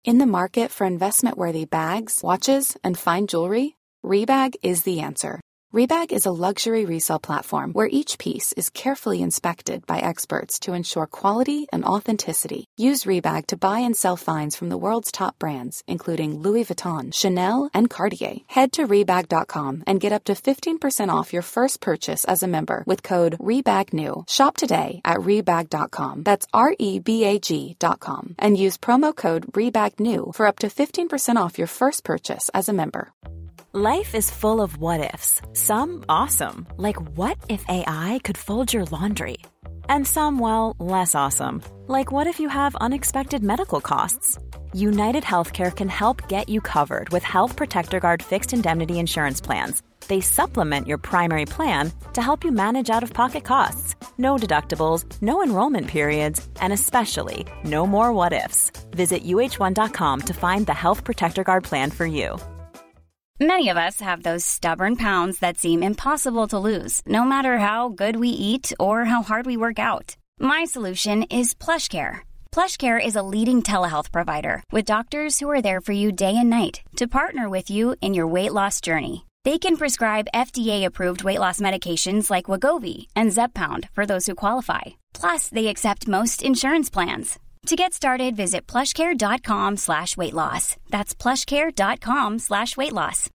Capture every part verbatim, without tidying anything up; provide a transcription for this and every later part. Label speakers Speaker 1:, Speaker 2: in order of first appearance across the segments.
Speaker 1: In the market for investment-worthy bags, watches, and fine jewelry, Rebag is the answer. Rebag is a luxury resale platform where each piece is carefully inspected by experts to ensure quality and authenticity. Use Rebag to buy and sell finds from the world's top brands, including Louis Vuitton, Chanel, and Cartier. Head to Rebag dot com and get up to fifteen percent off your first purchase as a member with code REBAGNEW. Shop today at Rebag dot com. That's R E B A G dot com. And use promo code REBAGNEW for up to fifteen percent off your first purchase as a member.
Speaker 2: Life is full of what-ifs. Some awesome, like what if A I could fold your laundry? And some, well, less awesome, like what if you have unexpected medical costs? United Healthcare can help get you covered with Health Protector Guard fixed indemnity insurance plans. They supplement your primary plan to help you manage out-of-pocket costs. No deductibles, no enrollment periods, and especially no more what-ifs. Visit U H one dot com to find the Health Protector Guard plan for you.
Speaker 3: Many of us have those stubborn pounds that seem impossible to lose, no matter how good we eat or how hard we work out. My solution is PlushCare. PlushCare is a leading telehealth provider with doctors who are there for you day and night to partner with you in your weight loss journey. They can prescribe F D A-approved weight loss medications like Wegovy and Zepbound for those who qualify. Plus, they accept most insurance plans. To get started, visit plushcare.com slash weight loss. That's plushcare.com slash weight loss.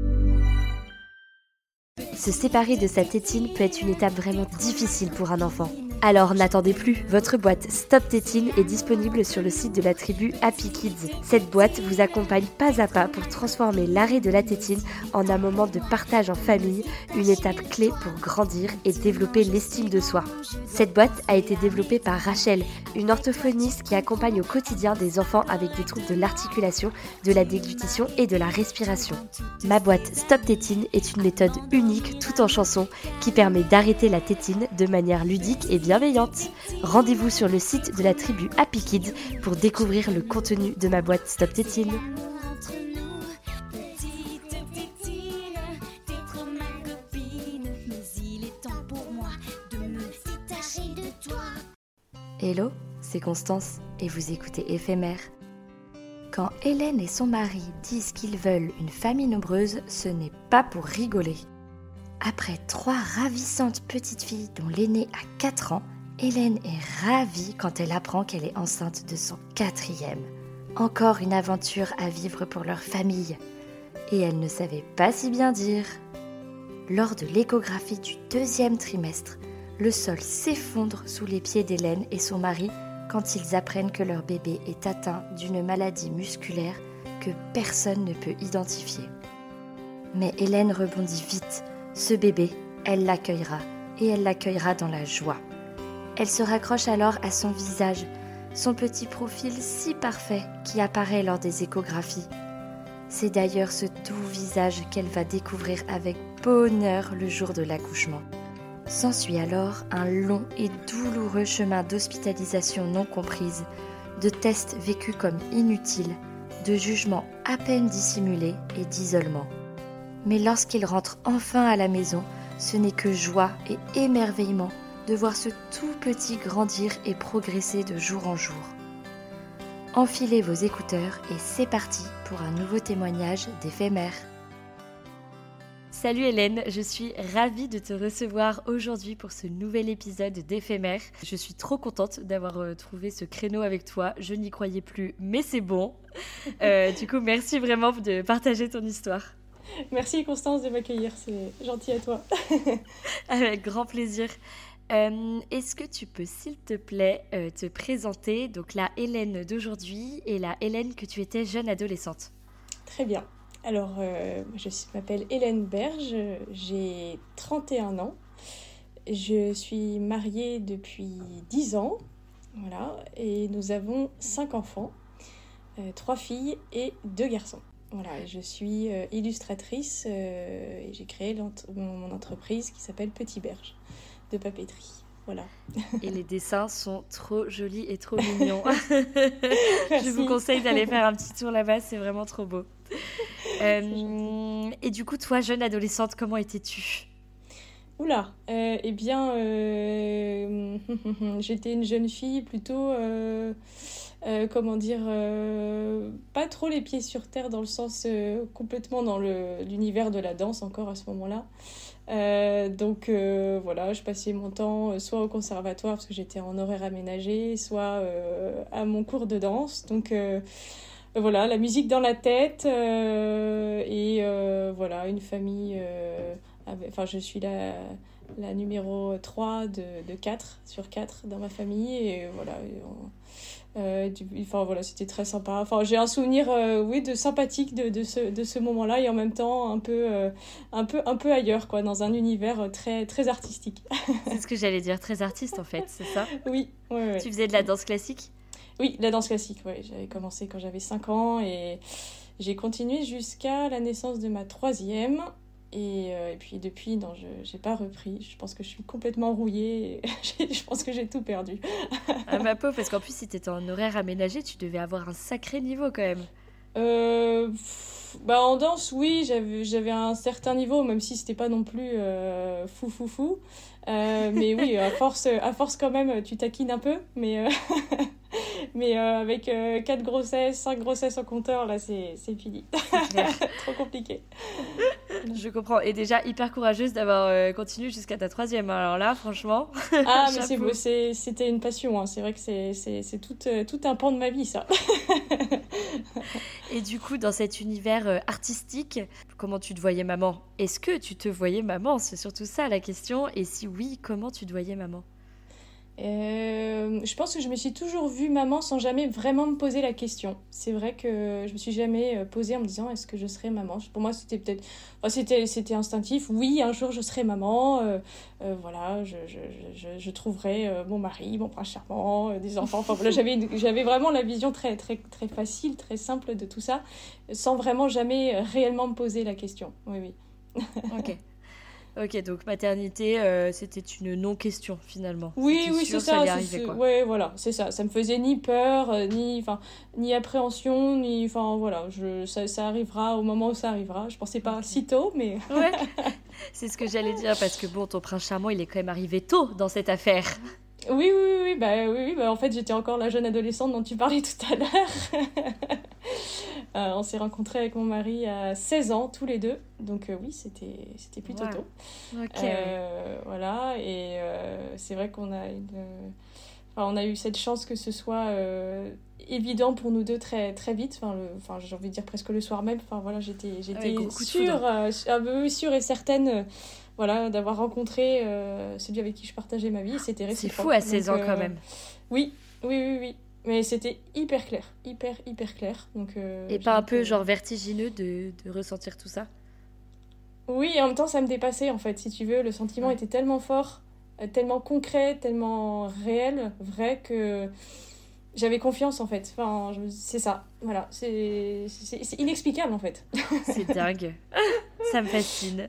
Speaker 4: Se séparer de sa tétine peut être une étape vraiment difficile pour un enfant. Alors n'attendez plus, votre boîte Stop Tétine est disponible sur le site de la tribu Happy Kids. Cette boîte vous accompagne pas à pas pour transformer l'arrêt de la tétine en un moment de partage en famille, une étape clé pour grandir et développer l'estime de soi. Cette boîte a été développée par Rachel, une orthophoniste qui accompagne au quotidien des enfants avec des troubles de l'articulation, de la déglutition et de la respiration. Ma boîte Stop Tétine est une méthode unique tout en chanson qui permet d'arrêter la tétine de manière ludique et bienveillante. Rendez-vous sur le site de la tribu Happy Kids pour découvrir le contenu de ma boîte Stop Tétine. Hello, c'est Constance et vous écoutez Éphémère. Quand Hélène et son mari disent qu'ils veulent une famille nombreuse, ce n'est pas pour rigoler. Après trois ravissantes petites filles dont l'aînée a quatre ans, Hélène est ravie quand elle apprend qu'elle est enceinte de son quatrième. Encore une aventure à vivre pour leur famille. Et elle ne savait pas si bien dire. Lors de l'échographie du deuxième trimestre, le sol s'effondre sous les pieds d'Hélène et son mari quand ils apprennent que leur bébé est atteint d'une maladie musculaire que personne ne peut identifier. Mais Hélène rebondit vite. Ce bébé, elle l'accueillera, et elle l'accueillera dans la joie. Elle se raccroche alors à son visage, son petit profil si parfait qui apparaît lors des échographies. C'est d'ailleurs ce doux visage qu'elle va découvrir avec bonheur le jour de l'accouchement. S'ensuit alors un long et douloureux chemin d'hospitalisation non comprise, de tests vécus comme inutiles, de jugements à peine dissimulés et d'isolement. Mais lorsqu'ils rentrent enfin à la maison, ce n'est que joie et émerveillement de voir ce tout petit grandir et progresser de jour en jour. Enfilez vos écouteurs et c'est parti pour un nouveau témoignage d'Éphémère. Salut Hélène, je suis ravie de te recevoir aujourd'hui pour ce nouvel épisode d'Éphémère. Je suis trop contente d'avoir euh, trouvé ce créneau avec toi, je n'y croyais plus, mais c'est bon. Euh, du coup, merci vraiment de partager ton histoire.
Speaker 5: Merci Constance de m'accueillir, c'est gentil à toi.
Speaker 4: Avec grand plaisir. Euh, est-ce que tu peux, s'il te plaît, euh, te présenter, donc la Hélène d'aujourd'hui et la Hélène que tu étais jeune adolescente?
Speaker 5: Très bien. Alors, euh, je m'appelle Hélène Berge, j'ai trente et un ans. Je suis mariée depuis dix ans, voilà, et nous avons cinq enfants, euh, trois filles et deux garçons. Voilà, je suis euh, illustratrice euh, et j'ai créé mon, mon entreprise qui s'appelle Petit Berge de papeterie. Voilà.
Speaker 4: Et les dessins sont trop jolis et trop mignons. Je vous conseille d'aller faire un petit tour là-bas, c'est vraiment trop beau. Euh, et du coup, toi, jeune adolescente, comment étais-tu ?
Speaker 5: Oula, euh, eh bien, euh, j'étais une jeune fille plutôt... Euh, euh, comment dire, euh, pas trop les pieds sur terre dans le sens euh, complètement dans le, l'univers de la danse encore à ce moment-là. Euh, donc euh, voilà, je passais mon temps euh, soit au conservatoire parce que j'étais en horaire aménagé, soit euh, à mon cours de danse. Donc euh, voilà, la musique dans la tête euh, et euh, voilà, une famille. Euh, avec, enfin, je suis la, la numéro trois de, de quatre sur quatre dans ma famille et voilà. Et on, Euh, du, enfin voilà, c'était très sympa. Enfin, j'ai un souvenir euh, oui, de sympathique de, de, ce, de ce moment-là et en même temps un peu, euh, un peu, un peu ailleurs, quoi, dans un univers très, très artistique.
Speaker 6: C'est ce que j'allais dire, très artiste en fait, c'est ça ?
Speaker 5: Oui, ouais, ouais.
Speaker 6: Tu faisais de la danse classique ?
Speaker 5: Oui, la danse classique, ouais. J'avais commencé quand j'avais cinq ans et j'ai continué jusqu'à la naissance de ma troisième. Et, euh, et puis depuis, non, je n'ai pas repris. Je pense que je suis complètement rouillée. Et je pense que j'ai tout perdu.
Speaker 6: Ah ma pauvre, parce qu'en plus, si tu étais en horaire aménagé, tu devais avoir un sacré niveau quand même.
Speaker 5: Euh, pff, bah en danse, oui, j'avais, j'avais un certain niveau, même si c'était pas non plus euh, fou, fou, fou. Euh, mais oui, à force, à force quand même, tu taquines un peu. Mais, euh, mais euh, avec euh, quatre grossesses, cinq grossesses en compteur, là, c'est, c'est fini. C'est trop compliqué.
Speaker 6: Je comprends. Et déjà, hyper courageuse d'avoir euh, continué jusqu'à ta troisième. Alors là, franchement,
Speaker 5: ah, mais c'est beau, c'est, c'était une passion. Hein. C'est vrai que c'est, c'est, c'est tout, euh, tout un pan de ma vie, ça.
Speaker 6: Et du coup, dans cet univers euh, artistique, comment tu te voyais maman ? Est-ce que tu te voyais maman ? C'est surtout ça la question. Et si oui, comment tu te voyais maman ?
Speaker 5: Euh, je pense que je me suis toujours vue maman sans jamais vraiment me poser la question. C'est vrai que je me suis jamais posée en me disant est-ce que je serai maman. Pour moi, c'était peut-être, enfin, c'était, c'était instinctif. Oui, un jour je serai maman. Euh, euh, voilà, je, je, je, je trouverai euh, mon mari, mon prince charmant, euh, des enfants. Enfin voilà, j'avais, j'avais vraiment la vision très, très, très facile, très simple de tout ça, sans vraiment jamais réellement me poser la question. Oui, oui.
Speaker 6: Ok. Ok, donc maternité, euh, c'était une non-question finalement.
Speaker 5: Oui,
Speaker 6: c'était
Speaker 5: oui,
Speaker 6: sûr,
Speaker 5: c'est ça.
Speaker 6: ça allait
Speaker 5: C'est,
Speaker 6: arriver,
Speaker 5: c'est,
Speaker 6: quoi.
Speaker 5: ouais, voilà, c'est ça. Ça me faisait ni peur, euh, ni, enfin, ni appréhension, ni, enfin, voilà. Je, ça, ça arrivera au moment où ça arrivera. Je pensais pas
Speaker 6: Okay.
Speaker 5: si tôt, mais.
Speaker 6: Ouais. C'est ce que j'allais dire parce que bon, ton prince charmant, il est quand même arrivé tôt dans cette affaire.
Speaker 5: Oui, oui, oui, bah, oui, oui, bah, en fait, j'étais encore la jeune adolescente dont tu parlais tout à l'heure. euh, on s'est rencontrés avec mon mari à seize ans, tous les deux. Donc, euh, oui, c'était, c'était plutôt
Speaker 6: Wow.
Speaker 5: tôt.
Speaker 6: Ok.
Speaker 5: Euh, voilà, et euh, c'est vrai qu'on a une... Enfin, on a eu cette chance que ce soit euh, évident pour nous deux très, très vite. Enfin, le, enfin, j'ai envie de dire presque le soir même. Enfin, voilà, j'étais, j'étais
Speaker 6: Ouais,
Speaker 5: sûre, euh, un peu sûre et certaine euh, voilà, d'avoir rencontré euh, celui avec qui je partageais ma vie. C'était réciproque.
Speaker 6: C'est fou à seize ans
Speaker 5: Donc, euh,
Speaker 6: quand même.
Speaker 5: Oui, oui, oui, oui. Mais c'était hyper clair, hyper, hyper clair. Donc, euh,
Speaker 6: Et pas un peu
Speaker 5: que...
Speaker 6: genre vertigineux de, de ressentir tout ça ?
Speaker 5: Oui, et en même temps, ça me dépassait, en fait, si tu veux. Le sentiment
Speaker 6: Ouais.
Speaker 5: était tellement fort, euh, tellement concret, tellement réel, vrai, que j'avais confiance, en fait. Enfin, je... c'est ça, voilà. C'est... C'est... c'est inexplicable, en fait.
Speaker 6: C'est dingue. Ça me fascine.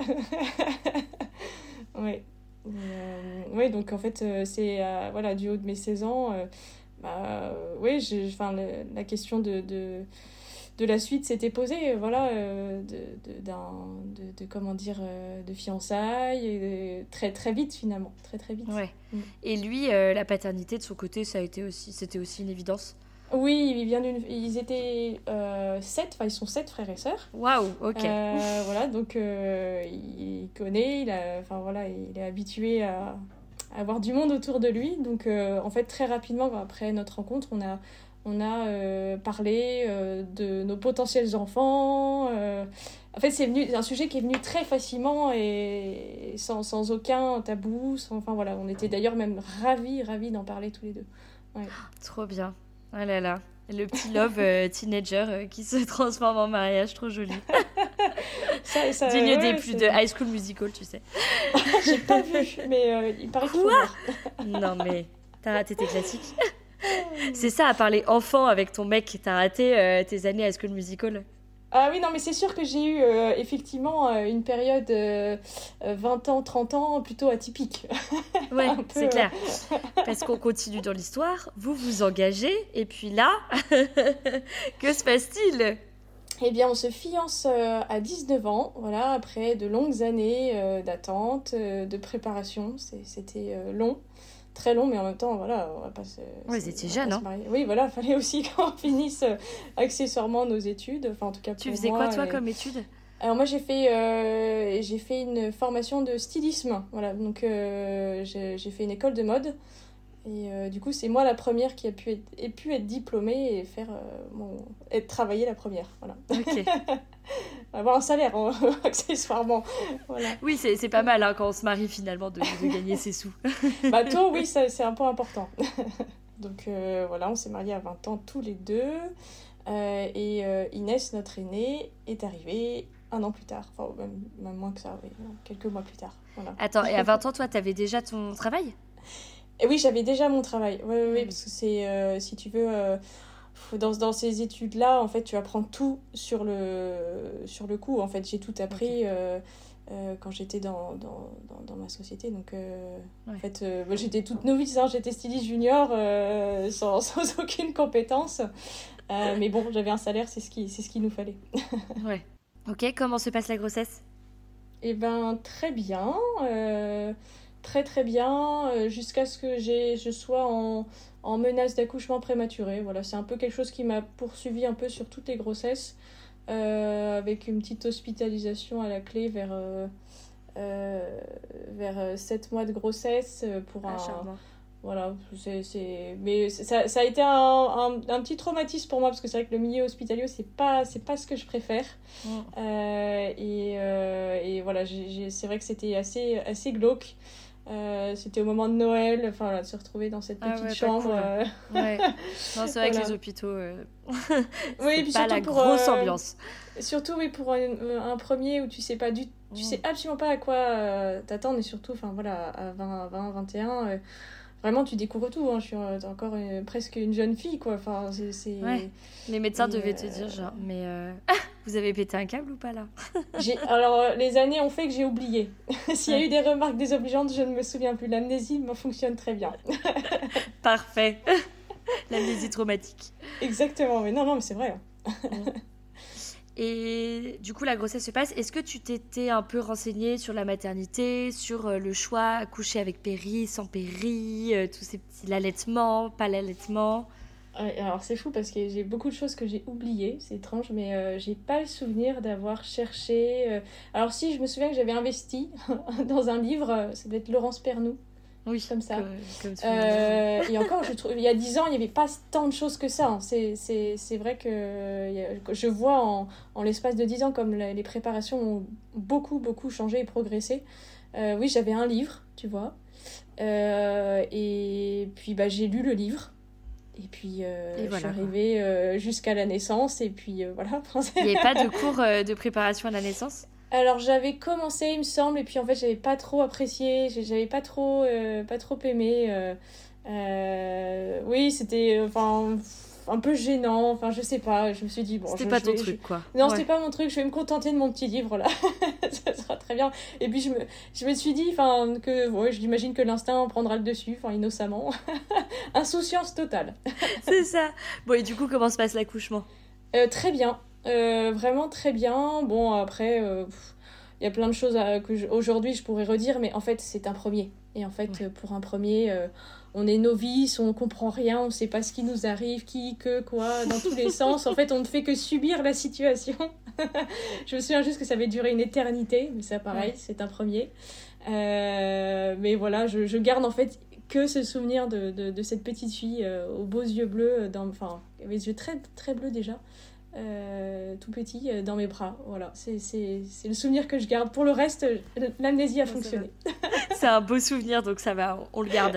Speaker 5: Oui. Euh, oui, donc, en fait, euh, c'est euh, voilà, du haut de mes seize ans. Euh, bah, euh, oui, j'ai, enfin, le, la question de... de de la suite s'était posée, voilà, euh, de, de, d'un, de, de, comment dire, euh, de fiançailles, et de, très, très vite finalement, très très vite.
Speaker 6: Ouais.
Speaker 5: Mm.
Speaker 6: Et lui, euh, la paternité de son côté, ça a été aussi, c'était aussi une évidence ?
Speaker 5: Oui, il vient d'une, ils étaient euh, sept, enfin ils sont sept frères et sœurs.
Speaker 6: Waouh, ok.
Speaker 5: Euh, voilà, donc euh, il connaît, il a, enfin voilà, il est habitué à, à avoir du monde autour de lui. Donc euh, en fait très rapidement après notre rencontre, on a On a euh, parlé euh, de nos potentiels enfants. Euh... En fait, c'est venu, c'est un sujet qui est venu très facilement et sans, sans aucun tabou. Sans... Enfin, voilà, on était d'ailleurs même ravis, ravis d'en parler tous les deux. Ouais.
Speaker 6: Trop bien. Oh là là. Le petit love euh, teenager euh, qui se transforme en mariage, trop joli.
Speaker 5: Ça, ça,
Speaker 6: Digne
Speaker 5: ouais,
Speaker 6: des plus
Speaker 5: c'est...
Speaker 6: de High School Musical, tu sais.
Speaker 5: J'ai pas vu, mais euh, il paraît qu'il faut voir.
Speaker 6: Non, mais t'as raté tes classiques. C'est ça, à parler enfant avec ton mec, t'as raté euh, tes années High School Musical.
Speaker 5: Ah oui, non, mais c'est sûr que j'ai eu euh, effectivement euh, une période euh, vingt ans, trente ans plutôt atypique.
Speaker 6: Ouais,
Speaker 5: peu,
Speaker 6: c'est clair. Parce qu'on continue dans l'histoire, vous vous engagez, et puis là, que se passe-t-il ?
Speaker 5: Eh bien, on se fiance euh, à dix-neuf ans, voilà, après de longues années euh, d'attente, euh, de préparation. C'est, c'était euh, long. très long, mais en même temps, voilà, on va pas se...
Speaker 6: Ouais, vous étiez jeune, hein.
Speaker 5: Oui, voilà, fallait aussi qu'on finisse euh, accessoirement nos études, enfin en tout cas pour
Speaker 6: Tu faisais
Speaker 5: moi,
Speaker 6: quoi, toi,
Speaker 5: et...
Speaker 6: comme étude ?
Speaker 5: Alors moi, j'ai fait, euh, j'ai fait une formation de stylisme, voilà, donc euh, j'ai, j'ai fait une école de mode, et euh, du coup, c'est moi la première qui a pu être, ait pu être diplômée et faire, euh, mon... être travailler la première, voilà.
Speaker 6: Ok.
Speaker 5: Avoir un salaire, hein, accessoirement, voilà.
Speaker 6: Oui, c'est, c'est pas mal, hein, quand on se marie, finalement, de, de gagner ses sous.
Speaker 5: Bah, tôt, oui, ça, c'est un point important. Donc, euh, voilà, on s'est mariés à vingt ans tous les deux, euh, et euh, Inès, notre aînée, est arrivée un an plus tard, enfin, même, même moins que ça, oui, quelques mois plus tard, voilà.
Speaker 6: Attends, et à vingt ans, toi, t'avais déjà ton travail ?
Speaker 5: Et oui, j'avais déjà mon travail, oui, oui, oui,
Speaker 6: Ah,
Speaker 5: parce que c'est, euh, si tu veux... Euh, Dans, dans ces études-là, en fait, tu apprends tout sur le, sur le coup. En fait, j'ai tout appris okay. euh, euh, quand j'étais dans, dans, dans, dans ma société. Donc, euh, ouais. en fait, euh, moi, j'étais toute novice. Hein, j'étais styliste junior euh, sans, sans aucune compétence. Euh, mais bon, j'avais un salaire, c'est ce qui, c'est ce qu'il nous fallait.
Speaker 6: Ouais. Ok, comment se passe la grossesse ?
Speaker 5: Eh ben, très bien. Euh, très, très bien. Euh, jusqu'à ce que j'ai, je sois en... en menace d'accouchement prématuré. Voilà, c'est un peu quelque chose qui m'a poursuivi un peu sur toutes les grossesses, euh, avec une petite hospitalisation à la clé vers, euh, euh, vers sept mois de grossesse pour un... Ah, voilà, c'est, c'est... Mais ça, ça a été un, un, un petit traumatisme pour moi, parce que c'est vrai que le milieu hospitalier, c'est pas, c'est pas ce que je préfère. Mm. Euh, et, euh, et voilà, j'ai, j'ai, c'est vrai que c'était assez, assez glauque. Euh, c'était au moment de Noël, enfin voilà, de se retrouver dans cette petite ah ouais, chambre. Cool. Euh...
Speaker 6: Ouais. Non, c'est vrai voilà. que les hôpitaux, euh... c'est
Speaker 5: oui, et puis
Speaker 6: pas la
Speaker 5: pour,
Speaker 6: grosse
Speaker 5: euh...
Speaker 6: ambiance.
Speaker 5: Surtout oui pour un, un premier où tu sais pas du, tu mmh. sais absolument pas à quoi euh, t'attendre, et surtout, enfin voilà, à vingt, vingt et un, euh, vraiment tu découvres tout. Hein. Je suis euh, encore euh, presque une jeune fille, quoi. Enfin, c'est, c'est...
Speaker 6: Ouais. Les médecins et devaient euh... te dire genre, mais euh... vous avez pété un câble ou pas là ?
Speaker 5: j'ai... Alors, les années ont fait que j'ai oublié. S'il y a eu des remarques désobligeantes, je ne me souviens plus. L'amnésie me fonctionne très bien.
Speaker 6: Parfait. L'amnésie traumatique.
Speaker 5: Exactement, mais non, non, mais c'est vrai.
Speaker 6: Et du coup, la grossesse se passe. Est-ce que tu t'étais un peu renseignée sur la maternité, sur le choix, accoucher avec péri, sans péri, euh, tous ces petits... l'allaitement, pas l'allaitement ?
Speaker 5: Alors c'est fou parce que j'ai beaucoup de choses que j'ai oubliées, c'est étrange, mais euh, j'ai pas le souvenir d'avoir cherché... Euh... Alors si, je me souviens que j'avais investi dans un livre, ça devait être Laurence Pernoud,
Speaker 6: oui,
Speaker 5: comme ça.
Speaker 6: Comme, comme
Speaker 5: euh, et encore, je trouve, il y a dix ans, il n'y avait pas tant de choses que ça. Hein. C'est, c'est, c'est vrai que euh, je vois en, en l'espace de dix ans comme la, les préparations ont beaucoup, beaucoup changé et progressé. Euh, oui, j'avais un livre, tu vois, euh, et puis bah, j'ai lu le livre. Et puis, euh, et voilà, je suis arrivée euh, jusqu'à la naissance, et puis euh, voilà.
Speaker 6: Il n'y avait pas de cours euh, de préparation à la naissance ?
Speaker 5: Alors, j'avais commencé, il me semble, et puis en fait, j'avais pas trop apprécié, j'avais pas trop, euh, pas trop aimé. Euh, euh, oui, c'était enfin, un peu gênant, enfin, je sais pas, je me suis dit... bon.
Speaker 6: C'était
Speaker 5: je,
Speaker 6: pas
Speaker 5: je
Speaker 6: ton
Speaker 5: vais,
Speaker 6: truc,
Speaker 5: je...
Speaker 6: quoi.
Speaker 5: Non,
Speaker 6: ouais.
Speaker 5: C'était pas mon truc, je vais me contenter de mon petit livre, là. Ça sera très bien. Et puis, je me, je me suis dit, enfin, que, ouais, j'imagine que l'instinct prendra le dessus, enfin, innocemment. Insouciance totale.
Speaker 6: C'est ça. Bon, et du coup, comment se passe l'accouchement ?
Speaker 5: euh, Très bien. Euh, vraiment très bien. Bon, après, il euh, y a plein de choses à, que je, aujourd'hui je pourrais redire, mais en fait, c'est un premier. Et en fait, ouais. pour un premier, euh, on est novice, on comprend rien, on sait pas ce qui nous arrive, qui, que, quoi, dans tous les sens. En fait, on ne fait que subir la situation. Je me souviens juste que ça avait duré une éternité, mais ça, pareil, ouais. c'est un premier. Euh, mais voilà, je, je garde en fait que ce souvenir de, de, de cette petite fille euh, aux beaux yeux bleus, dans, enfin, avec les yeux très, très bleus déjà. Euh, tout petit euh, dans mes bras, voilà, c'est, c'est, c'est le souvenir que je garde. Pour le reste, l'amnésie a non, fonctionné.
Speaker 6: C'est un beau souvenir, donc ça va, on, on le garde.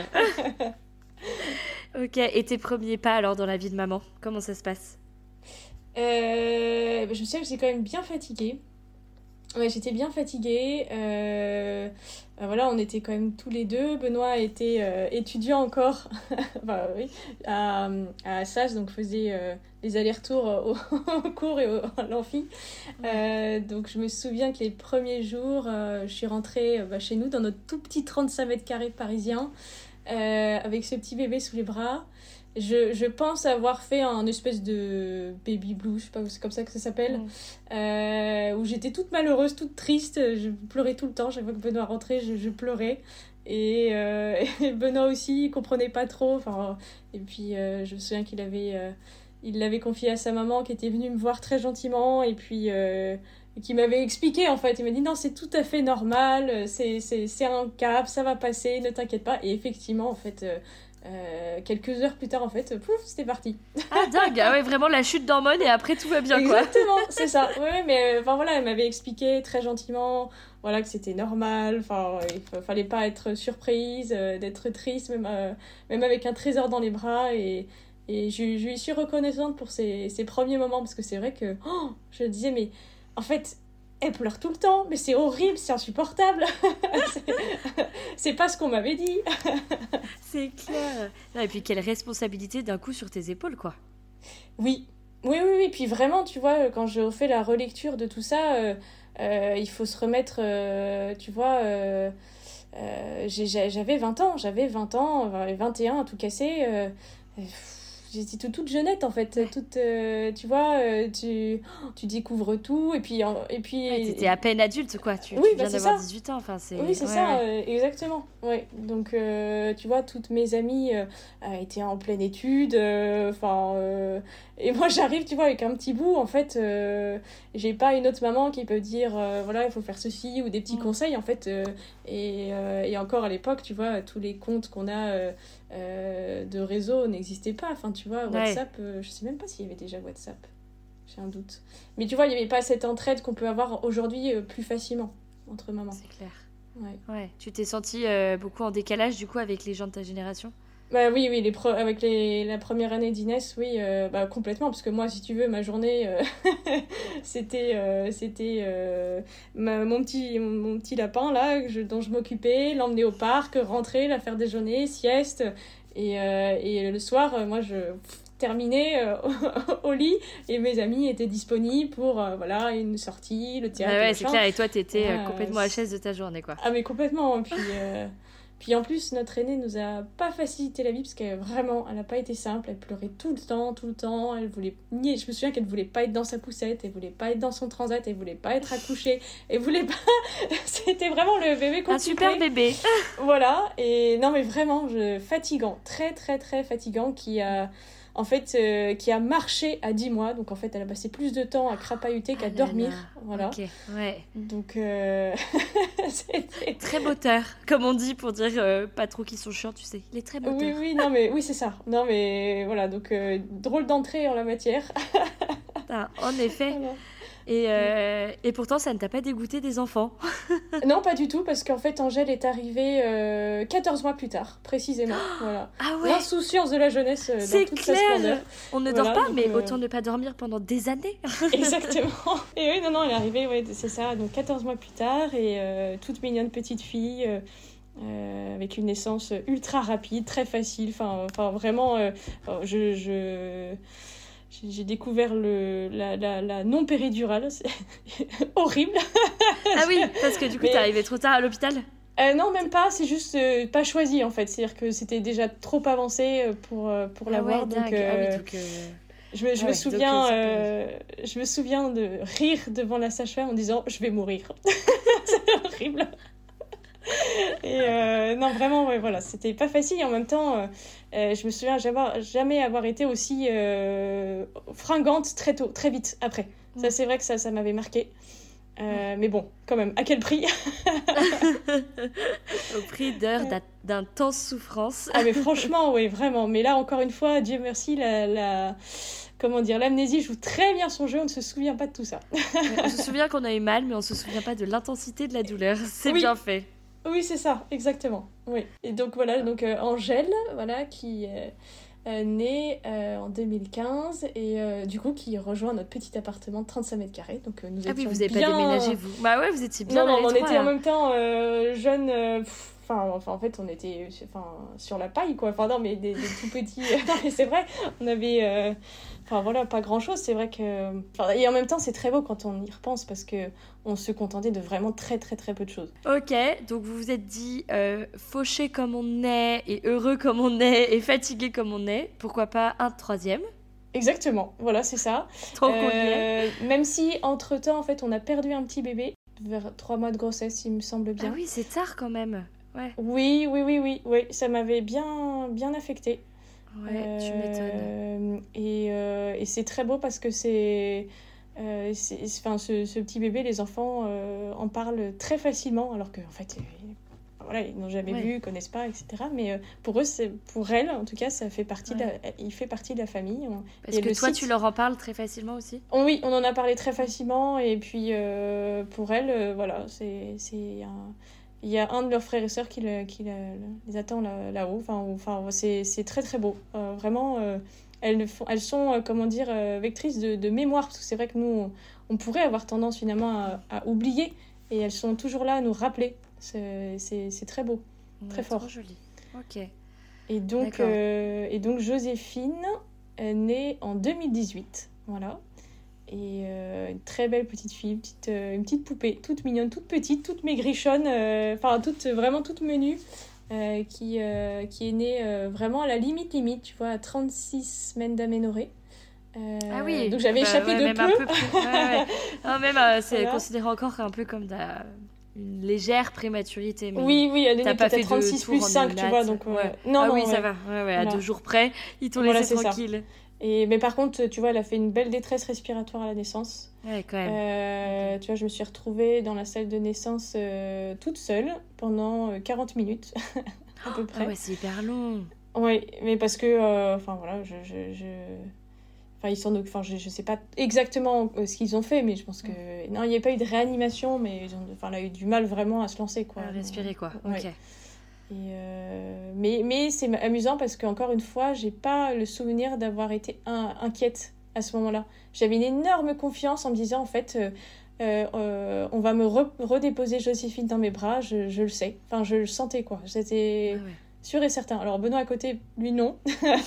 Speaker 6: Ok, et tes premiers pas alors dans la vie de maman, comment ça se passe ?
Speaker 5: euh, Je me souviens que j'étais quand même bien fatiguée. Ouais, j'étais bien fatiguée. Euh, euh, voilà, on était quand même tous les deux. Benoît était euh, étudiant encore bah, oui, à, à Assas, donc faisait euh, les allers-retours au, au cours et au, à l'amphi. Euh, donc je me souviens que les premiers jours, euh, je suis rentrée bah, chez nous dans notre tout petit trente-cinq mètres carrés parisien, euh, avec ce petit bébé sous les bras. Je, je pense avoir fait un espèce de baby blue, je sais pas, c'est comme ça que ça s'appelle, mmh. euh, où j'étais toute malheureuse, toute triste, je pleurais tout le temps, chaque fois que Benoît rentrait, je, je pleurais. Et, euh, et Benoît aussi, il comprenait pas trop. Enfin, et puis, euh, je me souviens qu'il avait, euh, il l'avait confié à sa maman qui était venue me voir très gentiment et puis euh, qui m'avait expliqué, en fait. Il m'a dit non, c'est tout à fait normal, c'est, c'est, c'est un cap, ça va passer, ne t'inquiète pas. Et effectivement, en fait... Euh, Euh, quelques heures plus tard, en fait, pouf, c'était parti.
Speaker 6: Ah, dingue. Ah ouais, vraiment la chute d'hormones et après tout va bien, quoi.
Speaker 5: Exactement, c'est ça. Ouais, mais enfin voilà, elle m'avait expliqué très gentiment, voilà, que c'était normal. Enfin, il f- fallait pas être surprise, euh, d'être triste, même, euh, même avec un trésor dans les bras. Et, et je, je lui suis reconnaissante pour ces, ces premiers moments, parce que c'est vrai que oh, je disais, mais en fait, elle pleure tout le temps, mais c'est horrible, c'est insupportable. c'est... c'est pas ce qu'on m'avait dit.
Speaker 6: C'est clair. Non, et puis quelle responsabilité d'un coup sur tes épaules, quoi.
Speaker 5: Oui, oui, oui, oui. Puis vraiment, tu vois, quand je fais la relecture de tout ça, euh, euh, il faut se remettre, euh, tu vois, euh, euh, j'ai, j'avais vingt ans, j'avais vingt ans, vingt et un à tout casser. Euh, J'étais toute, toute jeunette, en fait. Ouais. Toute, euh, tu vois, euh, tu, tu découvres tout. Et puis... Et puis
Speaker 6: ouais, t'étais à peine adulte, quoi. Tu,
Speaker 5: oui,
Speaker 6: tu
Speaker 5: bah,
Speaker 6: viens d'avoir dix-huit ans. Enfin, c'est...
Speaker 5: Oui, c'est
Speaker 6: ouais,
Speaker 5: ça,
Speaker 6: ouais.
Speaker 5: Euh, exactement. Ouais. Donc, euh, tu vois, toutes mes amies euh, étaient en pleine étude. Enfin... Euh, et moi, j'arrive, tu vois, avec un petit bout. En fait, euh, j'ai pas une autre maman qui peut dire, euh, voilà, il faut faire ceci, ou des petits mmh. conseils, en fait. Euh, et, euh, et encore à l'époque, tu vois, tous les comptes qu'on a euh, euh, de réseau n'existaient pas. Enfin, tu vois, WhatsApp, ouais. euh, je sais même pas s'il y avait déjà WhatsApp. J'ai un doute. Mais tu vois, il n'y avait pas cette entraide qu'on peut avoir aujourd'hui euh, plus facilement entre mamans.
Speaker 6: C'est clair.
Speaker 5: Ouais.
Speaker 6: Ouais. Tu t'es sentie euh, beaucoup en décalage, du coup, avec les gens de ta génération ?
Speaker 5: Bah oui, oui, les pro- avec les, la première année d'Inès, oui, euh, bah complètement, parce que moi, si tu veux, ma journée, euh, c'était, euh, c'était euh, ma, mon, petit, mon, mon petit lapin, là, que je, dont je m'occupais, l'emmener au parc, rentrer, la faire déjeuner, sieste, et, euh, et le soir, euh, moi, je terminais euh, au, au lit, et mes amis étaient disponibles pour, euh, voilà, une sortie, le théâtre,
Speaker 6: ouais, ouais,
Speaker 5: le
Speaker 6: c'est clair, et toi, t'étais
Speaker 5: euh,
Speaker 6: euh, complètement à chaise de ta journée, quoi.
Speaker 5: Ah, mais complètement, puis... Euh, Puis en plus, notre aînée nous a pas facilité la vie parce qu'elle vraiment, elle n'a pas été simple. Elle pleurait tout le temps, tout le temps. Elle voulait nier. Je me souviens qu'elle voulait pas être dans sa poussette, elle voulait pas être dans son transat, elle voulait pas être accouchée, elle voulait pas. C'était vraiment le bébé compliqué.
Speaker 6: Un super bébé.
Speaker 5: Voilà. Et non, mais vraiment, je... fatigant, très très très fatigant, qui a. En fait, euh, qui a marché à dix mois. Donc, en fait, elle a passé plus de temps à crapahuter qu'à ah dormir. Là. Voilà.
Speaker 6: Ok, ouais.
Speaker 5: Donc, euh...
Speaker 6: c'était... Très moteur, comme on dit, pour dire euh, pas trop qu'ils sont chiants, tu sais. Il est très moteur.
Speaker 5: Oui, oui, non, mais oui, c'est ça. Non, mais voilà, donc, euh, drôle d'entrée en la matière.
Speaker 6: Ah, en effet. Voilà. Et, euh, et pourtant, ça ne t'a pas dégoûté des enfants?
Speaker 5: Non, pas du tout, parce qu'en fait, Angèle est arrivée euh, quatorze mois plus tard, précisément. Voilà.
Speaker 6: Ah ouais.
Speaker 5: L'insouciance de la jeunesse euh,
Speaker 6: c'est
Speaker 5: dans toute
Speaker 6: clair.
Speaker 5: sa splendeur.
Speaker 6: On ne
Speaker 5: voilà,
Speaker 6: dort pas,
Speaker 5: donc,
Speaker 6: mais
Speaker 5: euh...
Speaker 6: autant ne pas dormir pendant des années.
Speaker 5: Exactement. Et oui, non, non, elle est arrivée, ouais, c'est ça, donc quatorze mois plus tard, et euh, toute mignonne petite fille... Euh, Euh, avec une naissance ultra rapide, très facile, enfin, enfin vraiment, euh, je, je, j'ai découvert le, la, la, la non-péridurale, c'est horrible.
Speaker 6: Ah oui, parce que du coup, Mais... t'es arrivée trop tard à l'hôpital?
Speaker 5: Euh, non, même pas, c'est juste euh, pas choisi en fait, c'est-à-dire que c'était déjà trop avancé pour, pour l'avoir, ah ouais, donc, euh, ah oui, donc euh... je me, je, ah me ouais, souviens, donc, euh, je me souviens de rire devant la sage-femme en disant « je vais mourir ». C'est horrible. Et euh, non, vraiment, ouais, voilà, c'était pas facile. Et en même temps, euh, euh, je me souviens jamais, jamais avoir été aussi euh, fringante très tôt, très vite après. Mmh. Ça, c'est vrai que ça, ça m'avait marqué. Euh, mmh. Mais bon, quand même, à quel prix?
Speaker 6: Au prix d'heures d'intense souffrance.
Speaker 5: Ah, mais franchement, oui, vraiment. Mais là, encore une fois, Dieu merci, la... la... Comment dire, l'amnésie joue très bien son jeu, on ne se souvient pas de tout ça.
Speaker 6: On se souvient qu'on a eu mal, mais on ne se souvient pas de l'intensité de la douleur. C'est oui. bien fait.
Speaker 5: Oui, c'est ça, exactement. Oui. Et donc voilà, donc euh, Angèle, voilà, qui est euh, née euh, en deux mille quinze et euh, du coup qui rejoint notre petit appartement de trente-cinq mètres carrés. Donc euh, nous
Speaker 6: ah
Speaker 5: étions
Speaker 6: oui, vous n'avez
Speaker 5: bien...
Speaker 6: pas déménagé vous? Bah ouais, vous étiez bien.
Speaker 5: Non, non, on
Speaker 6: trois,
Speaker 5: était
Speaker 6: là.
Speaker 5: en même temps euh, jeunes. Euh, Enfin, enfin, en fait, on était enfin, sur la paille, quoi. Enfin, non, mais des, des tout petits... non, mais c'est vrai, on avait... Euh... Enfin, voilà, pas grand-chose. C'est vrai que... Enfin, et en même temps, c'est très beau quand on y repense, parce qu'on se contentait de vraiment très, très, très peu de choses.
Speaker 6: Ok, donc vous vous êtes dit, euh, fauché comme on est, et heureux comme on est, et fatigué comme on est. Pourquoi pas un troisième?
Speaker 5: Exactement, voilà, c'est ça.
Speaker 6: Tant qu'on y est.
Speaker 5: Même si, entre-temps, en fait, on a perdu un petit bébé, vers trois mois de grossesse, il me semble bien.
Speaker 6: Ah oui, c'est tard quand même. Ouais.
Speaker 5: Oui, oui, oui, oui, oui. Ça m'avait bien, bien affectée.
Speaker 6: Ouais, euh, tu m'étonnes.
Speaker 5: Et, euh, et c'est très beau parce que c'est... Euh, c'est, enfin, ce, ce petit bébé, les enfants euh, en parlent très facilement, alors qu'en fait, ils, voilà, ils n'ont jamais ouais. vu, ils ne connaissent pas, et cetera. Mais euh, pour eux, c'est, pour elle, en tout cas, ça fait partie ouais. de la, il fait partie de la famille.
Speaker 6: Est-ce que toi, site... tu leur en parles très facilement aussi ?
Speaker 5: oh, Oui, on en a parlé très facilement. Et puis, euh, pour elle, euh, voilà, c'est, c'est un... il y a un de leurs frères et sœurs qui, le, qui le, les attend là, là-haut. Enfin, enfin, c'est, c'est très, très beau. Euh, vraiment... Euh, Elles, font, elles sont, euh, comment dire, euh, vectrices de, de mémoire, parce que c'est vrai que nous, on, on pourrait avoir tendance finalement à, à oublier, et elles sont toujours là à nous rappeler. C'est, c'est, c'est très beau, ouais, très fort.
Speaker 6: Trop joli. Ok.
Speaker 5: Et donc, euh, et donc Joséphine est née en deux mille dix-huit, voilà. Et euh, une très belle petite fille, une petite, euh, une petite poupée, toute mignonne, toute petite, toute maigrichonne, enfin, euh, toute, vraiment toute menue. Euh, qui, euh, qui est née euh, vraiment à la limite limite, tu vois, à trente-six semaines d'aménorrhée. Euh,
Speaker 6: ah oui,
Speaker 5: donc j'avais
Speaker 6: bah,
Speaker 5: échappé
Speaker 6: ouais,
Speaker 5: de
Speaker 6: même
Speaker 5: peu.
Speaker 6: Un peu plus, ouais, ouais. Non, même euh, c'est voilà. Considéré encore un peu comme da, une légère prématurité. Mais
Speaker 5: oui, oui, elle est née
Speaker 6: peut-être
Speaker 5: à trente-six plus cinq, tu vois. Donc,
Speaker 6: ouais.
Speaker 5: euh,
Speaker 6: non, ah
Speaker 5: non,
Speaker 6: oui,
Speaker 5: ouais.
Speaker 6: ça va, ouais, ouais, à voilà. deux jours près, ils t'ont
Speaker 5: voilà,
Speaker 6: laissé tranquille.
Speaker 5: Et, mais par contre, tu vois, elle a fait une belle détresse respiratoire à la naissance.
Speaker 6: Ouais, quand même.
Speaker 5: Euh, okay. Tu vois, je me suis retrouvée dans la salle de naissance euh, toute seule pendant euh, quarante minutes. à peu près.
Speaker 6: Ah ouais, c'est hyper long.
Speaker 5: Oui, mais parce que, enfin euh, voilà, je, je, je... Enfin, ils sont, enfin, je, je sais pas exactement ce qu'ils ont fait, mais je pense que mmh. non, il n'y a pas eu de réanimation, mais ils ont, enfin, elle a eu du mal vraiment à se lancer, quoi.
Speaker 6: À respirer, quoi.
Speaker 5: Ouais.
Speaker 6: Ok.
Speaker 5: Et euh... mais, mais c'est amusant parce qu'encore une fois, j'ai pas le souvenir d'avoir été un, inquiète à ce moment-là. J'avais une énorme confiance en me disant, en fait, euh, euh, on va me re- redéposer Joséphine dans mes bras, je, je le sais. Enfin, je le sentais, quoi. J'étais ah ouais. sûre et certain. Alors, Benoît à côté, lui, non.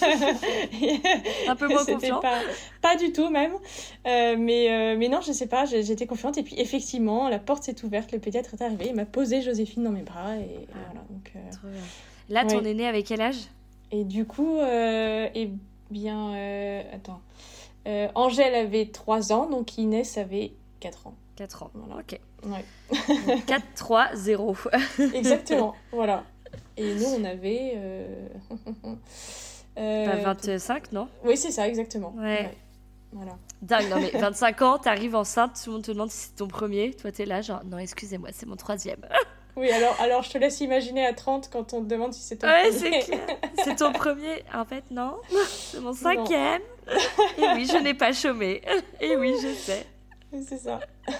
Speaker 6: Un peu moins confiant.
Speaker 5: Pas, pas du tout, même. Euh, mais, euh, mais non, je sais pas, j'étais confiante. Et puis, effectivement, la porte s'est ouverte, le pédiatre est arrivé, il m'a posé Joséphine dans mes bras. Et, ah, voilà, donc, euh...
Speaker 6: trop bien. Là, ton ouais. aîné, avec quel âge ?
Speaker 5: Et du coup, euh, eh bien... Euh, attends. Euh, Angèle avait trois ans, donc Inès avait quatre ans.
Speaker 6: quatre ans, voilà. Ok.
Speaker 5: Ouais.
Speaker 6: quatre, trois, zéro.
Speaker 5: Exactement, voilà. Et nous, on avait... Euh...
Speaker 6: euh... Bah, vingt-cinq, non ?
Speaker 5: Oui, c'est ça, exactement.
Speaker 6: Ouais.
Speaker 5: ouais. Voilà.
Speaker 6: Dingue, non mais vingt-cinq ans, t'arrives enceinte, tout le monde te demande si c'est ton premier. Toi, t'es là, genre, non, excusez-moi, c'est mon troisième.
Speaker 5: Oui, alors, alors je te laisse imaginer à trente quand on te demande si c'est ton
Speaker 6: ouais,
Speaker 5: premier.
Speaker 6: Ouais, c'est clair. C'est ton premier. En fait, non. C'est mon cinquième. Et oui, je n'ai pas chômé. Et oui, je sais.
Speaker 5: C'est ça.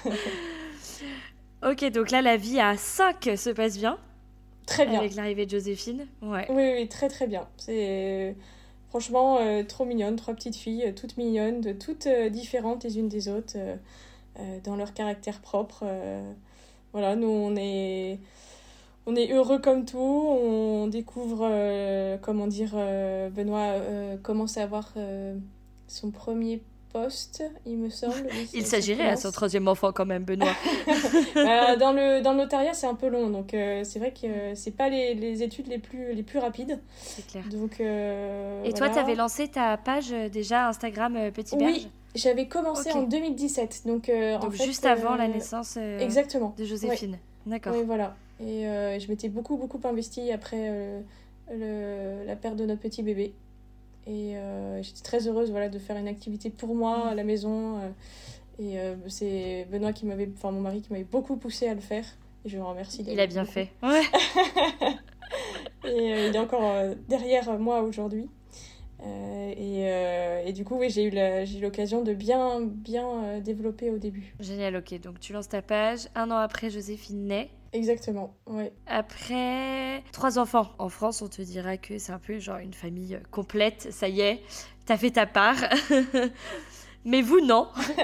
Speaker 6: Ok, donc là, la vie à cinq se passe bien.
Speaker 5: Très bien.
Speaker 6: Avec l'arrivée de Joséphine. Ouais.
Speaker 5: Oui, oui, très, très bien. C'est franchement euh, trop mignonne. Trois petites filles, euh, toutes mignonnes, de, toutes euh, différentes les unes des autres, euh, euh, dans leur caractère propre. Euh... Voilà, nous, on est, on est heureux comme tout. On découvre, euh, comment dire, euh, Benoît euh, commence à avoir euh, son premier poste, il me semble. Oui,
Speaker 6: il s'agirait à son troisième enfant quand même, Benoît.
Speaker 5: bah, dans, le, dans le notariat, c'est un peu long. Donc, euh, c'est vrai que euh, c'est pas les, les études les plus, les plus rapides.
Speaker 6: C'est clair.
Speaker 5: Donc, euh,
Speaker 6: Et
Speaker 5: voilà.
Speaker 6: toi, tu avais lancé ta page euh, déjà Instagram euh, Petit Berge ?
Speaker 5: Oui. J'avais commencé okay. en deux mille dix-sept, donc, euh,
Speaker 6: donc
Speaker 5: en fait,
Speaker 6: juste avant
Speaker 5: euh,
Speaker 6: la naissance euh,
Speaker 5: exactement.
Speaker 6: de Joséphine.
Speaker 5: Ouais.
Speaker 6: D'accord.
Speaker 5: Oui, voilà. Et euh, je m'étais beaucoup, beaucoup investie après euh, le, la perte de notre petit bébé. Et euh, j'étais très heureuse voilà, de faire une activité pour moi à la maison. Euh, et euh, c'est Benoît qui m'avait, enfin mon mari qui m'avait beaucoup poussée à le faire. Et je le remercie.
Speaker 6: Il a bien
Speaker 5: beaucoup.
Speaker 6: fait. Ouais.
Speaker 5: Et euh, il est encore euh, derrière moi aujourd'hui. Euh, et, euh, et du coup, oui, j'ai eu, la, j'ai eu l'occasion de bien, bien euh, développer au début.
Speaker 6: Génial, ok. Donc, tu lances ta page. Un an après, Joséphine naît.
Speaker 5: Exactement, ouais.
Speaker 6: Après, trois enfants. En France, on te dira que c'est un peu genre une famille complète. Ça y est, t'as fait ta part. Mais vous, non.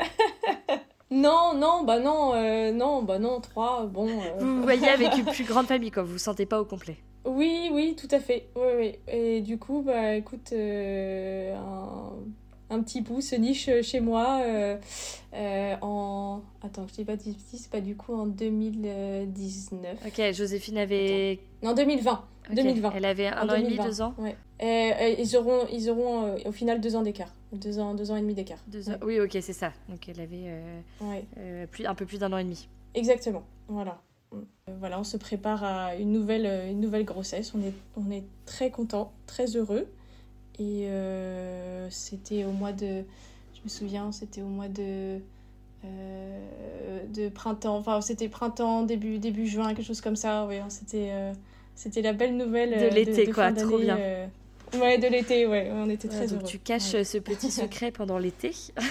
Speaker 5: Non, non, bah non, euh, non, bah non, trois, bon... Euh...
Speaker 6: Vous vous voyez avec une plus grande famille, quoi. Vous vous sentez pas au complet.
Speaker 5: Oui, oui, tout à fait. Oui, oui. Et du coup, bah, écoute, euh, un, un petit bout se niche chez moi euh, euh, en... Attends, je dis pas dix, c'est pas du coup en deux mille dix-neuf.
Speaker 6: Ok, Joséphine avait...
Speaker 5: Attends. Non, deux mille vingt.
Speaker 6: Okay.
Speaker 5: deux mille vingt.
Speaker 6: Elle avait un
Speaker 5: en
Speaker 6: an et demi, deux ans.
Speaker 5: Ouais. Et, et, ils auront, ils auront euh, au final deux ans d'écart. Deux ans, deux ans et demi d'écart.
Speaker 6: Deux ans...
Speaker 5: Ouais.
Speaker 6: Oui, ok, c'est ça. Donc elle avait euh,
Speaker 5: ouais.
Speaker 6: euh, plus, un peu plus d'un an et demi.
Speaker 5: Exactement, voilà. Voilà, on se prépare à une nouvelle, une nouvelle grossesse. On est, on est très contents, très heureux. Et euh, c'était au mois de... Je me souviens, c'était au mois de... Euh, de printemps. Enfin, c'était printemps, début, début juin, quelque chose comme ça. Ouais, c'était, euh, c'était la belle nouvelle
Speaker 6: de l'été,
Speaker 5: de, de
Speaker 6: quoi.
Speaker 5: fin
Speaker 6: Trop bien.
Speaker 5: Euh... Ouais, de l'été, ouais. On était très
Speaker 6: ouais, donc
Speaker 5: heureux.
Speaker 6: tu caches
Speaker 5: ouais.
Speaker 6: ce petit secret pendant l'été.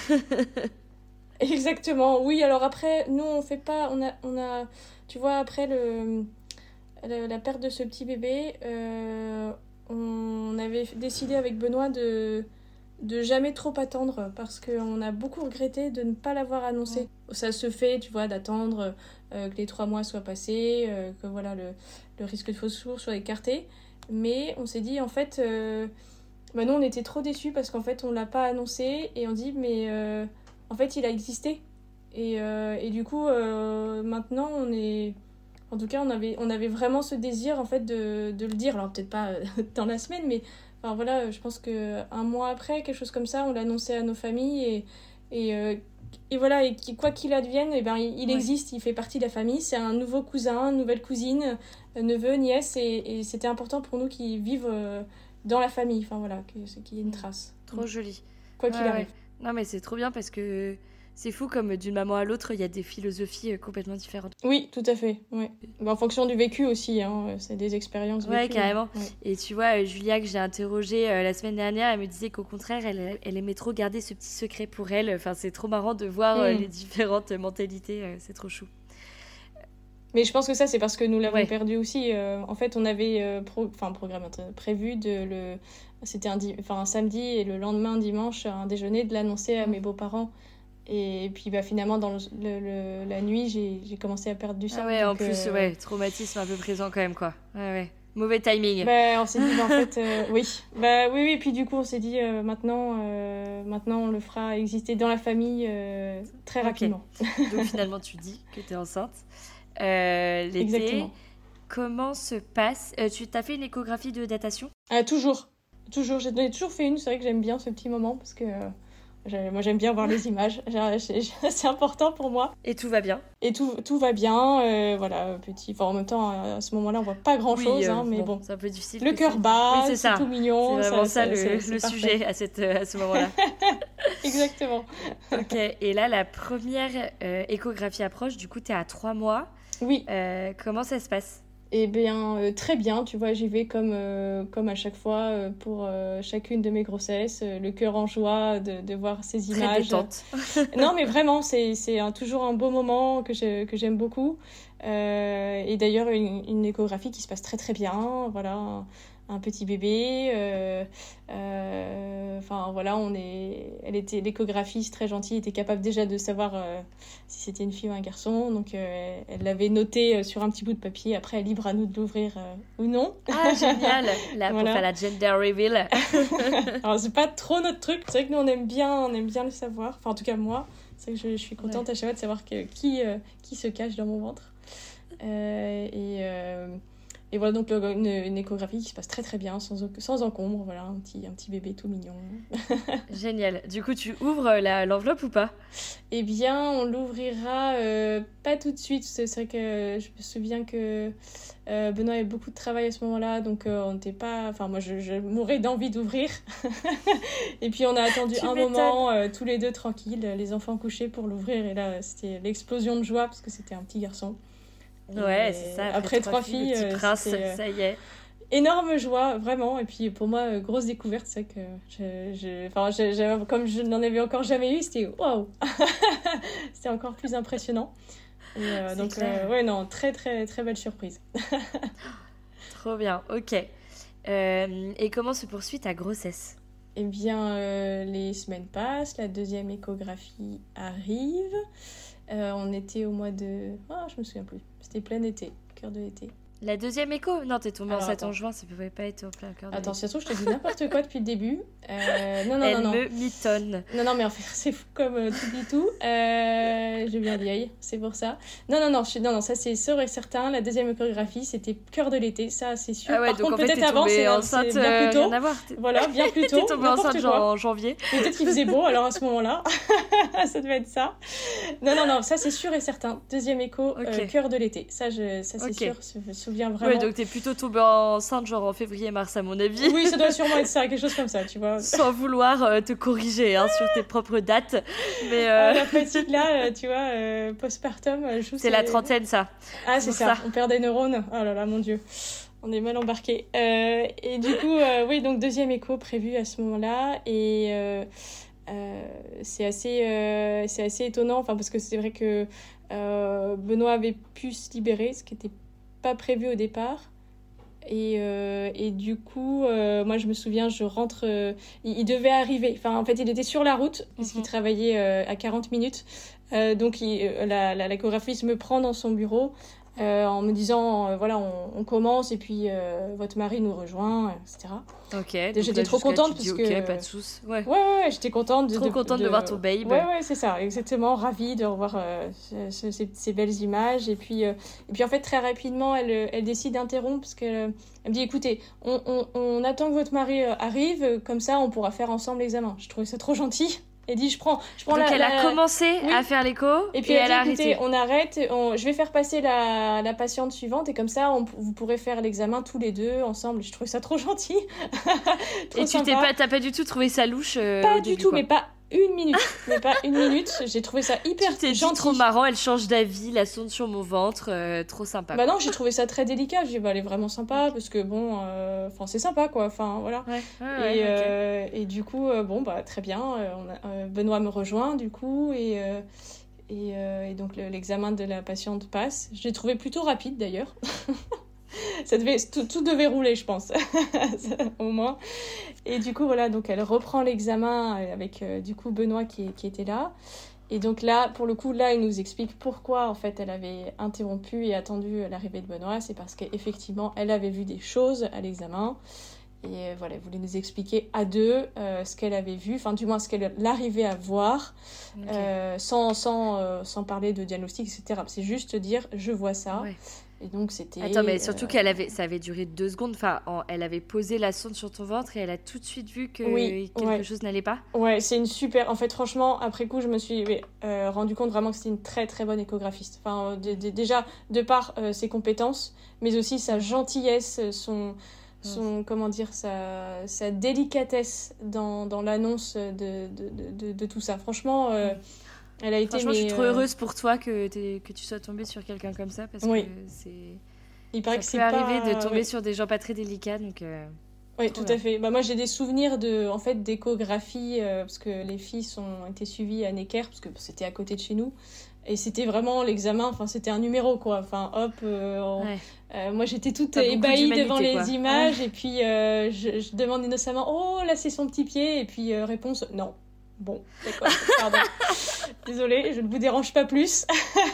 Speaker 5: Exactement. Oui, alors après, nous, on fait pas... On a, on a, tu vois, après le, le, la perte de ce petit bébé, euh, on avait décidé avec Benoît de... de jamais trop attendre parce qu'on a beaucoup regretté de ne pas l'avoir annoncé. Ouais. Ça se fait, tu vois, d'attendre euh, que les trois mois soient passés, euh, que voilà, le, le risque de fausse source soit écarté. Mais on s'est dit, en fait, euh, bah nous, on était trop déçus parce qu'en fait, on ne l'a pas annoncé et on dit, mais euh, en fait, il a existé. Et, euh, et du coup, euh, maintenant, on est... En tout cas, on avait, on avait vraiment ce désir, en fait, de, de le dire. Alors, peut-être pas dans la semaine, mais... Enfin, voilà, je pense qu'un mois après, quelque chose comme ça, on l'a annoncé à nos familles et, et, euh, et voilà, et quoi qu'il advienne, eh ben, il, il ouais. existe, il fait partie de la famille, c'est un nouveau cousin, une nouvelle cousine, neveu, nièce, et, et c'était important pour nous qu'il vive euh, dans la famille, enfin voilà, qu'il y ait une trace.
Speaker 6: Trop Donc, joli.
Speaker 5: Quoi qu'il
Speaker 6: ouais,
Speaker 5: arrive.
Speaker 6: Ouais. Non mais c'est trop bien parce que... C'est fou comme d'une maman à l'autre, il y a des philosophies complètement différentes.
Speaker 5: Oui, tout à fait. Ouais. Bah, en fonction du vécu aussi, hein. C'est des expériences vécues.
Speaker 6: Ouais, carrément.
Speaker 5: Ouais.
Speaker 6: Et tu vois, Julia, que j'ai interrogée euh, la semaine dernière, elle me disait qu'au contraire, elle, elle aimait trop garder ce petit secret pour elle. Enfin, c'est trop marrant de voir euh, mmh. les différentes mentalités. Euh, c'est trop chou.
Speaker 5: Mais je pense que ça, c'est parce que nous l'avons ouais. perdu aussi. Euh, en fait, on avait euh, pro... enfin, programme prévu de le... C'était un, di... enfin, un samedi et le lendemain, dimanche, un déjeuner, de l'annoncer à mmh. mes beaux-parents. Et puis bah, finalement, dans le, le, le, la nuit, j'ai, j'ai commencé à perdre du sang.
Speaker 6: Ah ouais, en plus, euh... ouais, traumatisme un peu présent quand même, quoi. Ouais, ouais. Mauvais timing.
Speaker 5: Bah, on s'est dit, bah, en fait, euh, oui. Bah, oui, oui. Et puis du coup, on s'est dit, euh, maintenant, euh, maintenant, on le fera exister dans la famille euh, très okay. rapidement.
Speaker 6: Donc finalement, tu dis que tu es enceinte. Euh, l'été, exactement. Comment se passe... Euh, tu t'as fait une échographie de datation ?
Speaker 5: Ah, toujours. Toujours. J'en ai toujours fait une. C'est vrai que j'aime bien ce petit moment parce que... Euh... Moi, j'aime bien voir les images. C'est important pour moi.
Speaker 6: Et tout va bien.
Speaker 5: Et tout, tout va bien. Euh, voilà, petit. Enfin, en même temps, à ce moment-là, on voit pas grand-chose. Oui, euh, hein, mais bon, bon.
Speaker 6: C'est un peu difficile.
Speaker 5: Le cœur bat, oui, c'est, c'est tout mignon.
Speaker 6: C'est vraiment ça, ça le,
Speaker 5: c'est, c'est
Speaker 6: le sujet à, cette, à ce moment-là.
Speaker 5: Exactement.
Speaker 6: Ok. Et là, la première euh, échographie approche. Du coup, tu es à trois mois.
Speaker 5: Oui.
Speaker 6: Euh, comment ça se passe ?
Speaker 5: Eh bien, euh, très bien, tu vois, j'y vais comme, euh, comme à chaque fois euh, pour euh, chacune de mes grossesses, euh, le cœur en joie de, de voir ces images.
Speaker 6: Très détente.
Speaker 5: Non, mais vraiment, c'est, c'est un, toujours un beau moment que, je, que j'aime beaucoup. Euh, et d'ailleurs, une, une échographie qui se passe très très bien, voilà, un, un petit bébé. Euh, euh, enfin, voilà, on est... Elle était, l'échographiste très gentille, était capable déjà de savoir euh, si c'était une fille ou un garçon. Donc, euh, elle l'avait noté sur un petit bout de papier. Après, libre à nous de l'ouvrir euh, ou non.
Speaker 6: Ah, génial. Là, voilà. Pour faire la gender reveal.
Speaker 5: Alors, c'est pas trop notre truc. C'est vrai que nous, on aime bien, on aime bien le savoir. Enfin, en tout cas, moi, c'est que je, je suis contente ouais. à chaque fois de savoir que, qui, euh, qui se cache dans mon ventre. Euh, et... Euh, Et voilà, donc une, une échographie qui se passe très très bien, sans, sans encombre, voilà, un petit, un petit bébé tout mignon.
Speaker 6: Génial. Du coup, tu ouvres la, l'enveloppe ou pas ?
Speaker 5: Eh bien, on l'ouvrira euh, pas tout de suite. C'est vrai que je me souviens que euh, Benoît avait beaucoup de travail à ce moment-là, donc euh, on n'était pas... Enfin, moi, je, je mourais d'envie d'ouvrir. Et puis, on a attendu tu un m'étonnes. moment, euh, tous les deux tranquilles, les enfants couchés pour l'ouvrir. Et là, c'était l'explosion de joie, parce que c'était un petit garçon.
Speaker 6: Ouais, et c'est ça. Après,
Speaker 5: après trois, trois filles,
Speaker 6: filles le petit prince,
Speaker 5: euh,
Speaker 6: ça y est.
Speaker 5: Énorme joie, vraiment. Et puis pour moi, grosse découverte, c'est que je, je, enfin, je, je, comme je n'en avais encore jamais eu, c'était waouh. C'était encore plus impressionnant. Et, euh, donc euh, ouais, non, très très très belle surprise.
Speaker 6: Trop bien. Ok. Euh, et comment se poursuit ta grossesse ?
Speaker 5: Eh bien, euh, les semaines passent, la deuxième échographie arrive. Euh, on était au mois de... Ah, oh, je me souviens plus. C'était plein été, cœur de l'été.
Speaker 6: La deuxième écho? Non, t'es tombée
Speaker 5: Alors,
Speaker 6: enceinte
Speaker 5: attends.
Speaker 6: en juin, ça pouvait pas être au plein cœur de
Speaker 5: Attends,
Speaker 6: l'été.
Speaker 5: si ça se trouve, je te dis n'importe quoi depuis le début. Euh, non, non,
Speaker 6: Elle
Speaker 5: non, non.
Speaker 6: me mitonne.
Speaker 5: Non, non, mais en fait, c'est fou comme euh, tout dit tout. Euh, j'ai bien dit aïe, c'est pour ça. Non, non, non, je, non, non, ça c'est sûr et certain. La deuxième chorégraphie, c'était cœur de l'été, ça c'est sûr.
Speaker 6: Ah ouais,
Speaker 5: Par
Speaker 6: donc
Speaker 5: contre,
Speaker 6: en fait,
Speaker 5: peut-être
Speaker 6: t'es
Speaker 5: avant,
Speaker 6: tombée
Speaker 5: c'est,
Speaker 6: enceinte,
Speaker 5: c'est bien
Speaker 6: euh,
Speaker 5: plus tôt.
Speaker 6: rien à voir. T'es-
Speaker 5: Voilà, bien plus tôt.
Speaker 6: T'es tombée
Speaker 5: n'importe
Speaker 6: enceinte
Speaker 5: quoi.
Speaker 6: genre en janvier.
Speaker 5: Peut-être qu'il faisait beau, alors à ce moment-là, ça devait être ça. Non, non, non, ça c'est sûr et certain. Deuxième écho,
Speaker 6: Ok.
Speaker 5: euh, cœur de l'été. Ça, je, ça c'est
Speaker 6: Ok.
Speaker 5: sûr, je me souviens vraiment.
Speaker 6: Ouais, donc t'es plutôt tombée enceinte genre en février-mars à mon avis.
Speaker 5: Oui, ça doit sûrement être ça, quelque chose comme ça, tu vois.
Speaker 6: Sans vouloir euh, te corriger hein, sur tes propres dates. Mais euh,
Speaker 5: Ah, la petite là, euh, tu vois, euh, postpartum, euh, je
Speaker 6: c'est la trentaine ça.
Speaker 5: Ah, c'est
Speaker 6: pour
Speaker 5: ça.
Speaker 6: ça.
Speaker 5: On perd des neurones. Oh là là, mon Dieu. On est mal embarqué. Euh, et du coup, euh, oui, donc deuxième écho prévu à ce moment-là. Et euh, euh, c'est assez, euh, c'est assez étonnant, enfin, parce que c'est vrai que euh, Benoît avait pu se libérer, ce qui n'était pas prévu au départ. Et, euh, et du coup, euh, moi je me souviens, je rentre, euh, il, il devait arriver, enfin en fait il était sur la route, parce qu'il
Speaker 6: Mhm.
Speaker 5: travaillait euh, à quarante minutes. Euh, donc il, euh, la, la, la chorégraphiste me prend dans son bureau euh, en me disant, euh, voilà, on, on commence et puis euh, votre mari nous rejoint, et cetera.
Speaker 6: Ok.
Speaker 5: J'étais
Speaker 6: donc là,
Speaker 5: trop
Speaker 6: jusqu'à,
Speaker 5: contente
Speaker 6: tu dis,
Speaker 5: parce
Speaker 6: ok,
Speaker 5: que-
Speaker 6: pas de soucis. Ouais.
Speaker 5: Ouais, ouais, ouais, j'étais contente. De,
Speaker 6: Trop contente de voir ton babe.
Speaker 5: Ouais, ouais, c'est ça, exactement. Ravie de revoir euh, ce- ce- ces, ces belles images. Et puis, euh, et puis, en fait, très rapidement, elle, elle décide d'interrompre parce qu'elle elle me dit, écoutez, on, on, on attend que votre mari euh, arrive, euh, comme ça, on pourra faire ensemble l'examen. Je trouvais ça trop gentil. Elle dit, je prends, je prends
Speaker 6: Donc
Speaker 5: la...
Speaker 6: elle a
Speaker 5: la-
Speaker 6: commencé
Speaker 5: Oui.
Speaker 6: à faire l'écho
Speaker 5: Et puis,
Speaker 6: et
Speaker 5: elle,
Speaker 6: elle a
Speaker 5: dit, écoutez,
Speaker 6: arrêté.
Speaker 5: on arrête, on- je vais faire passer la, la patiente suivante et comme ça, on, vous pourrez faire l'examen tous les deux ensemble. Je trouvais ça trop gentil. Trop
Speaker 6: Et tu t'es
Speaker 5: sympa.
Speaker 6: pas, t'as pas du tout trouvé ça louche euh,
Speaker 5: Pas
Speaker 6: au
Speaker 5: du
Speaker 6: début,
Speaker 5: tout,
Speaker 6: quoi.
Speaker 5: mais pas une minute. Mais pas une minute. J'ai trouvé ça hyper
Speaker 6: Tu t'es dit
Speaker 5: gentil.
Speaker 6: trop marrant, elle change d'avis, la sonde sur mon ventre, euh, trop sympa.
Speaker 5: Bah non, j'ai trouvé ça très délicat. J'ai dit, bah, elle est vraiment sympa parce que bon, euh, enfin, c'est sympa quoi. Enfin, voilà.
Speaker 6: Ouais, ouais, ouais,
Speaker 5: et,
Speaker 6: ok.
Speaker 5: euh, et du coup, euh, bon, bah, très bien. euh, on a- euh, Benoît me rejoint du coup et, euh, et, euh, et donc le- l'examen de la patiente passe. Je l'ai trouvé plutôt rapide d'ailleurs. Ça devait, tout, tout devait rouler, je pense, au moins. Et du coup, voilà, donc elle reprend l'examen avec euh, du coup Benoît qui, qui était là. Et donc là, pour le coup, là, il nous explique pourquoi en fait elle avait interrompu et attendu l'arrivée de Benoît. C'est parce qu'effectivement, elle avait vu des choses à l'examen. Et euh, voilà, elle voulait nous expliquer à deux euh, ce qu'elle avait vu, enfin du moins ce qu'elle arrivait à voir,
Speaker 6: Ok.
Speaker 5: euh, sans, sans, euh, sans parler de diagnostic, et cetera. C'est juste dire, je vois ça.
Speaker 6: Ouais.
Speaker 5: Et donc c'était...
Speaker 6: Attends, mais surtout
Speaker 5: euh,
Speaker 6: qu'elle avait, ça avait duré deux secondes. Enfin, en- elle avait posé la sonde sur ton ventre et elle a tout de suite vu que
Speaker 5: Oui,
Speaker 6: quelque
Speaker 5: ouais.
Speaker 6: chose n'allait pas.
Speaker 5: Ouais, c'est une super... En fait, franchement, après coup, je me suis ouais, euh, rendu compte vraiment que c'était une très très bonne échographiste. Enfin, euh, d- d- déjà, de par euh, ses compétences, mais aussi sa gentillesse, son... son comment dire, sa, sa délicatesse dans, dans l'annonce de, de, de, de, de tout ça. Franchement, euh, elle a été...
Speaker 6: Franchement, je suis
Speaker 5: mais,
Speaker 6: trop
Speaker 5: euh,
Speaker 6: heureuse pour toi que, t'es- que tu sois tombée sur quelqu'un comme ça parce
Speaker 5: Oui.
Speaker 6: que c'est.
Speaker 5: Il paraît
Speaker 6: Ça
Speaker 5: que
Speaker 6: peut
Speaker 5: c'est
Speaker 6: arriver
Speaker 5: pas...
Speaker 6: de tomber
Speaker 5: ouais.
Speaker 6: sur des gens pas très délicats, donc. euh,
Speaker 5: Oui,
Speaker 6: Trop
Speaker 5: tout
Speaker 6: bien.
Speaker 5: à fait. Bah, moi, j'ai des souvenirs de, en fait, d'échographie, euh, parce que les filles ont été suivies à Necker, parce que c'était à côté de chez nous. Et c'était vraiment l'examen, enfin, c'était un numéro, quoi. Enfin, hop, euh, on-
Speaker 6: Ouais.
Speaker 5: euh, moi, j'étais toute
Speaker 6: T'as beaucoup
Speaker 5: ébahie
Speaker 6: d'humanité,
Speaker 5: devant les
Speaker 6: quoi.
Speaker 5: images, et puis euh, je, je demande innocemment, oh, là, c'est son petit pied, et puis euh, réponse, non. Bon, d'accord, pardon. Désolée, je ne vous dérange pas plus.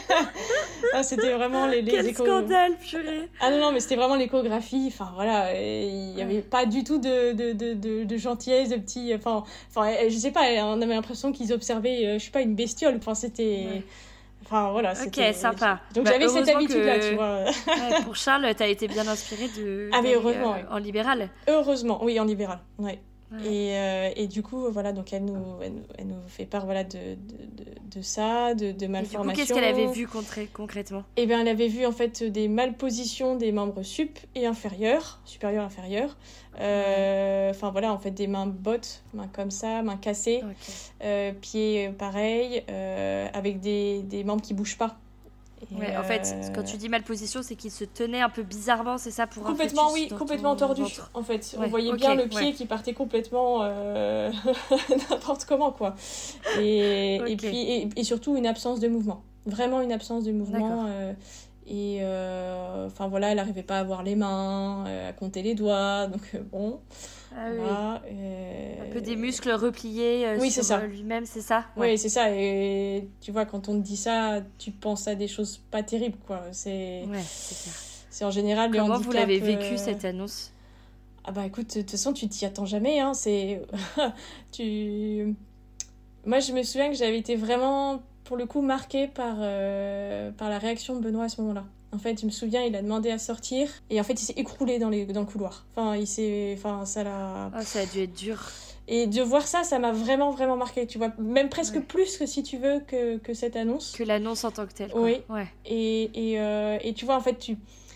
Speaker 5: Ah, c'était vraiment les, les
Speaker 6: Quel
Speaker 5: échos-
Speaker 6: scandale, purée!
Speaker 5: Ah non, non, mais c'était vraiment l'échographie. Enfin, voilà, et il n'y avait pas du tout de, de, de, de, de gentillesse, de petits... Enfin, enfin, je sais pas, on avait l'impression qu'ils observaient, euh, je sais pas, une bestiole. Enfin, c'était...
Speaker 6: Ouais.
Speaker 5: Enfin, voilà, c'était...
Speaker 6: Ok, sympa.
Speaker 5: Donc,
Speaker 6: Bah,
Speaker 5: j'avais cette
Speaker 6: heureusement
Speaker 5: habitude-là,
Speaker 6: que-
Speaker 5: tu vois.
Speaker 6: Ouais, pour Charles, t'as été bien inspirée de.
Speaker 5: Ah, mais
Speaker 6: d'aller,
Speaker 5: heureusement,
Speaker 6: euh,
Speaker 5: oui.
Speaker 6: En libéral.
Speaker 5: Heureusement, oui, en libéral, ouais.
Speaker 6: Ouais.
Speaker 5: Et, euh, et du coup, voilà, donc elle nous, elle nous, elle nous fait part voilà, de, de, de, de ça, de, de
Speaker 6: Et du coup,
Speaker 5: malformations.
Speaker 6: qu'est-ce qu'elle avait vu contré- concrètement?
Speaker 5: Eh bien, elle avait vu en fait des malpositions des membres sup et inférieurs, supérieurs, inférieurs. Euh, Enfin voilà, en fait des mains bottes, mains comme ça, mains cassées,
Speaker 6: Ok.
Speaker 5: euh, pieds euh, pareil, euh, avec des, des membres qui bougent pas. Et,
Speaker 6: Ouais, en fait,
Speaker 5: euh,
Speaker 6: quand tu dis malposition, c'est qu'il se tenait un peu bizarrement, c'est ça pour un
Speaker 5: Complètement,
Speaker 6: fœtus
Speaker 5: oui,
Speaker 6: dans
Speaker 5: complètement
Speaker 6: ton
Speaker 5: tordu,
Speaker 6: ventre.
Speaker 5: en fait.
Speaker 6: Ouais,
Speaker 5: On voyait
Speaker 6: ok,
Speaker 5: bien le pied
Speaker 6: ouais.
Speaker 5: qui partait complètement euh, n'importe comment, quoi. Et, et
Speaker 6: Ok.
Speaker 5: puis, et, et surtout une absence de mouvement. Vraiment une absence de mouvement.
Speaker 6: D'accord.
Speaker 5: euh, et euh, enfin voilà, elle n'arrivait pas à voir les mains, euh, à compter les doigts, donc euh, bon.
Speaker 6: Ah oui.
Speaker 5: Voilà, euh,
Speaker 6: Un peu des muscles repliés euh,
Speaker 5: Oui,
Speaker 6: sur
Speaker 5: c'est ça.
Speaker 6: euh, lui-même, c'est ça?
Speaker 5: Oui, c'est ça. Et tu vois, quand on te dit ça, tu penses à des choses pas terribles, quoi. C'est...
Speaker 6: Ouais, c'est clair.
Speaker 5: c'est en général le
Speaker 6: Comment
Speaker 5: handicap.
Speaker 6: Vous l'avez vécu,
Speaker 5: euh...
Speaker 6: cette annonce?
Speaker 5: Ah bah écoute, de toute façon, tu t'y attends jamais. Hein, c'est... tu... Moi, je me souviens que j'avais été vraiment, pour le coup, marquée par, euh, par la réaction de Benoît à ce moment-là. En fait, je me souviens, il a demandé à sortir et en fait, il s'est écroulé dans, les, dans le couloir. Enfin, il s'est... Enfin, ça l'a...
Speaker 6: Oh, ça a dû être dur.
Speaker 5: Et de voir ça, ça m'a vraiment, vraiment marqué, tu vois. Même presque ouais. plus que, si tu veux, que, que cette annonce.
Speaker 6: Que l'annonce en tant que telle, quoi.
Speaker 5: Oui.
Speaker 6: Ouais.
Speaker 5: Et, et, euh, et tu vois, en fait, tu...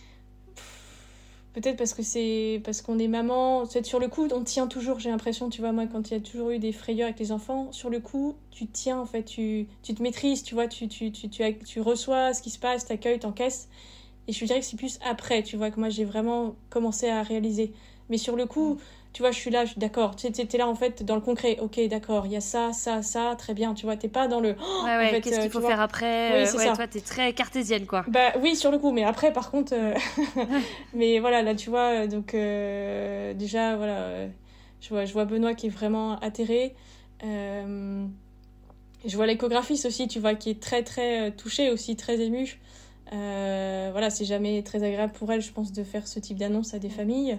Speaker 5: Peut-être parce que c'est parce qu'on est maman, sur le coup on tient toujours, j'ai l'impression, tu vois, moi quand il y a toujours eu des frayeurs avec les enfants, sur le coup tu tiens en fait, tu, tu te maîtrises, tu vois, tu, tu, tu, tu, tu reçois ce qui se passe, t'accueilles, t'encaisses, et je dirais que c'est plus après, tu vois, que moi j'ai vraiment commencé à réaliser. Mais sur le coup, mmh. tu vois, je suis là, je suis d'accord, tu sais, t'es là en fait dans le concret, ok, d'accord, il y a ça, ça, ça, très bien, tu vois, t'es pas dans le...
Speaker 6: Oh, ouais, ouais, en fait, qu'est-ce qu'il faut vois... faire après oui, c'est ouais, ça. Toi, t'es très cartésienne, quoi.
Speaker 5: Bah oui, sur le coup, mais après, par contre... Euh... mais voilà, là, tu vois, donc, euh, déjà, voilà, euh, je, vois, je vois Benoît qui est vraiment atterré. Euh... Je vois l'échographiste aussi, tu vois, qui est très, très touchée aussi, très émue. Euh, voilà, c'est jamais très agréable pour elle, je pense, de faire ce type d'annonce à des familles.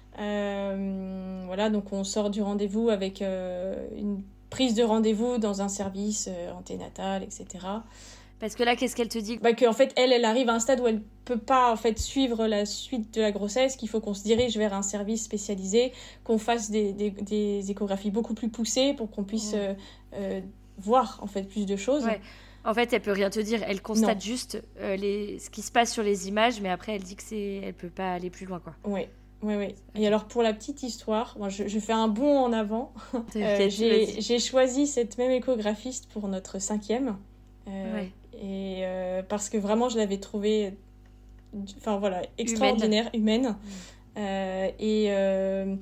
Speaker 5: Euh, voilà, donc on sort du rendez-vous avec euh, une prise de rendez-vous dans un service euh, anténatal, et cetera.
Speaker 6: Parce que là, qu'est-ce qu'elle te dit?
Speaker 5: Bah qu'en fait, elle, elle arrive à un stade où elle peut pas en fait suivre la suite de la grossesse, qu'il faut qu'on se dirige vers un service spécialisé, qu'on fasse des, des, des échographies beaucoup plus poussées pour qu'on puisse mmh. euh, euh, voir en fait plus de choses.
Speaker 6: Ouais. En fait, elle peut rien te dire, elle constate
Speaker 5: non.
Speaker 6: juste euh, les... ce qui se passe sur les images, mais après, elle dit que c'est, elle peut pas aller plus loin, quoi.
Speaker 5: Oui. Oui, oui. Et alors, pour la petite histoire, moi, je, je fais un bond en avant. euh, j'ai, j'ai choisi cette même échographiste pour notre cinquième. Euh, ouais. Et euh, parce que vraiment, je l'avais trouvée enfin, voilà, extraordinaire, humaine. humaine. Mmh. Euh, et, euh,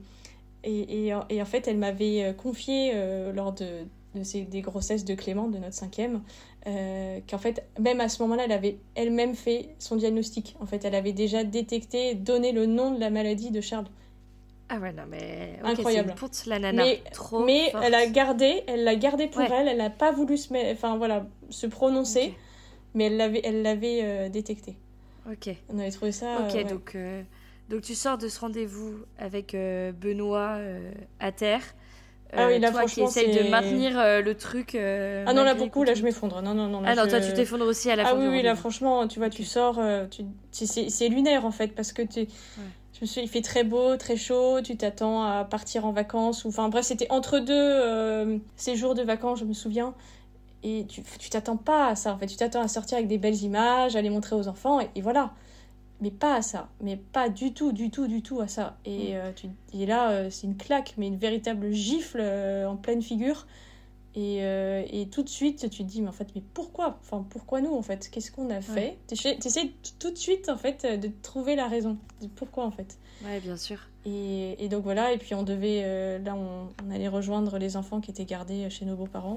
Speaker 5: et, et, et en fait, elle m'avait confié euh, lors de, de ces, des grossesses de Clément, de notre cinquième, Euh, qu'en fait, même à ce moment-là, elle avait elle-même fait son diagnostic. En fait, elle avait déjà détecté, donné le nom de la maladie de Charles.
Speaker 6: Ah ouais, non mais... Okay,
Speaker 5: incroyable.
Speaker 6: C'est une ponte, la nana.
Speaker 5: Mais,
Speaker 6: Trop
Speaker 5: mais
Speaker 6: forte.
Speaker 5: elle a gardé, elle l'a gardé pour
Speaker 6: ouais.
Speaker 5: elle. Elle n'a pas voulu se, met... enfin, voilà, se prononcer, okay. mais elle l'avait, elle l'avait euh, détecté.
Speaker 6: Ok.
Speaker 5: On avait trouvé ça...
Speaker 6: Ok,
Speaker 5: euh, ouais.
Speaker 6: donc, euh, donc tu sors de ce rendez-vous avec euh, Benoît euh, à terre.
Speaker 5: Ah oui, là,
Speaker 6: toi qui essayes
Speaker 5: c'est...
Speaker 6: de maintenir euh, le truc. Euh,
Speaker 5: ah non, là, pour le coup, là, je m'effondre. Non, non, non. Là,
Speaker 6: ah non,
Speaker 5: je...
Speaker 6: toi, tu t'effondres aussi à la
Speaker 5: ah,
Speaker 6: fin
Speaker 5: oui,
Speaker 6: du
Speaker 5: oui,
Speaker 6: rendez-vous.
Speaker 5: là, franchement, tu vois, tu sors. Euh, tu... C'est, c'est lunaire, en fait, parce que tu... ouais. je me suis... il fait très beau, très chaud. Tu t'attends à partir en vacances. Ou... Enfin, bref, c'était entre deux euh, séjours de vacances, je me souviens. Et tu... tu t'attends pas à ça, en fait. Tu t'attends à sortir avec des belles images, à les montrer aux enfants, et, et voilà. Mais pas à ça, mais pas du tout, du tout, du tout à ça. Et, mmh. euh, tu, et là, euh, c'est une claque, mais une véritable gifle euh, en pleine figure. Et, euh, et tout de suite, tu te dis, mais en fait, mais pourquoi ? Enfin, pourquoi nous, en fait ? Qu'est-ce qu'on a fait ? Tu essaies tout de suite, en fait, de trouver la raison. De pourquoi, en fait ?
Speaker 6: Ouais, bien sûr.
Speaker 5: Et, et donc voilà, et puis on devait... Euh, là, on, on allait rejoindre les enfants qui étaient gardés chez nos beaux-parents.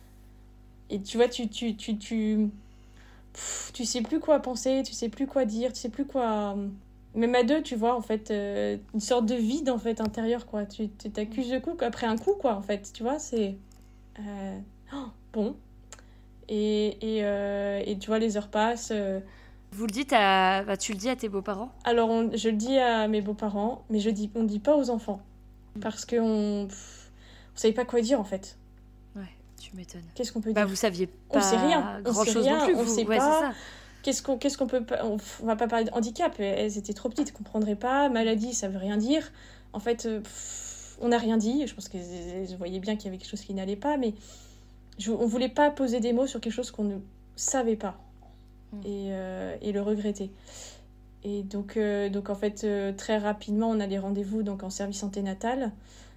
Speaker 5: Et tu vois, tu... tu, tu, tu Pff, tu sais plus quoi penser, tu sais plus quoi dire, tu sais plus quoi... Même à deux, tu vois, en fait, euh, une sorte de vide, en fait, intérieur, quoi. Tu t'accuses de coup après un coup, quoi, en fait, tu vois, c'est... Euh... Oh, bon. Et, et, euh, et tu vois, les heures passent... Euh...
Speaker 6: Vous le dites à... Bah, tu le dis à tes beaux-parents ?
Speaker 5: Alors, on... je le dis à mes beaux-parents, mais je dis... on ne dit pas aux enfants. Parce qu'on... Pff, on savait pas quoi dire, en fait.
Speaker 6: Tu m'étonnes.
Speaker 5: Qu'est-ce qu'on peut
Speaker 6: bah,
Speaker 5: dire ?
Speaker 6: Vous saviez pas
Speaker 5: on sait rien.
Speaker 6: grand
Speaker 5: on sait
Speaker 6: chose
Speaker 5: rien.
Speaker 6: non plus.
Speaker 5: On
Speaker 6: vous...
Speaker 5: sait
Speaker 6: ouais,
Speaker 5: pas.
Speaker 6: C'est ça.
Speaker 5: Qu'est-ce qu'on, qu'est-ce qu'on peut pas... On, on va pas parler de handicap. Elles étaient trop petites, elles comprendraient pas. Maladie, ça veut rien dire. En fait, pff, on n'a rien dit. Je pense qu'elles voyaient bien qu'il y avait quelque chose qui n'allait pas, mais je, on voulait pas poser des mots sur quelque chose qu'on ne savait pas mmh. et, euh, et le regretter. Et donc, euh, donc en fait, euh, très rapidement, on a des rendez-vous donc en service anténatal.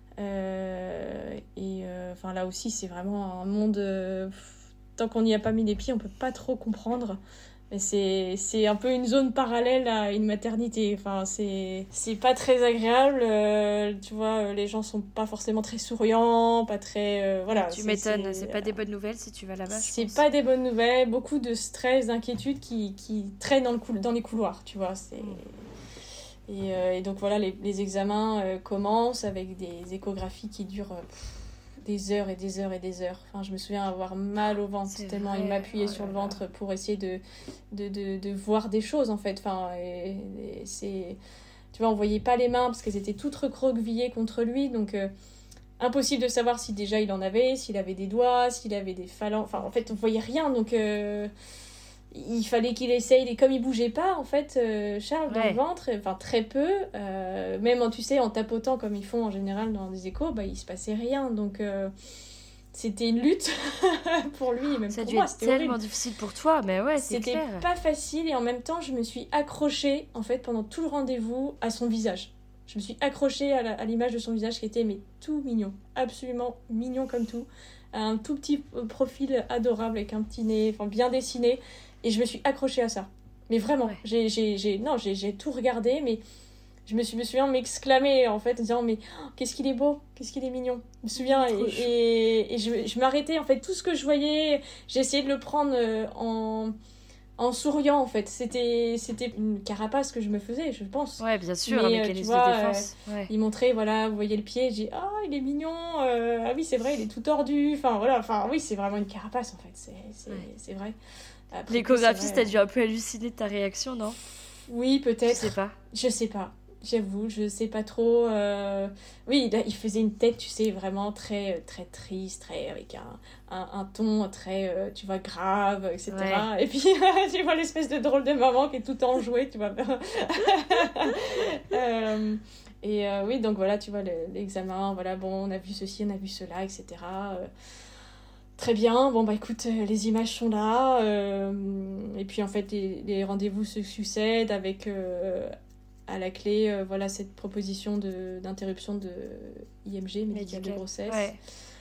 Speaker 5: Euh, et enfin euh, là aussi c'est vraiment un monde euh, tant qu'on n'y a pas mis les pieds on peut pas trop comprendre, mais c'est c'est un peu une zone parallèle à une maternité. Enfin c'est c'est pas très agréable, euh, tu vois, les gens sont pas forcément très souriants, pas très euh, voilà.
Speaker 6: Tu
Speaker 5: c'est,
Speaker 6: m'étonnes, c'est,
Speaker 5: c'est
Speaker 6: pas des bonnes nouvelles si tu vas là-bas.
Speaker 5: C'est
Speaker 6: pense.
Speaker 5: pas des bonnes nouvelles, beaucoup de stress, d'inquiétude qui qui traînent dans le cou- dans les couloirs, tu vois, c'est mmh. Et, euh, et donc voilà, les, les examens euh, commencent avec des échographies qui durent euh, des heures et des heures et des heures. Enfin, je me souviens avoir mal au ventre
Speaker 6: C'est
Speaker 5: tellement
Speaker 6: vrai.
Speaker 5: il m'appuyait
Speaker 6: Oh
Speaker 5: sur
Speaker 6: là
Speaker 5: le
Speaker 6: là.
Speaker 5: ventre pour essayer de, de, de, de voir des choses, en fait. Enfin, et, et c'est... Tu vois, on voyait pas les mains parce qu'elles étaient toutes recroquevillées contre lui, donc euh, impossible de savoir si déjà il en avait, s'il avait des doigts, s'il avait des phalanges. Enfin, en fait, on voyait rien, donc euh, il fallait qu'il essaye. Et comme il bougeait pas, en fait, euh, Charles, dans
Speaker 6: Ouais.
Speaker 5: le ventre, enfin très peu, euh, même en, tu sais, en tapotant comme ils font en général dans des échos, bah, il se passait rien. Donc euh, c'était une lutte pour lui, et même
Speaker 6: Ça a
Speaker 5: pour
Speaker 6: dû
Speaker 5: moi,
Speaker 6: être
Speaker 5: c'était
Speaker 6: tellement
Speaker 5: horrible.
Speaker 6: difficile pour toi, mais ouais, c'est
Speaker 5: C'était
Speaker 6: clair.
Speaker 5: pas facile et en même temps, je me suis accrochée, en fait, pendant tout le rendez-vous, à son visage. Je me suis accrochée à, la- à l'image de son visage qui était mais tout mignon, absolument mignon comme tout. Un tout petit euh, profil adorable avec un petit nez, enfin bien dessiné. Et je me suis accrochée à ça. Mais vraiment,
Speaker 6: Ouais.
Speaker 5: j'ai, j'ai, j'ai, non, j'ai, j'ai tout regardé, mais je me, suis, me souviens m'exclamer en fait, en disant mais oh, qu'est-ce qu'il est beau, qu'est-ce qu'il est mignon. Je me souviens
Speaker 6: Trop
Speaker 5: et,
Speaker 6: chou.
Speaker 5: et, et je, je m'arrêtais en fait, tout ce que je voyais, j'ai essayé de le prendre euh, en, en souriant en fait. C'était, c'était une carapace que je me faisais, je pense.
Speaker 6: Ouais, bien sûr,
Speaker 5: Mais,
Speaker 6: un
Speaker 5: euh,
Speaker 6: mécanisme
Speaker 5: tu vois,
Speaker 6: de défense. Ouais.
Speaker 5: Il montrait, voilà, vous voyez le pied, j'ai dit, ah, il est mignon, euh, ah oui, c'est vrai, il est tout tordu, enfin, voilà, enfin, oui, c'est vraiment une carapace, en fait, c'est, c'est,
Speaker 6: Ouais.
Speaker 5: c'est vrai. Après,
Speaker 6: L'échographiste
Speaker 5: c'est
Speaker 6: a
Speaker 5: vrai.
Speaker 6: dû un peu halluciner de ta réaction, non?
Speaker 5: Oui,
Speaker 6: Je
Speaker 5: peut-être,
Speaker 6: sais pas.
Speaker 5: je sais pas, j'avoue, je sais pas trop, euh, oui, il, a- il faisait une tête, tu sais, vraiment très, très triste, très, avec un, un, un ton très, euh, tu vois, grave, et cetera. Et puis, tu vois l'espèce de drôle de maman qui est tout enjouée, tu vois. Euh, et euh, oui, donc voilà, tu vois, le- l'examen, voilà, bon, on a vu ceci, on a vu cela, et cetera. Euh, très bien, bon, bah écoute, euh, les images sont là. Euh, et puis en fait, les, les rendez-vous se succèdent avec euh, à la clé, euh, voilà, cette proposition de, d'interruption de I M G, médicale de
Speaker 6: Médical.
Speaker 5: grossesse.
Speaker 6: Ouais.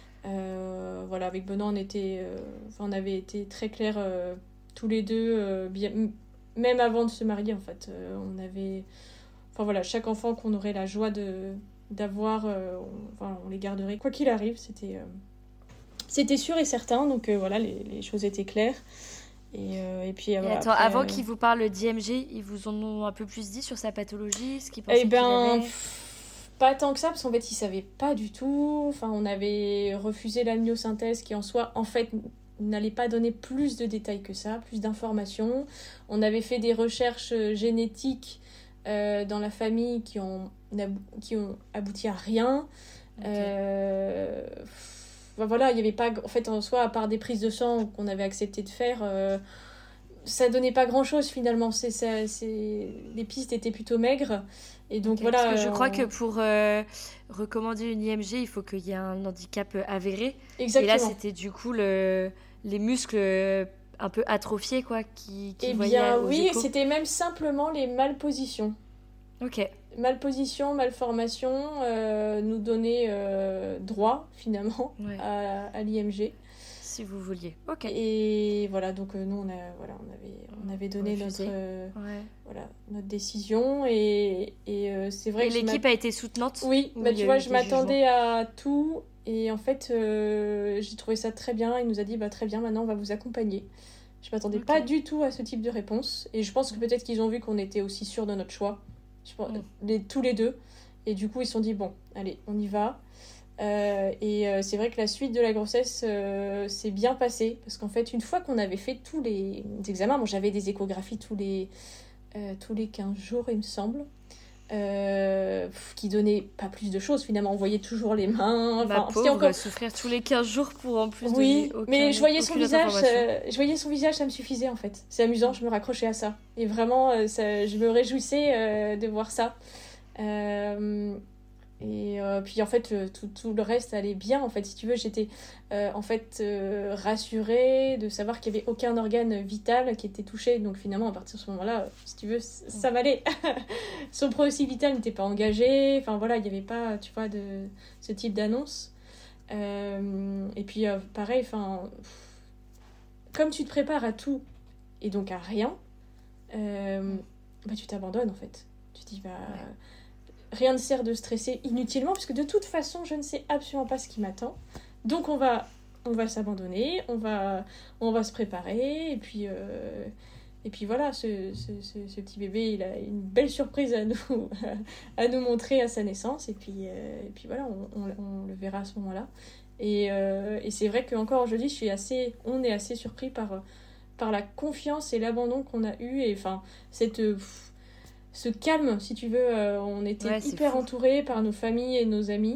Speaker 5: Euh, voilà, avec Benoît, on était, euh, enfin, on avait été très clairs euh, tous les deux, euh, bien, m- même avant de se marier en fait. Euh, on avait, enfin voilà, chaque enfant qu'on aurait la joie de d'avoir, euh, on, enfin, on les garderait quoi qu'il arrive. C'était, euh, c'était sûr et certain. Donc euh, voilà, les, les choses étaient claires. Et, euh, et puis euh,
Speaker 6: Et
Speaker 5: voilà,
Speaker 6: attends,
Speaker 5: après,
Speaker 6: avant
Speaker 5: euh,
Speaker 6: qu'ils vous parlent d'I M G, ils vous en ont un peu plus dit sur sa pathologie, ce qu'ils
Speaker 5: eh
Speaker 6: pensaient qu'il
Speaker 5: ben,
Speaker 6: avait?
Speaker 5: pff, pas tant que ça, parce qu'en fait, ils savaient pas du tout. Enfin, on avait refusé l'amniosynthèse qui, en soi, en fait, n'allait pas donner plus de détails que ça, plus d'informations. On avait fait des recherches euh, génétiques euh, dans la famille qui ont, abou- qui ont abouti à rien.
Speaker 6: Ok.
Speaker 5: Euh, enfin, voilà, il y avait pas, en fait, en soi, à part des prises de sang qu'on avait accepté de faire, euh, ça donnait pas grand chose finalement. C'est, ça, c'est... Les pistes étaient plutôt maigres. Et donc
Speaker 6: Ok,
Speaker 5: voilà.
Speaker 6: parce que je crois
Speaker 5: on-
Speaker 6: que pour euh, recommander une I M G, il faut qu'il y ait un handicap euh, avéré.
Speaker 5: Exactement.
Speaker 6: Et là, c'était du coup le... les muscles euh, un peu atrophiés, quoi, qui, qui
Speaker 5: Eh
Speaker 6: voyaient
Speaker 5: bien
Speaker 6: aux
Speaker 5: oui,
Speaker 6: échos.
Speaker 5: c'était même simplement les malpositions.
Speaker 6: Ok.
Speaker 5: Malposition, malformation euh, nous donnaient euh, droit finalement
Speaker 6: Ouais.
Speaker 5: à, à l'I M G.
Speaker 6: Si vous vouliez. Ok.
Speaker 5: Et voilà, donc euh, nous on, a, voilà, on, avait, on avait donné
Speaker 6: Refusé.
Speaker 5: notre, euh,
Speaker 6: Ouais.
Speaker 5: voilà, notre décision et, et euh, c'est vrai
Speaker 6: Et
Speaker 5: que je
Speaker 6: l'équipe
Speaker 5: m'a-
Speaker 6: a été soutenante?
Speaker 5: Oui,
Speaker 6: Ou
Speaker 5: bah,
Speaker 6: il y
Speaker 5: tu
Speaker 6: a
Speaker 5: vois,
Speaker 6: eu
Speaker 5: je
Speaker 6: des
Speaker 5: m'attendais à tout et en fait euh, j'ai trouvé ça très bien. Il nous a dit bah, très bien, maintenant on va vous accompagner. Je m'attendais
Speaker 6: Ok.
Speaker 5: pas du tout à ce type de réponse et je pense que peut-être qu'ils ont vu qu'on était aussi sûrs de notre choix, je pense,
Speaker 6: Mm.
Speaker 5: les, tous les deux. Et du coup ils se sont dit bon, allez, on y va. Euh, et euh, c'est vrai que la suite de la grossesse euh, s'est bien passée parce qu'en fait une fois qu'on avait fait tous les examens, bon, j'avais des échographies tous les, euh, tous les quinze jours il me semble, euh, pff, qui donnaient pas plus de choses finalement, on voyait toujours les mains,
Speaker 6: Ma
Speaker 5: enfin, c'était
Speaker 6: pauvre,
Speaker 5: encore...
Speaker 6: souffrir tous les quinze jours pour en plus
Speaker 5: Oui,
Speaker 6: donner aucun,
Speaker 5: mais je voyais son
Speaker 6: aucune autre
Speaker 5: visage,
Speaker 6: information.
Speaker 5: euh, je voyais son visage, ça me suffisait en fait. C'est amusant, je me raccrochais à ça. Et vraiment, euh, ça, je me réjouissais euh, de voir ça. Euh, et euh, puis en fait, le- tout, tout le reste allait bien. En fait, si tu veux, j'étais euh, en fait euh, rassurée de savoir qu'il n'y avait aucun organe vital qui était touché. Donc finalement, à partir de ce moment-là, si tu veux, c- ça m'allait. Son pronostic vital n'était pas engagé. Enfin voilà, il n'y avait pas, tu vois, de ce type d'annonce. Euh, et puis euh, pareil, enfin, comme tu te prépares à tout et donc à rien, euh, bah, tu t'abandonnes en fait. Tu te dis, bah, rien ne sert de stresser inutilement, puisque de toute façon, je ne sais absolument pas ce qui m'attend. Donc on va, on va s'abandonner, on va, on va se préparer, et puis, euh, et puis voilà, ce, ce, ce, ce petit bébé, il a une belle surprise à nous, à nous montrer à sa naissance, et puis, euh, et puis voilà, on, on, on le verra à ce moment-là. Et, euh, et c'est vrai qu'encore aujourd'hui, je suis assez, on est assez surpris par, par la confiance et l'abandon qu'on a eu. Et enfin, cette, pff, ce calme, si tu veux, euh, on était ouais, hyper entourés par nos familles et nos amis.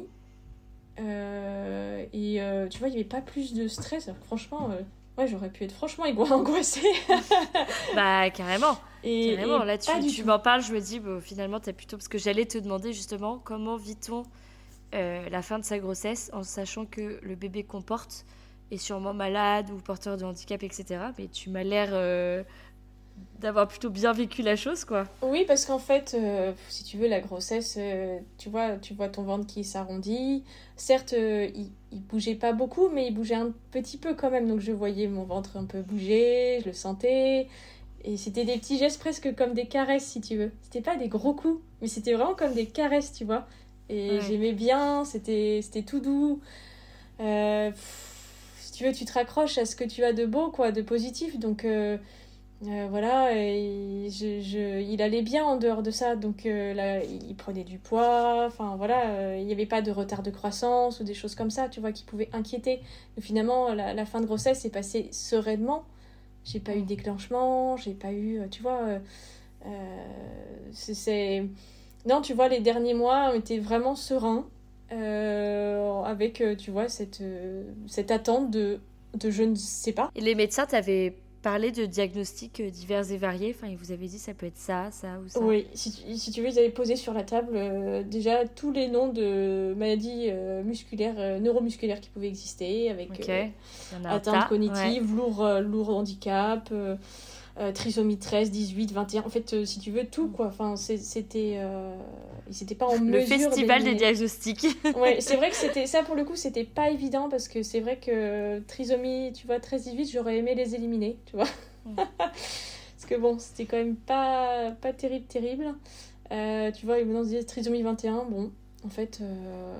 Speaker 5: Euh, et euh, tu vois, il n'y avait pas plus de stress. Alors, franchement, euh, ouais, j'aurais pu être franchement angoissée.
Speaker 6: Bah, carrément.
Speaker 5: Et,
Speaker 6: carrément.
Speaker 5: Et
Speaker 6: là, tu, tu m'en parles, je me dis, bon, finalement, t'as plutôt... Parce que j'allais te demander, justement, comment vit-on euh, la fin de sa grossesse en sachant que le bébé qu'on porte est sûrement malade ou porteur de handicap, et cetera. Mais tu m'as l'air euh, d'avoir plutôt bien vécu la chose, quoi.
Speaker 5: Oui, parce qu'en fait, euh, si tu veux, la grossesse, euh, tu vois, tu vois ton ventre qui s'arrondit. Certes, euh, il, il bougeait pas beaucoup, mais il bougeait un petit peu quand même. Donc je voyais mon ventre un peu bouger, je le sentais. Et c'était des petits gestes presque comme des caresses, si tu veux. C'était pas des gros coups, mais c'était vraiment comme des caresses, tu vois. Et ouais. J'aimais bien, c'était, c'était tout doux. Euh, pff, si tu veux, tu te raccroches à ce que tu as de beau, quoi, de positif. Donc euh, euh, voilà, et je, je, il allait bien en dehors de ça. Donc euh, là, il prenait du poids. Enfin voilà, euh, il n'y avait pas de retard de croissance ou des choses comme ça, tu vois, qui pouvaient inquiéter. Donc, finalement, la, la fin de grossesse s'est passée sereinement. J'ai pas eu de déclenchement, j'ai pas eu, tu vois, euh, euh, c'est, c'est... Non, tu vois, les derniers mois ont été vraiment sereins, euh, avec, tu vois, cette, euh, cette attente de, de je ne sais pas.
Speaker 6: Et les médecins t'avaient parlé de diagnostics divers et variés, enfin, ils vous avaient dit ça peut être ça, ça ou ça.
Speaker 5: Oui, si tu, si tu veux, ils avaient posé sur la table euh, déjà tous les noms de maladies euh, musculaires, euh, neuromusculaires qui pouvaient exister, avec
Speaker 6: okay.
Speaker 5: euh, atteinte cognitive, ouais. lourd, euh, lourd handicap, euh, euh, trisomie treize, dix-huit, vingt et un, en fait, euh, si tu veux, tout, quoi. Enfin, c'est, c'était... Euh, ils n'étaient pas en
Speaker 6: le
Speaker 5: mesure...
Speaker 6: Le festival
Speaker 5: d'éliminer.
Speaker 6: Des diagnostics.
Speaker 5: Ouais, c'est vrai que c'était... Ça, pour le coup, c'était pas évident, parce que c'est vrai que trisomie, tu vois, treize, dix-huit, j'aurais aimé les éliminer, tu vois. Parce que bon, c'était quand même pas, pas terrible, terrible. Euh, tu vois, maintenant on se dit trisomie vingt et un, bon, en fait, euh,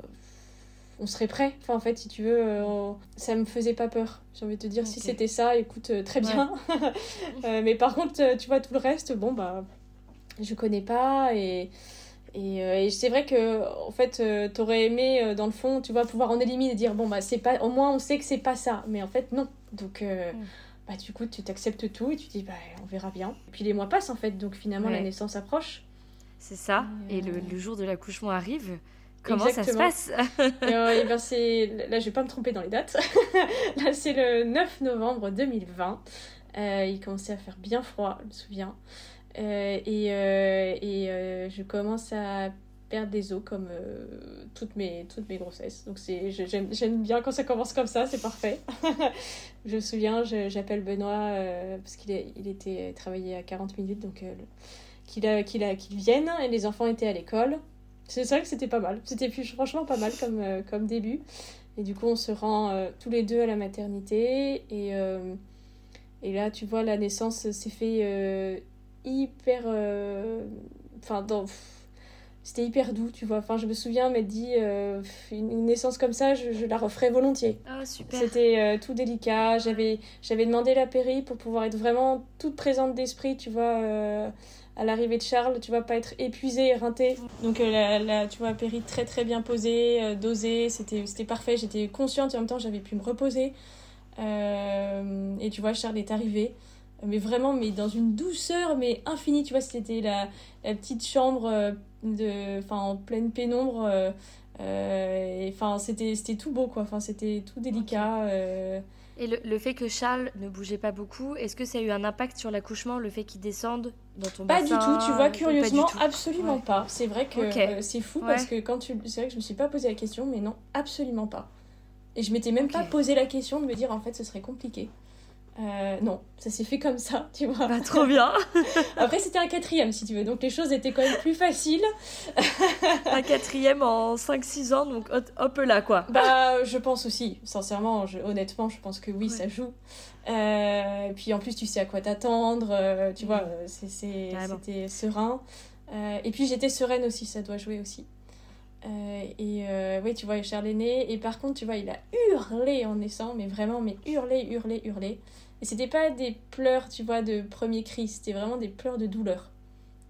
Speaker 5: on serait prêt. Enfin, en fait, si tu veux, euh, ça me faisait pas peur. J'ai envie de te dire, okay. Si c'était ça, écoute, euh, très bien. Ouais. euh, mais par contre, tu vois, tout le reste, bon, bah, je connais pas. Et, et, euh, et c'est vrai que, en fait, euh, t'aurais aimé, euh, dans le fond, tu vois, pouvoir en éliminer et dire, bon, bah, c'est pas, au moins, on sait que c'est pas ça. Mais en fait, non. Donc, euh, mm. Bah, du coup, tu t'acceptes tout et tu te dis, bah, on verra bien. Et puis les mois passent, en fait, donc finalement, ouais. La naissance approche.
Speaker 6: C'est ça. Et, et euh... le, le jour de l'accouchement arrive. Comment Exactement. Ça se passe
Speaker 5: et, euh, et ben c'est... Là, je vais pas me tromper dans les dates. Là, c'est le neuf novembre deux mille vingt. Euh, il commençait à faire bien froid, je me souviens. Euh, et euh, et euh, je commence à perdre des os comme euh, toutes, mes, toutes mes grossesses. Donc c'est, j'aime, j'aime bien quand ça commence comme ça, c'est parfait. Je me souviens, je, j'appelle Benoît euh, parce qu'il est, il était travaillé à quarante minutes, donc euh, qu'il, a, qu'il, a, qu'il vienne, et les enfants étaient à l'école. C'est vrai que c'était pas mal, c'était franchement pas mal comme, euh, comme début. Et du coup, on se rend euh, tous les deux à la maternité, et, euh, et là, tu vois, la naissance s'est fait euh, hyper... Enfin, euh, dans... C'était hyper doux, tu vois. Enfin, je me souviens m'être dit, euh, une naissance comme ça, je, je la referais volontiers.
Speaker 6: Ah, super.
Speaker 5: C'était euh, tout délicat. J'avais, j'avais demandé la péri pour pouvoir être vraiment toute présente d'esprit, tu vois, euh, à l'arrivée de Charles, tu vois, pas être épuisée, éreintée. Donc, euh, la, la, tu vois, péri très, très bien posée, euh, dosée. C'était, c'était parfait. J'étais consciente et en même temps, j'avais pu me reposer. Euh, et tu vois, Charles est arrivé. Mais vraiment, mais dans une douceur, mais infinie, tu vois, c'était la, la petite chambre... Euh, de enfin en pleine pénombre euh, euh, enfin c'était c'était tout beau quoi, enfin c'était tout délicat. Okay. euh...
Speaker 6: Et le, le fait que Charles ne bougeait pas beaucoup, est-ce que ça a eu un impact sur l'accouchement, le fait qu'il descende dans ton
Speaker 5: pas
Speaker 6: bassin?
Speaker 5: Pas du tout, tu vois, curieusement,
Speaker 6: tout.
Speaker 5: absolument ouais. Pas. C'est vrai que
Speaker 6: okay.
Speaker 5: euh, c'est fou ouais. Parce que quand tu c'est vrai que je me suis pas posé la question, mais non, absolument pas. Et je m'étais même okay. pas posé la question de me dire en fait ce serait compliqué. Euh, non, ça s'est fait comme ça, tu vois.
Speaker 6: Bah, trop bien.
Speaker 5: Après, c'était un quatrième, si tu veux, donc les choses étaient quand même plus faciles.
Speaker 6: Un quatrième en cinq six ans, donc hop là, quoi.
Speaker 5: Bah, je pense aussi, sincèrement, je, honnêtement, je pense que oui, ouais. Ça joue. Euh, et puis en plus, tu sais à quoi t'attendre, euh, tu mmh. vois, c'est, c'est, ah, c'était bon. Serein. Euh, et puis j'étais sereine aussi, ça doit jouer aussi. Euh, et euh, oui, tu vois, Charles est né, et par contre, tu vois, il a hurlé en naissant, mais vraiment, mais hurlé, hurlé, hurlé. Et c'était pas des pleurs, tu vois, de premier cri, c'était vraiment des pleurs de douleur.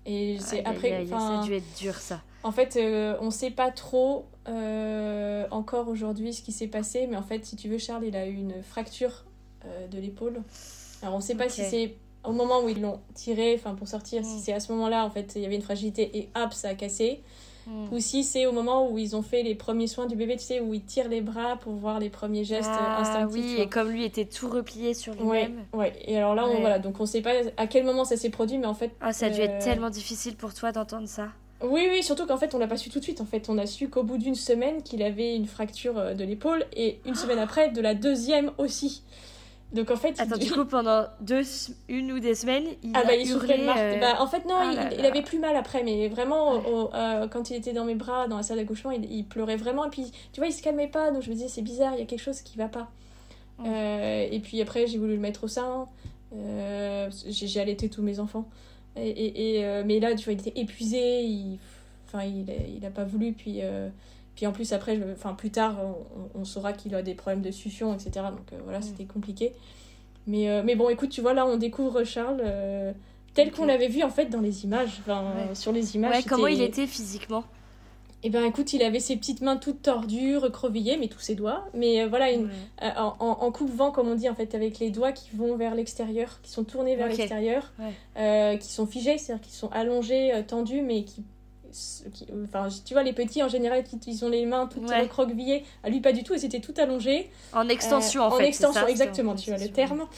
Speaker 5: Et c'est
Speaker 6: Ah,
Speaker 5: après,
Speaker 6: y a, y a, ça
Speaker 5: enfin,
Speaker 6: a dû être dur, ça.
Speaker 5: En fait, euh, on sait pas trop euh, encore aujourd'hui ce qui s'est passé, mais en fait, si tu veux, Charles, il a eu une fracture euh, de l'épaule. Alors, on sait pas
Speaker 6: Ok.
Speaker 5: si c'est au moment où ils l'ont tiré, enfin pour sortir,
Speaker 6: Mm.
Speaker 5: si c'est à ce moment-là, en fait, il y avait une fragilité et hop, ça a cassé.
Speaker 6: Mm.
Speaker 5: Ou si c'est au moment où ils ont fait les premiers soins du bébé, tu sais, où ils tirent les bras pour voir les premiers gestes
Speaker 6: Ah
Speaker 5: instinctifs.
Speaker 6: oui,
Speaker 5: tu
Speaker 6: et
Speaker 5: vois.
Speaker 6: comme lui était tout replié sur
Speaker 5: Ouais,
Speaker 6: lui-même.
Speaker 5: ouais. Et alors là, on,
Speaker 6: Ouais.
Speaker 5: voilà, donc on sait pas à quel moment ça s'est produit, mais en fait.
Speaker 6: Ah, ça a dû
Speaker 5: euh,
Speaker 6: être tellement difficile pour toi d'entendre ça.
Speaker 5: Oui, oui, surtout qu'en fait, on l'a pas su tout de suite. En fait, on a su qu'au bout d'une semaine, qu'il avait une fracture euh, de l'épaule, et une semaine après, de la deuxième aussi. Donc en fait,
Speaker 6: Attends,
Speaker 5: il...
Speaker 6: du coup, pendant deux, une ou des semaines, il
Speaker 5: ah
Speaker 6: a
Speaker 5: bah il souffrait
Speaker 6: hurlé...
Speaker 5: de marque.
Speaker 6: euh,
Speaker 5: Bah, en fait non,
Speaker 6: ah
Speaker 5: il,
Speaker 6: là
Speaker 5: il
Speaker 6: là.
Speaker 5: avait plus mal après, mais vraiment
Speaker 6: Ouais.
Speaker 5: au- euh, quand il était dans mes bras, dans la salle d'accouchement, il, il pleurait vraiment. Et puis tu vois, il se calmait pas, donc je me disais c'est bizarre, il y a quelque chose qui va pas.
Speaker 6: Mm.
Speaker 5: Euh, et puis après, j'ai voulu le mettre au sein. Euh, j'ai, j'ai allaité tous mes enfants. Et, et, et, euh, mais là, tu vois, il était épuisé. Il, enfin, il, a- il a pas voulu. Puis, euh, puis en plus, après, je, enfin, plus tard, on, on saura qu'il a des problèmes de succion, et cetera. Donc euh, voilà,
Speaker 6: Mm.
Speaker 5: c'était compliqué. Mais, euh, mais bon, écoute, tu vois, là, on découvre Charles euh, tel
Speaker 6: Ok.
Speaker 5: qu'on l'avait vu en fait dans les images. Enfin,
Speaker 6: Ouais.
Speaker 5: sur les images.
Speaker 6: Ouais, comment
Speaker 5: c'était-
Speaker 6: il était physiquement?
Speaker 5: Eh ben, écoute, il avait ses petites mains toutes tordues, recroquevillées, mais tous ses doigts. Mais euh, voilà, une,
Speaker 6: Ouais.
Speaker 5: euh, en, en, en coupe-vent, comme on dit, en fait, avec les doigts qui vont vers l'extérieur, qui sont tournés vers
Speaker 6: Ok.
Speaker 5: l'extérieur,
Speaker 6: Ouais.
Speaker 5: euh, qui sont figés, c'est-à-dire qui sont allongés, euh, tendus, mais qui, qui... Enfin, tu vois, les petits, en général, qui, ils ont les mains toutes
Speaker 6: Ouais.
Speaker 5: recroquevillées. À lui, pas du tout, et c'était tout allongé.
Speaker 6: En extension,
Speaker 5: Euh,
Speaker 6: en fait.
Speaker 5: En
Speaker 6: c'est
Speaker 5: extension,
Speaker 6: ça, c'était
Speaker 5: exactement,
Speaker 6: en
Speaker 5: tu vois le
Speaker 6: extension.
Speaker 5: terme.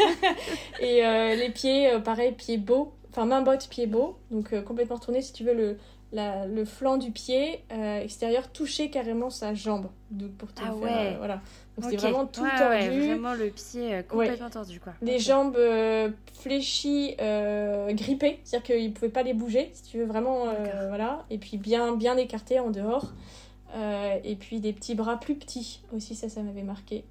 Speaker 5: Et euh, les pieds, euh, pareil, pieds beaux, enfin main botte, pieds beaux, donc euh, complètement retourné, si tu veux, le, la, le flanc du pied euh, extérieur touchait carrément sa jambe. Donc pour te
Speaker 6: Ah
Speaker 5: faire,
Speaker 6: ouais.
Speaker 5: euh, voilà. Donc c'était
Speaker 6: Ok.
Speaker 5: vraiment tout
Speaker 6: Ouais,
Speaker 5: tordu.
Speaker 6: ouais, vraiment le pied euh, complètement tordu, quoi.
Speaker 5: Les
Speaker 6: Ok.
Speaker 5: jambes euh, fléchies, euh, grippées, c'est-à-dire qu'il ne pouvait pas les bouger, si tu veux, vraiment, euh,
Speaker 6: D'accord.
Speaker 5: voilà. Et puis bien, bien écartés en dehors. Euh, et puis des petits bras plus petits aussi, ça, ça m'avait marqué.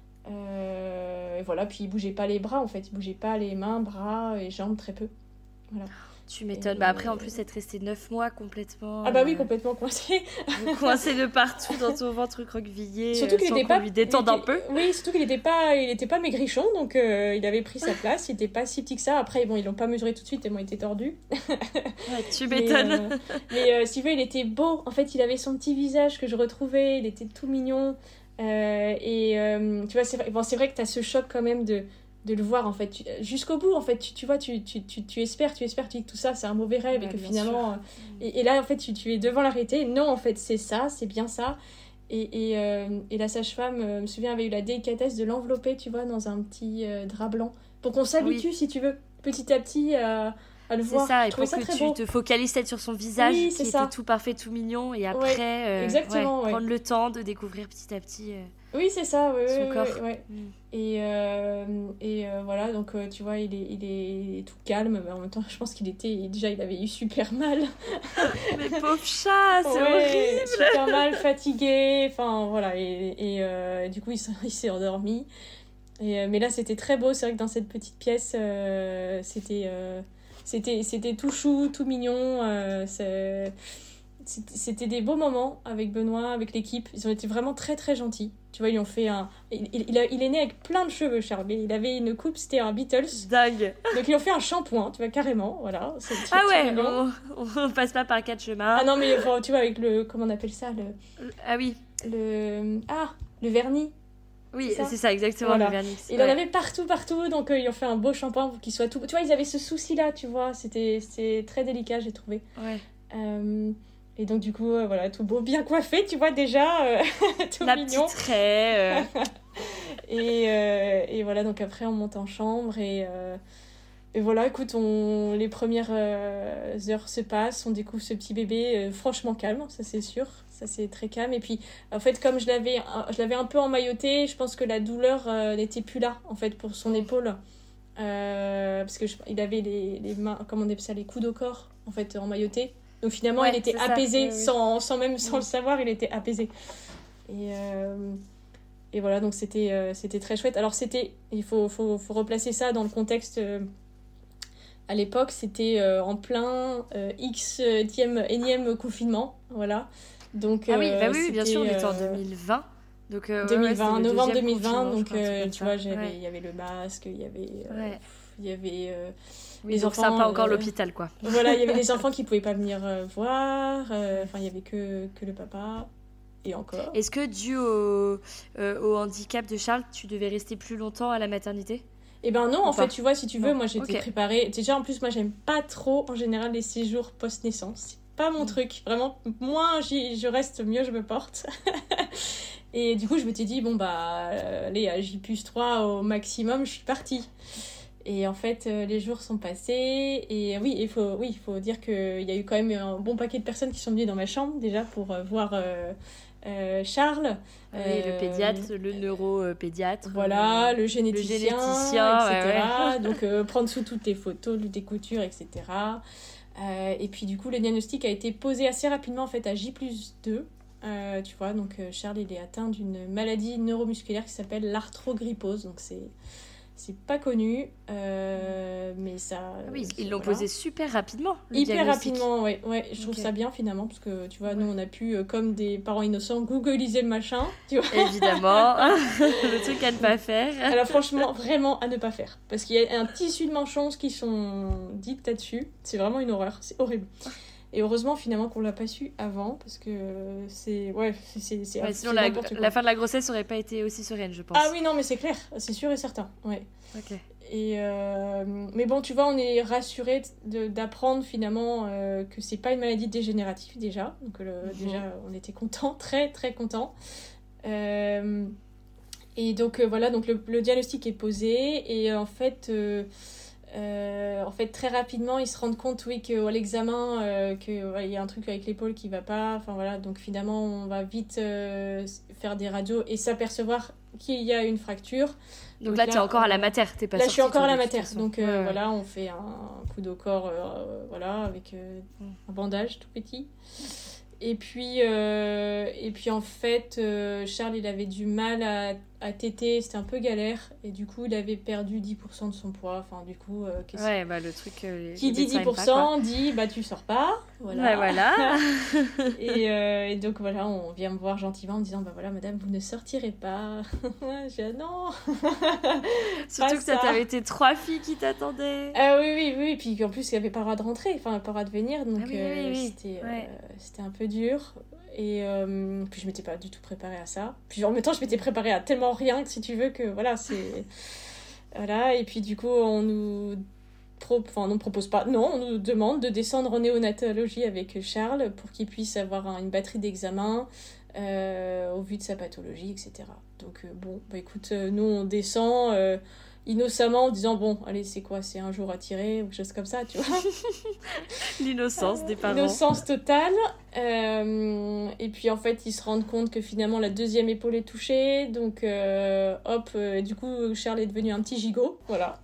Speaker 5: Euh, et voilà, puis il bougeait pas les bras, en fait. Il bougeait pas les mains, bras et jambes, très peu. Voilà.
Speaker 6: Tu m'étonnes.
Speaker 5: Et-
Speaker 6: Bah après, en plus, être resté neuf mois complètement...
Speaker 5: Ah bah oui,
Speaker 6: euh,
Speaker 5: complètement coincé.
Speaker 6: coincé de partout dans ton ventre recroquevillé,
Speaker 5: Surtout
Speaker 6: euh,
Speaker 5: qu'il
Speaker 6: sans
Speaker 5: était
Speaker 6: qu'on
Speaker 5: pas...
Speaker 6: lui détende
Speaker 5: il
Speaker 6: un
Speaker 5: était-
Speaker 6: peu.
Speaker 5: Oui, surtout qu'il était pas, il était pas maigrichon, donc euh, il avait pris sa place. Il était pas si petit que ça. Après, bon, ils l'ont pas mesuré tout de suite, tellement il était tordu.
Speaker 6: Ouais, tu
Speaker 5: Mais,
Speaker 6: m'étonnes.
Speaker 5: euh, Mais euh, si tu veux, il était beau. En fait, il avait son petit visage que je retrouvais. Il était tout mignon. Euh, et euh, tu vois, c'est vrai, bon, c'est vrai que tu as ce choc quand même de, de le voir, en fait. Tu- jusqu'au bout, en fait. Tu, tu vois, tu, tu, tu, tu espères, tu espères, tu dis que tout ça, c'est un mauvais rêve.
Speaker 6: Ouais,
Speaker 5: et que
Speaker 6: bien
Speaker 5: finalement... euh, et, et là, en fait, tu, tu es devant la réalité. Non, en fait, c'est ça, c'est bien ça. Et, et, euh, et la sage-femme, euh, je me souviens, avait eu la délicatesse de l'envelopper, tu vois, dans un petit euh, drap blanc. Pour qu'on s'habitue, si tu veux, petit à petit à, à le
Speaker 6: C'est
Speaker 5: voir.
Speaker 6: ça,
Speaker 5: Je
Speaker 6: et
Speaker 5: trouvais
Speaker 6: pour
Speaker 5: ça
Speaker 6: que
Speaker 5: très
Speaker 6: tu
Speaker 5: beau.
Speaker 6: te focalises peut-être sur son visage,
Speaker 5: Oui,
Speaker 6: qui
Speaker 5: c'est
Speaker 6: était
Speaker 5: ça.
Speaker 6: tout parfait, tout mignon, et après, euh,
Speaker 5: exactement,
Speaker 6: ouais,
Speaker 5: ouais.
Speaker 6: prendre le temps de découvrir petit à petit euh,
Speaker 5: Oui, c'est ça, oui,
Speaker 6: son
Speaker 5: oui,
Speaker 6: corps.
Speaker 5: oui, ouais.
Speaker 6: Mm.
Speaker 5: Et, euh, et euh, voilà, donc euh, tu vois, il est, il, est, il est tout calme, mais en même temps, je pense qu'il était, déjà, il avait eu super mal.
Speaker 6: Mais pauvre chat, c'est
Speaker 5: Ouais,
Speaker 6: horrible.
Speaker 5: super mal, fatigué, enfin voilà, et, et euh, du coup, il s'est, il s'est endormi. Et, euh, mais là, c'était très beau, c'est vrai que dans cette petite pièce, euh, c'était, euh, c'était, c'était tout chou, tout mignon, euh, c'est... C'était c'était des beaux moments avec Benoît, avec l'équipe. Ils ont été vraiment très très gentils. Tu vois, ils lui ont fait un... Il, il, il a- il est né avec plein de cheveux, Charles. Mais il avait une coupe, c'était un Beatles.
Speaker 6: Dingue.
Speaker 5: Donc ils lui ont fait un shampoing, tu vois, carrément. Voilà. C'est très,
Speaker 6: Ah
Speaker 5: très
Speaker 6: ouais,
Speaker 5: mignon.
Speaker 6: on, on passe pas par quatre chemins.
Speaker 5: Ah non, mais enfin, tu vois, avec le... Comment on appelle ça le,
Speaker 6: Ah oui,
Speaker 5: le... Ah, le vernis.
Speaker 6: oui,
Speaker 5: C'est ça.
Speaker 6: c'est ça, exactement,
Speaker 5: Voilà.
Speaker 6: le vernis.
Speaker 5: Il
Speaker 6: Ouais.
Speaker 5: en avait partout, partout. Donc euh, ils ont fait un beau shampoing pour qu'il soit tout... Tu vois, ils avaient ce souci-là, tu vois. C'était, c'était très délicat, j'ai trouvé.
Speaker 6: Ouais.
Speaker 5: Euh, Et donc, du coup, euh, voilà, tout beau, bien coiffé, tu vois, déjà. euh, tout
Speaker 6: La
Speaker 5: mignon.
Speaker 6: petite raie. euh,
Speaker 5: Et, euh, et voilà, donc après, on monte en chambre et, euh, et voilà, écoute, on, les premières euh, heures se passent, on découvre ce petit bébé euh, franchement calme, ça c'est sûr, ça c'est très calme. Et puis, en fait, comme je l'avais, je l'avais un peu emmailloté, je pense que la douleur euh, n'était plus là, en fait, pour son épaule. Euh, parce qu'il avait les, les mains, comment on appelle ça, les coudes au corps, en fait, emmaillotés. Donc finalement,
Speaker 6: Ouais,
Speaker 5: il était
Speaker 6: c'est ça.
Speaker 5: apaisé,
Speaker 6: Oui, oui.
Speaker 5: Sans, sans même sans
Speaker 6: Mm.
Speaker 5: le savoir, il était apaisé. Et, euh, et voilà, donc c'était, euh, c'était très chouette. Alors c'était, il faut, faut, faut replacer ça dans le contexte. Euh, à l'époque, c'était euh, en plein euh, X-tième, énième confinement, voilà. Donc,
Speaker 6: Ah oui,
Speaker 5: euh,
Speaker 6: bah oui, oui, bien sûr, on
Speaker 5: c'était,
Speaker 6: était en
Speaker 5: euh,
Speaker 6: deux mille vingt. Donc, euh, ouais,
Speaker 5: deux mille
Speaker 6: ouais,
Speaker 5: vingt,
Speaker 6: c'était le
Speaker 5: novembre
Speaker 6: deuxième
Speaker 5: deux mille vingt,
Speaker 6: confinement, je
Speaker 5: donc
Speaker 6: crois, un truc
Speaker 5: euh,
Speaker 6: comme
Speaker 5: tu
Speaker 6: ça.
Speaker 5: vois, j'avais,
Speaker 6: Ouais.
Speaker 5: il y avait le masque, il y avait, euh,
Speaker 6: Ouais.
Speaker 5: il y avait euh,
Speaker 6: oui,
Speaker 5: les
Speaker 6: donc
Speaker 5: enfants...
Speaker 6: ça pas encore
Speaker 5: euh,
Speaker 6: l'hôpital, quoi.
Speaker 5: Voilà, il y avait les enfants qui pouvaient pas venir euh, voir, enfin, euh, il y avait que, que le papa, et encore.
Speaker 6: Est-ce que dû au, euh, au handicap de Charles, tu devais rester plus longtemps à la maternité ?
Speaker 5: Eh ben non,
Speaker 6: Ou
Speaker 5: en
Speaker 6: pas
Speaker 5: fait, tu vois, si tu veux,
Speaker 6: Non.
Speaker 5: moi j'étais
Speaker 6: Ok.
Speaker 5: préparée. Déjà, en plus, moi j'aime pas trop, en général, les séjours post-naissance. C'est pas mon
Speaker 6: Mm.
Speaker 5: truc. Vraiment, moins j'y- je reste, mieux je me porte. Et du coup, je m'étais dit, bon, bah, euh, allez, à J plus trois au maximum, je suis partie. Et en fait, euh, les jours sont passés. Et oui, il faut, oui, il faut dire qu'il y a eu quand même un bon paquet de personnes qui sont venues dans ma chambre, déjà, pour euh, voir euh, euh, Charles.
Speaker 6: Oui, le
Speaker 5: Euh,
Speaker 6: pédiatre, le neuropédiatre.
Speaker 5: Voilà,
Speaker 6: euh,
Speaker 5: le généticien,
Speaker 6: généticien,
Speaker 5: et cetera.
Speaker 6: ouais, ouais.
Speaker 5: Donc, euh, prendre sous toutes les photos, des coutures, et cetera. Euh, et puis, du coup, le diagnostic a été posé assez rapidement, en fait, à J plus deux. Euh, tu vois, donc euh, Charles, il est atteint d'une maladie neuromusculaire qui s'appelle l'arthrogrypose. Donc, c'est... C'est pas connu, euh, mais ça...
Speaker 6: Ah oui, ils l'ont
Speaker 5: voilà.
Speaker 6: posé super rapidement, le
Speaker 5: Hyper
Speaker 6: diagnostic.
Speaker 5: rapidement, ouais, ouais. Je trouve
Speaker 6: Ok.
Speaker 5: ça bien, finalement, parce que, tu vois, nous, on a pu, euh, comme des parents innocents, googliser le machin, tu vois.
Speaker 6: Évidemment, le truc à ne pas faire.
Speaker 5: Alors franchement, vraiment à ne pas faire. Parce qu'il y a un tissu de manchons qui sont dites là-dessus. C'est vraiment une horreur, c'est horrible. Et heureusement finalement qu'on l'a pas su avant, parce que c'est... Ouais, c'est, c'est, c'est,
Speaker 6: Ouais,
Speaker 5: c'est
Speaker 6: sinon, la,
Speaker 5: n'importe quoi.
Speaker 6: la fin de la grossesse aurait pas été aussi sereine, je pense.
Speaker 5: Ah oui, non, mais c'est clair, c'est sûr et certain, ouais.
Speaker 6: Ok.
Speaker 5: Et euh... Mais bon, tu vois, on est rassurés de, d'apprendre finalement euh, que c'est pas une maladie dégénérative déjà. Donc le,
Speaker 6: Mhm.
Speaker 5: déjà, on était contents, très très contents. Euh... Et donc euh, voilà, donc le, le diagnostic est posé et euh, en fait, euh, euh, en fait très rapidement ils se rendent compte oui qu'à l'examen euh, qu'il ouais, y a un truc avec l'épaule qui va pas. Enfin voilà, donc finalement on va vite euh, faire des radios et s'apercevoir qu'il y a une fracture.
Speaker 6: Donc, donc là, là tu es encore à la mater, t'es pas
Speaker 5: Là je suis encore à la
Speaker 6: mater,
Speaker 5: mater, donc euh,
Speaker 6: ouais, ouais.
Speaker 5: voilà, on fait un coup de corps, euh, voilà, avec euh, un bandage tout petit. Et puis, euh, et puis en fait, euh, Charles, il avait du mal à, à téter, c'était un peu galère. Et du coup, il avait perdu dix pour cent de son poids. Enfin, du coup, euh, qu'est-ce
Speaker 6: ouais, bah le truc... Euh,
Speaker 5: qui dit dix pour cent dit, bah tu sors pas. Voilà.
Speaker 6: Ouais, voilà.
Speaker 5: et, euh, et donc voilà, on vient me voir gentiment en me disant, bah voilà, madame, vous ne sortirez pas. J'ai dit, non.
Speaker 6: Surtout que ça t'avait été trois filles qui t'attendaient.
Speaker 5: Ah oui, oui, oui. Et puis en plus, il n'avait pas le droit de rentrer, enfin, pas le droit de venir. Donc
Speaker 6: ah oui,
Speaker 5: euh,
Speaker 6: oui, oui.
Speaker 5: C'était,
Speaker 6: ouais.
Speaker 5: euh, c'était un peu dur. Et euh, puis je m'étais pas du tout préparée à ça. Puis en même temps, je m'étais préparée à tellement rien que si tu veux que voilà, c'est... Voilà, et puis du coup, on nous... Pro... Enfin, on ne propose pas. Non, on nous demande de descendre en néonatologie avec Charles pour qu'il puisse avoir un, une batterie d'examen euh, au vu de sa pathologie, et cetera. Donc euh, bon, bah écoute, euh, nous on descend euh, innocemment en disant bon, allez, c'est quoi, c'est un jour à tirer ou quelque chose comme ça, tu vois.
Speaker 6: L'innocence des parents.
Speaker 5: Innocence totale. Euh, et puis en fait, ils se rendent compte que finalement la deuxième épaule est touchée. Donc euh, hop, euh, du coup, Charles est devenu un petit gigot. Voilà.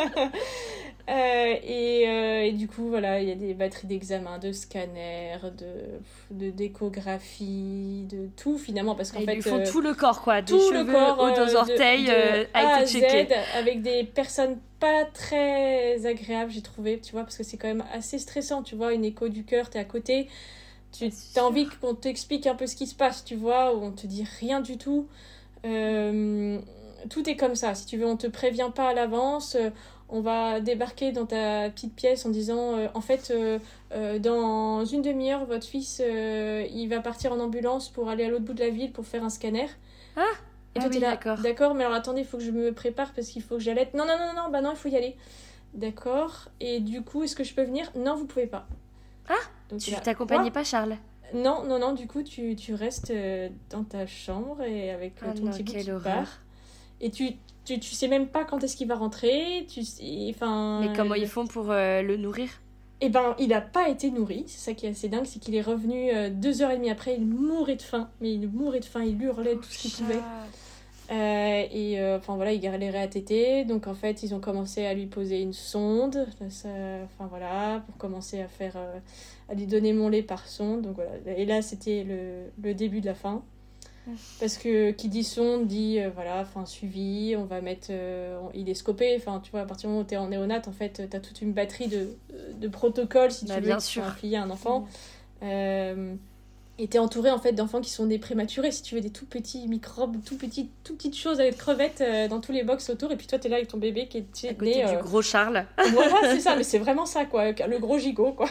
Speaker 5: Euh, et, euh, et du coup, voilà, il y a des batteries d'examen, de scanners, de, de d'échographie, de tout finalement. Parce qu'en
Speaker 6: et
Speaker 5: fait,
Speaker 6: ils lui font
Speaker 5: euh,
Speaker 6: tout le corps, quoi. Des
Speaker 5: tout
Speaker 6: cheveux
Speaker 5: le corps,
Speaker 6: aux deux
Speaker 5: euh,
Speaker 6: orteils
Speaker 5: de, de
Speaker 6: euh, a
Speaker 5: A à
Speaker 6: été checké.
Speaker 5: Z, avec des personnes pas très agréables, j'ai trouvé, tu vois, parce que c'est quand même assez stressant, tu vois, une écho du cœur, t'es à côté, tu as envie qu'on t'explique un peu ce qui se passe, tu vois, ou on te dit rien du tout. Euh, tout est comme ça, si tu veux, on te prévient pas à l'avance. On va débarquer dans ta petite pièce en disant euh, en fait euh, euh, dans une demi-heure votre fils euh, il va partir en ambulance pour aller à l'autre bout de la ville pour faire un scanner.
Speaker 6: Ah,
Speaker 5: et toi
Speaker 6: ah
Speaker 5: t'es
Speaker 6: oui,
Speaker 5: là,
Speaker 6: d'accord.
Speaker 5: D'accord, mais alors attendez, il faut que je me prépare parce qu'il faut que j'allaite. Non, non, non, non, bah non, il faut y aller. D'accord, et du coup, est-ce que je peux venir? Non, vous pouvez pas.
Speaker 6: Ah,
Speaker 5: donc,
Speaker 6: tu
Speaker 5: là,
Speaker 6: t'accompagnais
Speaker 5: quoi
Speaker 6: pas Charles?
Speaker 5: Non, non, non, du coup, tu, tu restes euh, dans ta chambre et avec euh,
Speaker 6: Ah
Speaker 5: ton
Speaker 6: non,
Speaker 5: petit bout
Speaker 6: quelle
Speaker 5: qui
Speaker 6: horreur.
Speaker 5: part. Et tu, tu, tu sais même pas quand est-ce qu'il va rentrer. Tu sais, enfin.
Speaker 6: Mais comment ils font pour euh, le nourrir?
Speaker 5: Eh ben, il a pas été nourri. C'est ça qui est assez dingue, c'est qu'il est revenu euh, deux heures et demie après. Il mourait de faim, mais il mourait de faim. Il hurlait tout ce qu'il pouvait. Euh, et euh, enfin voilà, il galérait à téter. Donc en fait, ils ont commencé à lui poser une sonde. Ça, enfin voilà, pour commencer à faire, euh, à lui donner mon lait par sonde. Donc voilà. Et là, c'était le, le début de la fin. Parce que qui dit sonde dit euh, voilà, enfin suivi, on va mettre euh, il est scopé, enfin tu vois, à partir du moment où t'es en néonat, en fait t'as toute une batterie de, de protocoles si
Speaker 6: bah,
Speaker 5: tu veux
Speaker 6: bien
Speaker 5: qui
Speaker 6: sûr.
Speaker 5: sont affiliés à un enfant. mmh. euh, Et t'es entouré en fait d'enfants qui sont des prématurés, si tu veux, des tout petits microbes, tout petits, tout petites choses avec crevettes euh, dans tous les box autour. Et puis toi, t'es là avec ton bébé qui est
Speaker 6: à côté
Speaker 5: né,
Speaker 6: du
Speaker 5: euh...
Speaker 6: gros Charles.
Speaker 5: Voilà, c'est ça, mais c'est vraiment ça, quoi, le gros gigot, quoi.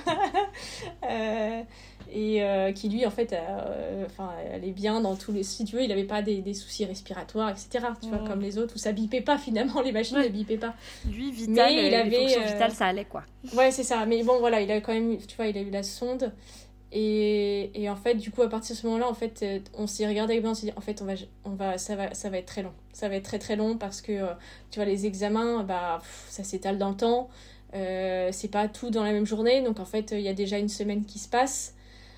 Speaker 5: euh, et euh, qui lui, en fait, enfin, euh, allait bien dans tous les. Si tu veux, il avait pas des, des soucis respiratoires, et cetera. Tu vois, mmh. comme les autres où ça bipait pas finalement, les machines ouais. ne bipaient pas.
Speaker 6: Lui, vital, mais il avait, les fonctions vitales,
Speaker 5: euh...
Speaker 6: ça allait, quoi.
Speaker 5: Ouais, c'est ça. Mais bon, voilà, il a quand même, tu vois, il a eu la sonde. Et, et en fait, du coup, à partir de ce moment-là, en fait, on s'est regardé avec lui, on s'est dit, en fait, on va, on va, ça, va, ça va être très long. Ça va être très très long parce que, euh, tu vois, les examens, bah, pff, ça s'étale dans le temps. Euh, c'est pas tout dans la même journée. Donc, en fait, il y a déjà une semaine qui se passe.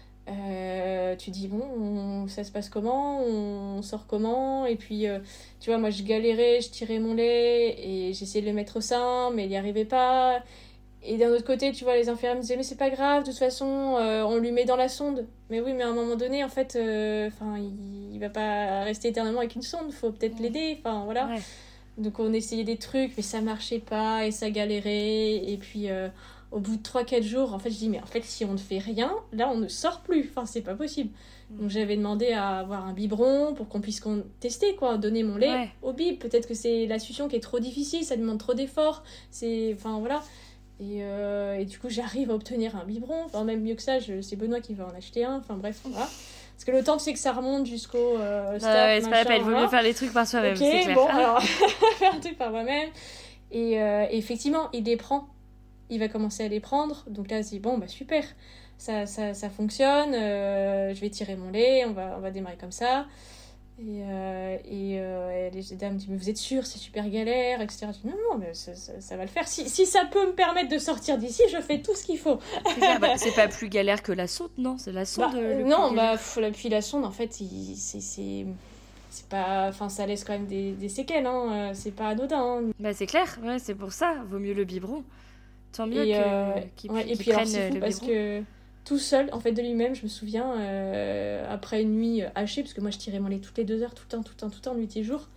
Speaker 5: Euh, tu dis, bon, on, ça se passe comment ? On sort comment ? Et puis, euh, tu vois, moi, je galérais, je tirais mon lait et j'essayais de le mettre au sein, mais il n'y arrivait pas. Et d'un autre côté, tu vois, les infirmières me disaient, mais c'est pas grave, de toute façon, euh, on lui met dans la sonde. Mais oui, mais à un moment donné, en fait, euh, il, il va pas rester éternellement avec une sonde, faut peut-être ouais. l'aider, enfin, voilà. Ouais. Donc, on essayait des trucs, mais ça marchait pas, et ça galérait. Et puis, euh, au bout de trois quatre jours, en fait, je dis, mais en fait, si on ne fait rien, là, on ne sort plus. Enfin, c'est pas possible. Mmh. Donc, j'avais demandé à avoir un biberon pour qu'on puisse qu'on... tester, quoi, donner mon lait ouais. au bib. Peut-être que c'est la succion qui est trop difficile, ça demande trop d'efforts. C'est... Enfin, voilà. Et, euh, et du coup, j'arrive à obtenir un biberon. Enfin, même mieux que ça, je, c'est Benoît qui va en acheter un. Enfin, bref, voilà. Parce que le temps, tu sais que ça remonte jusqu'au euh, staff,
Speaker 6: ah ouais, c'est
Speaker 5: machin,
Speaker 6: pas la peine, il
Speaker 5: voilà.
Speaker 6: vaut mieux faire les trucs par soi-même,
Speaker 5: Ok,
Speaker 6: c'est clair.
Speaker 5: bon, alors, faire un truc par moi-même. Et, euh, et effectivement, il les prend. Il va commencer à les prendre. Donc là, je dis, bon, bah super, ça, ça, ça fonctionne. Euh, je vais tirer mon lait, on va, on va démarrer comme ça. Et, euh, et, euh, et les dames me disent, mais vous êtes sûre, c'est super galère, et cetera. Je dis, non, non, mais ça, ça, ça va le faire. Si, si ça peut me permettre de sortir d'ici, je fais tout ce qu'il faut.
Speaker 6: C'est, clair, bah, c'est pas plus galère que la sonde, non ? C'est la sonde
Speaker 5: bah,
Speaker 6: le
Speaker 5: non, bah, pff, puis la sonde, en fait, il, c'est, c'est, c'est pas... Enfin, ça laisse quand même des, des séquelles, hein. C'est pas anodin. Hein.
Speaker 6: Bah, c'est clair, ouais, c'est pour ça. Vaut mieux le biberon. Tant mieux
Speaker 5: et,
Speaker 6: que,
Speaker 5: euh,
Speaker 6: qu'il,
Speaker 5: ouais,
Speaker 6: qu'il
Speaker 5: et puis,
Speaker 6: prenne
Speaker 5: alors, c'est fou
Speaker 6: le
Speaker 5: parce
Speaker 6: biberon.
Speaker 5: que... tout seul, en fait, de lui-même, je me souviens, euh, après une nuit hachée, parce que moi, je tirais mon lait toutes les deux heures, tout le temps, tout le temps, tout le temps, nuit et jour,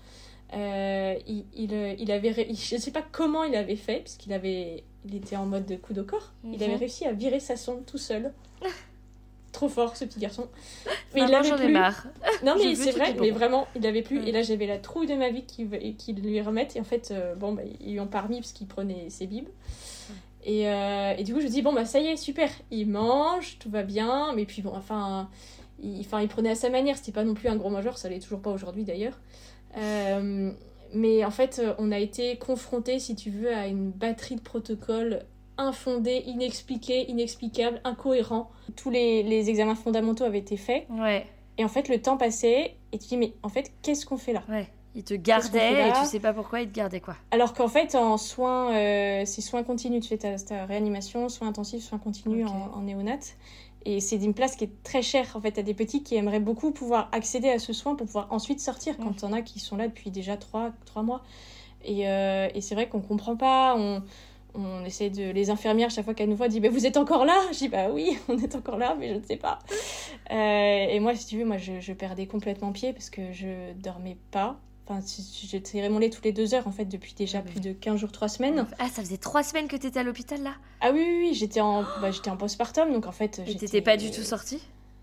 Speaker 5: euh, il, il, il avait... Ré... Je ne sais pas comment il avait fait, puisqu'il avait... il était en mode coude au corps, mm-hmm. il avait réussi à virer sa sonde tout seul. Trop fort, ce petit garçon. Mais
Speaker 6: Maman,
Speaker 5: il l'avait
Speaker 6: j'en
Speaker 5: plus.
Speaker 6: ai marre.
Speaker 5: Non, mais c'est vrai, mais
Speaker 6: bon.
Speaker 5: vraiment, il l'avait plus.
Speaker 6: Mm.
Speaker 5: Et là, j'avais la trouille de ma vie qu'il, qu'il lui remette. Et en fait, euh, bon, bah, ils lui ont pas remis, parce qu'il prenait ses bibes. Et, euh, et du coup, je dis, bon, bah ça y est, super. Il mange, tout va bien. Mais puis, bon, enfin, il, enfin, il prenait à sa manière. C'était pas non plus un gros mangeur, ça l'est toujours pas aujourd'hui d'ailleurs. Euh, mais en fait, on a été confrontés, si tu veux, à une batterie de protocoles infondés, inexpliqués, inexplicables, incohérents. Tous les, les examens fondamentaux avaient été faits.
Speaker 6: Ouais.
Speaker 5: Et en fait, le temps passait. Et tu dis, mais en fait, qu'est-ce qu'on fait là ?
Speaker 6: Ouais. Il te gardait et tu sais pas pourquoi il te gardait, quoi. Alors
Speaker 5: qu'en fait, en soins, euh, c'est soins continus. Tu fais ta, ta réanimation, soins intensifs, soins continus okay. en, en néonat. Et c'est une place qui est très chère. En fait, t'as des petits qui aimeraient beaucoup pouvoir accéder à ce soin pour pouvoir ensuite sortir mmh. quand t'en as qui sont là depuis déjà trois mois. Et, euh, et c'est vrai qu'on comprend pas. On, on essaie de... Les infirmières, chaque fois qu'elles nous voient, disent bah, « Vous êtes encore là ?» Je dis « Bah oui, on est encore là, mais je ne sais pas. Euh, » Et moi, si tu veux, moi, je, je perdais complètement pied parce que je dormais pas. Enfin, je tirais mon lait toutes les deux heures, en fait, depuis déjà ah, plus de quinze jours, trois semaines.
Speaker 6: Ah, ça faisait trois semaines que t'étais à l'hôpital, là ?
Speaker 5: Ah oui, oui, oui, j'étais en, bah, j'étais en postpartum, donc en fait...
Speaker 6: Et
Speaker 5: j'étais...
Speaker 6: t'étais pas du tout sortie ?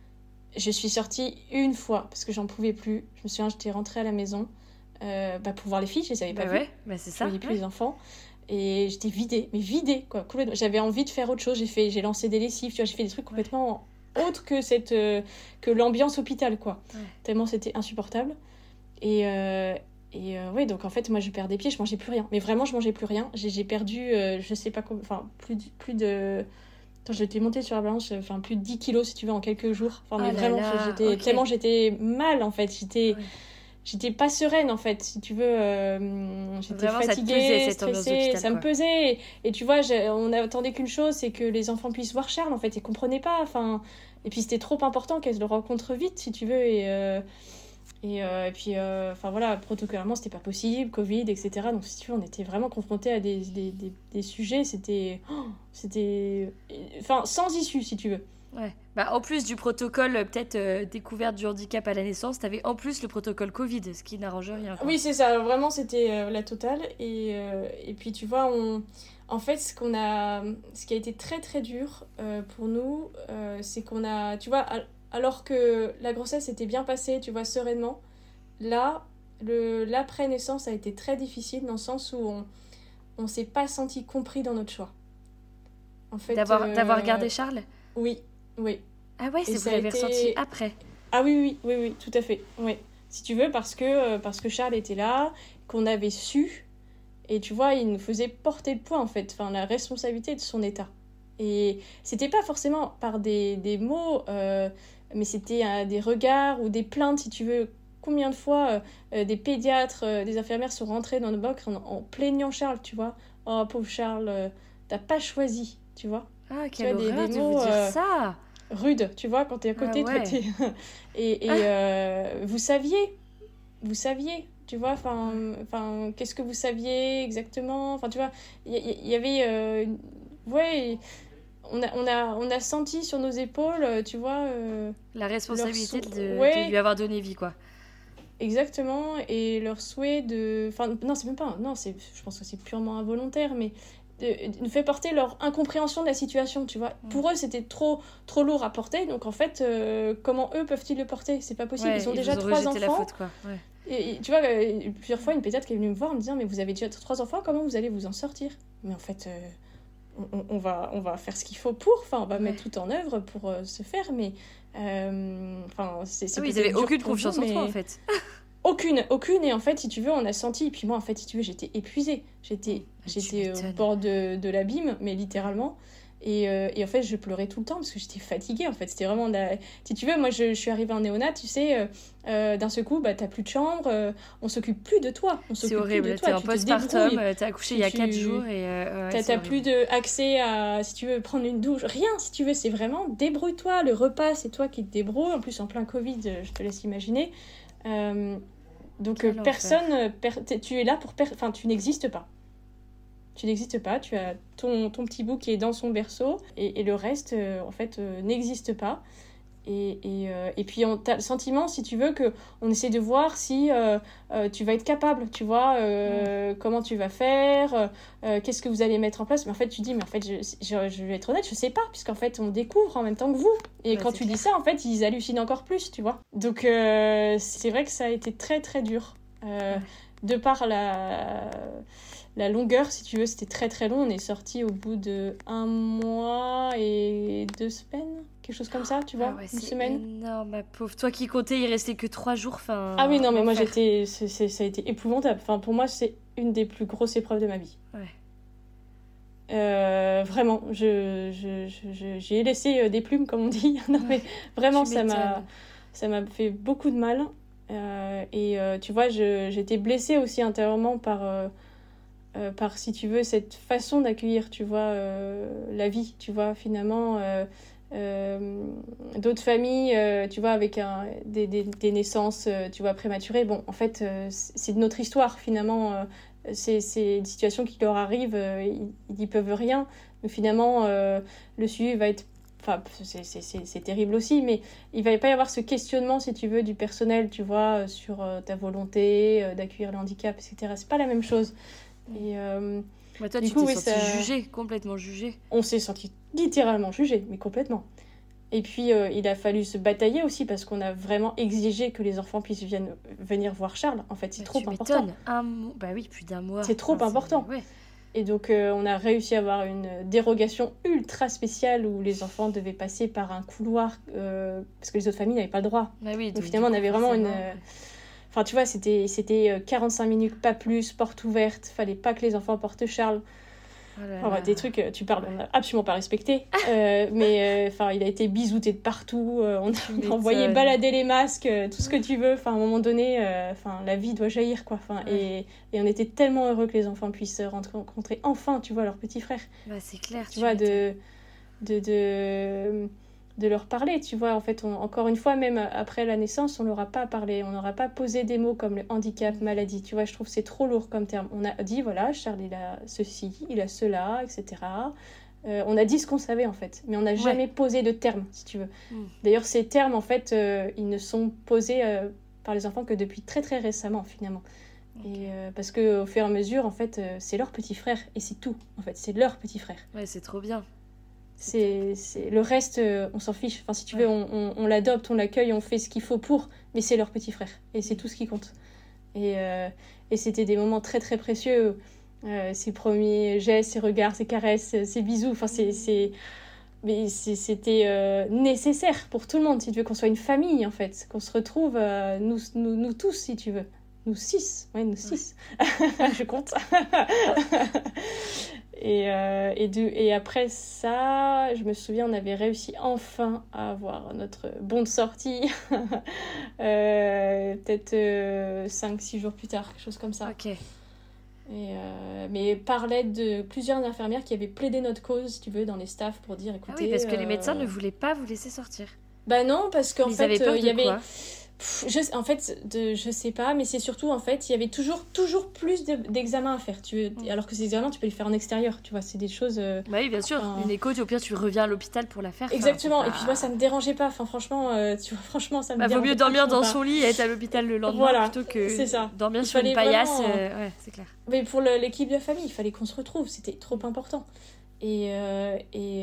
Speaker 5: Je suis sortie une fois, parce que j'en pouvais plus. Je me souviens, j'étais rentrée à la maison euh, bah, pour voir les filles, je les avais pas
Speaker 6: bah
Speaker 5: vues.
Speaker 6: Ouais, bah c'est ça.
Speaker 5: Je voyais plus
Speaker 6: ouais.
Speaker 5: les enfants. Et j'étais vidée, mais vidée, quoi, complètement. J'avais envie de faire autre chose, j'ai, fait, j'ai lancé des lessives, tu vois, j'ai fait des trucs complètement ouais. autres que, cette, euh, que l'ambiance hôpital, quoi. Ouais. Tellement c'était insupportable. Et... Euh, Et euh, oui, donc en fait, moi, je perdais pied, je mangeais plus rien. Mais vraiment, je mangeais plus rien. J'ai, j'ai perdu, euh, je sais pas combien, enfin, plus de... Plus de... Attends, j'étais montée sur la balance, enfin, plus de dix kilos, si tu veux, en quelques jours. Enfin, mais oh vraiment, là, j'étais, okay. tellement j'étais mal, en fait. J'étais, ouais. j'étais pas sereine, en fait, si tu veux. Euh, j'étais vraiment, fatiguée, ça te pesait, stressée, ça me pesait. Et, et tu vois, on attendait qu'une chose, c'est que les enfants puissent voir Charles, en fait. Ils comprenaient pas, enfin... Et puis, c'était trop important qu'elles le rencontrent vite, si tu veux, et... Euh... Et, euh, et puis, enfin euh, voilà, protocolairement, c'était pas possible, Covid, et cetera. Donc, si tu veux, on était vraiment confrontés à des, des, des, des sujets, c'était. Oh, c'était. Enfin, sans issue, si tu veux.
Speaker 6: Ouais. Bah, en plus du protocole, peut-être euh, découverte du handicap à la naissance, t'avais en plus le protocole Covid, ce qui n'arrange rien. Quoi.
Speaker 5: Oui, c'est ça, vraiment, c'était euh, la totale. Et, euh, et puis, tu vois, on. En fait, ce, qu'on a, ce qui a été très très dur euh, pour nous, euh, c'est qu'on a, tu vois, alors que la grossesse était bien passée, tu vois, sereinement, là, le, l'après-naissance a été très difficile dans le sens où on on s'est pas senti compris dans notre choix. En fait,
Speaker 6: D'avoir,
Speaker 5: euh,
Speaker 6: d'avoir gardé Charles ?
Speaker 5: Oui, oui.
Speaker 6: Ah ouais, c'est
Speaker 5: Et
Speaker 6: vous
Speaker 5: ça a
Speaker 6: l'avez
Speaker 5: été-
Speaker 6: ressenti après.
Speaker 5: Ah oui, oui, oui, oui, tout à fait. Oui. Si tu veux, parce que, euh, parce que Charles était là, qu'on avait su, et tu vois, il nous faisait porter le poids, en fait, enfin, la responsabilité de son état. Et c'était pas forcément par des, des mots, euh, mais c'était euh, des regards ou des plaintes, si tu veux. Combien de fois euh, des pédiatres, euh, des infirmières sont rentrés dans nos box en, en plaignant Charles, tu vois. Oh, pauvre Charles, euh, t'as pas choisi, tu vois.
Speaker 6: Ah,
Speaker 5: Tu
Speaker 6: quelle
Speaker 5: vois, des-
Speaker 6: horreur
Speaker 5: des
Speaker 6: de
Speaker 5: mots,
Speaker 6: vous dire
Speaker 5: euh,
Speaker 6: ça.
Speaker 5: Rude, tu vois, quand t'es à côté,
Speaker 6: Ah
Speaker 5: toi,
Speaker 6: ouais.
Speaker 5: t'es... et et euh, vous saviez, vous saviez, tu vois, enfin, enfin, qu'est-ce que vous saviez exactement, enfin, tu vois, il y, y- y avait, euh, une- ouais, on a, on a, on a senti sur nos épaules, euh, tu vois, euh,
Speaker 6: La responsabilité
Speaker 5: sou-
Speaker 6: de,
Speaker 5: ouais.
Speaker 6: de lui avoir donné vie, quoi.
Speaker 5: exactement, et leur souhait de, enfin, non, c'est même pas, non, c'est, je pense que c'est purement involontaire, mais de, de nous fait porter leur incompréhension de la situation, tu vois.
Speaker 6: Mm.
Speaker 5: Pour eux, c'était trop, trop lourd à porter, donc en fait, euh, comment eux peuvent-ils le porter ? C'est pas possible,
Speaker 6: Ouais,
Speaker 5: ils ont déjà
Speaker 6: vous ont
Speaker 5: trois
Speaker 6: rejeté la
Speaker 5: enfants.
Speaker 6: faute, quoi. Ouais.
Speaker 5: Et, et tu vois, euh, plusieurs fois, une pédiatre qui est venue me voir en me disant « Mais vous avez déjà trois enfants, comment vous allez vous en sortir ?» Mais en fait, euh, on, on, va, on va faire ce qu'il faut pour, enfin, on va
Speaker 6: Ouais.
Speaker 5: mettre tout en œuvre pour euh, se faire, mais... euh, Enfin, c'est, c'est
Speaker 6: Ah oui, ils
Speaker 5: peut-être
Speaker 6: avaient
Speaker 5: dur
Speaker 6: aucune
Speaker 5: pour
Speaker 6: confiance
Speaker 5: vous,
Speaker 6: en toi,
Speaker 5: mais-
Speaker 6: en fait.
Speaker 5: Aucune, aucune, et en fait, si tu veux, on a senti, et puis moi, en fait, si tu veux, j'étais épuisée, j'étais,
Speaker 6: Ah, tu
Speaker 5: j'étais au
Speaker 6: m'étonnes.
Speaker 5: bord de, de l'abîme, mais littéralement, et, euh, et en fait, je pleurais tout le temps, parce que j'étais fatiguée, en fait, c'était vraiment, de la... si tu veux, moi, je, je suis arrivée en néonat, tu sais, euh, euh, d'un seul coup, bah, t'as plus de chambre, euh, on s'occupe plus de toi, on
Speaker 6: C'est
Speaker 5: s'occupe plus
Speaker 6: horrible.
Speaker 5: de
Speaker 6: T'es
Speaker 5: toi,
Speaker 6: en
Speaker 5: tu te
Speaker 6: postpartum,
Speaker 5: débrouilles.
Speaker 6: euh, t'as accouché il y a
Speaker 5: Tu-
Speaker 6: quatre jours et euh, ouais,
Speaker 5: T'as,
Speaker 6: c'est
Speaker 5: t'as plus
Speaker 6: horrible.
Speaker 5: d'accès à, si tu veux, prendre une douche, rien, si tu veux, c'est vraiment débrouille-toi, le repas, c'est toi qui te débrouilles, en plus, en plein Covid, euh, je te laisse imaginer. Euh, donc,
Speaker 6: Quel
Speaker 5: euh,
Speaker 6: enfer.
Speaker 5: personne, euh, per- t'es- tu es là pour, per- enfin, tu n'existes pas. Tu n'existes pas, tu as ton, ton petit bout qui est dans son berceau, et, et le reste, euh, en fait, euh, n'existe pas. Et, et, euh, et puis, on, t'as le sentiment, si tu veux, qu'on essaie de voir si euh, euh, tu vas être capable, tu vois, euh, comment tu vas faire, euh, qu'est-ce que vous allez mettre en place. Mais en fait, tu dis, mais en fait, je, je, je vais être honnête, je sais pas, puisqu'en fait, on découvre en même temps que vous. Et
Speaker 6: Ouais,
Speaker 5: quand
Speaker 6: c'est
Speaker 5: tu
Speaker 6: clair.
Speaker 5: dis ça, en fait, ils hallucinent encore plus, tu vois. Donc, euh, c'est vrai que ça a été très, très dur. Euh,
Speaker 6: Ouais.
Speaker 5: De par la... la longueur, si tu veux, c'était très très long. On est sorti au bout de un mois et deux semaines, quelque chose comme ça, tu vois,
Speaker 6: Ah ouais,
Speaker 5: une
Speaker 6: c'est
Speaker 5: semaine.
Speaker 6: énorme, ma pauvre. Toi qui comptais, il restait que trois jours. Fin...
Speaker 5: Ah oui, non, mais moi
Speaker 6: l'enfer.
Speaker 5: j'étais, c'est, c'est- ça a été épouvantable. Enfin, pour moi, c'est une des plus grosses épreuves de ma vie.
Speaker 6: Ouais.
Speaker 5: Euh, vraiment, je, je, je- je- j'ai laissé euh, des plumes, comme on dit. Non, mais vraiment,
Speaker 6: Tu
Speaker 5: ça m'a,
Speaker 6: m'étonnes.
Speaker 5: ça m'a fait beaucoup de mal. Euh, et euh, tu vois, je, j'étais blessée aussi intérieurement par, euh, euh, par, si tu veux, cette façon d'accueillir, tu vois, euh, la vie, tu vois, finalement. euh, euh, d'autres familles, euh, tu vois, avec un, des, des, des naissances, euh, tu vois, prématurées. Bon, en fait, euh, c'est c'est de notre histoire, finalement. euh, c'est, c'est une situation qui leur arrive, euh, ils n'y peuvent rien. Donc, finalement, euh, le suivi va être... Enfin, c'est, c'est, c'est, c'est terrible aussi, mais il va pas y avoir ce questionnement, si tu veux, du personnel, tu vois, euh, sur euh, ta volonté euh, d'accueillir le handicap, et cetera. C'est pas la même chose. Et... euh,
Speaker 6: Bah, toi,
Speaker 5: Du
Speaker 6: tu
Speaker 5: coup,
Speaker 6: t'es
Speaker 5: oui,
Speaker 6: sentie
Speaker 5: ça-
Speaker 6: jugée, complètement jugée.
Speaker 5: on s'est senti littéralement jugé, mais complètement. Et puis, euh, il a fallu se batailler aussi parce qu'on a vraiment exigé que les enfants puissent viennent- venir voir Charles. En fait, c'est
Speaker 6: Bah,
Speaker 5: trop
Speaker 6: tu
Speaker 5: important.
Speaker 6: m'étonnes. Un mois... Bah oui, plus d'un mois.
Speaker 5: C'est trop
Speaker 6: Enfin,
Speaker 5: important.
Speaker 6: Ouais.
Speaker 5: Et donc, euh, on a réussi à avoir une dérogation ultra spéciale où les enfants devaient passer par un couloir euh, parce que les autres familles n'avaient pas le droit.
Speaker 6: Bah oui,
Speaker 5: Donc, finalement,
Speaker 6: du
Speaker 5: on
Speaker 6: coup,
Speaker 5: avait vraiment une...
Speaker 6: forcément,
Speaker 5: euh, Enfin, tu vois, c'était, c'était euh, quarante-cinq minutes, pas plus, porte ouverte. Fallait pas que les enfants portent Charles.
Speaker 6: oh là
Speaker 5: Enfin,
Speaker 6: là.
Speaker 5: des trucs, euh, tu parles, on n'a absolument pas respecté. Euh, mais euh, enfin, il a été bisouté de partout. euh, on a, on a
Speaker 6: m'étonnes.
Speaker 5: envoyé balader les masques, euh, tout ce que tu veux. Enfin, à un moment donné, euh, enfin, la vie doit jaillir, quoi. Enfin,
Speaker 6: Ouais.
Speaker 5: et, et on était tellement heureux que les enfants puissent rentrer, rencontrer enfin, tu vois, leur petit frère.
Speaker 6: Bah, c'est clair.
Speaker 5: Tu vois, de, de, de, de leur parler. Tu vois, en fait, on- encore une fois, même après la naissance, on n'aura pas parlé. On n'aura pas posé des mots comme le handicap, maladie. Tu vois, je trouve que c'est trop lourd comme terme. On a dit, voilà, Charles, il a ceci, il a cela, et cetera. Euh, on a dit ce qu'on savait, en fait. Mais on n'a jamais posé de termes, si tu veux.
Speaker 6: Mm.
Speaker 5: D'ailleurs, ces termes, en fait, euh, ils ne sont posés euh, par les enfants que depuis très, très récemment, finalement.
Speaker 6: Ok.
Speaker 5: Et, euh, parce qu'au fur et à mesure, en fait, euh, c'est leur petit frère. Et c'est tout, en fait. C'est leur petit frère.
Speaker 6: Ouais, c'est trop bien.
Speaker 5: C'est, c'est... Le reste, euh, on s'en fiche. Enfin, si tu ouais. veux, on, on, on l'adopte, on l'accueille, on fait ce qu'il faut pour, mais c'est leur petit frère. Et c'est tout ce qui compte. Et, euh, et c'était des moments très, très précieux. Euh, ses premiers gestes, ses regards, ses caresses, ses bisous. Enfin, c'est... c'est... Mais c'est, c'était euh, nécessaire pour tout le monde, si tu veux, qu'on soit une famille, en fait. Qu'on se retrouve, euh, nous, nous, nous tous, si tu veux. Nous six. Oui, nous six. Ouais. Je compte. Et, euh, et, de, et après ça, je me souviens, on avait réussi enfin à avoir notre bon de sortie. euh, peut-être euh, cinq six jours plus tard, quelque chose comme ça.
Speaker 6: Ok.
Speaker 5: Et euh, mais par l'aide de plusieurs infirmières qui avaient plaidé notre cause, si tu veux, dans les staffs pour dire, écoutez...
Speaker 6: Ah oui, parce que
Speaker 5: euh...
Speaker 6: les médecins ne voulaient pas vous laisser sortir.
Speaker 5: Bah non, parce qu'en
Speaker 6: ils
Speaker 5: fait,
Speaker 6: avaient peur
Speaker 5: il
Speaker 6: de
Speaker 5: y avait...
Speaker 6: quoi
Speaker 5: Pff, je, en fait, de, je sais pas, mais c'est surtout, en fait, il y avait toujours, toujours plus de, d'examens à faire. Tu veux, mmh. Alors que ces examens, tu peux les faire en extérieur, tu vois, c'est des choses... Euh,
Speaker 6: bah oui, bien sûr. Enfin... Une écho, au pire, tu reviens à l'hôpital pour la faire.
Speaker 5: Exactement,
Speaker 6: enfin,
Speaker 5: et puis moi, ça me dérangeait pas. Enfin, franchement, euh, tu vois, franchement, ça me
Speaker 6: bah,
Speaker 5: dérangeait
Speaker 6: vaut mieux dormir dans
Speaker 5: pas.
Speaker 6: son lit et être à l'hôpital le lendemain
Speaker 5: voilà,
Speaker 6: plutôt que
Speaker 5: c'est ça.
Speaker 6: dormir
Speaker 5: il
Speaker 6: sur une paillasse.
Speaker 5: Vraiment...
Speaker 6: Euh, ouais, c'est clair.
Speaker 5: Mais pour le, l'équipe de famille, il fallait qu'on se retrouve, c'était trop important. Et, euh, et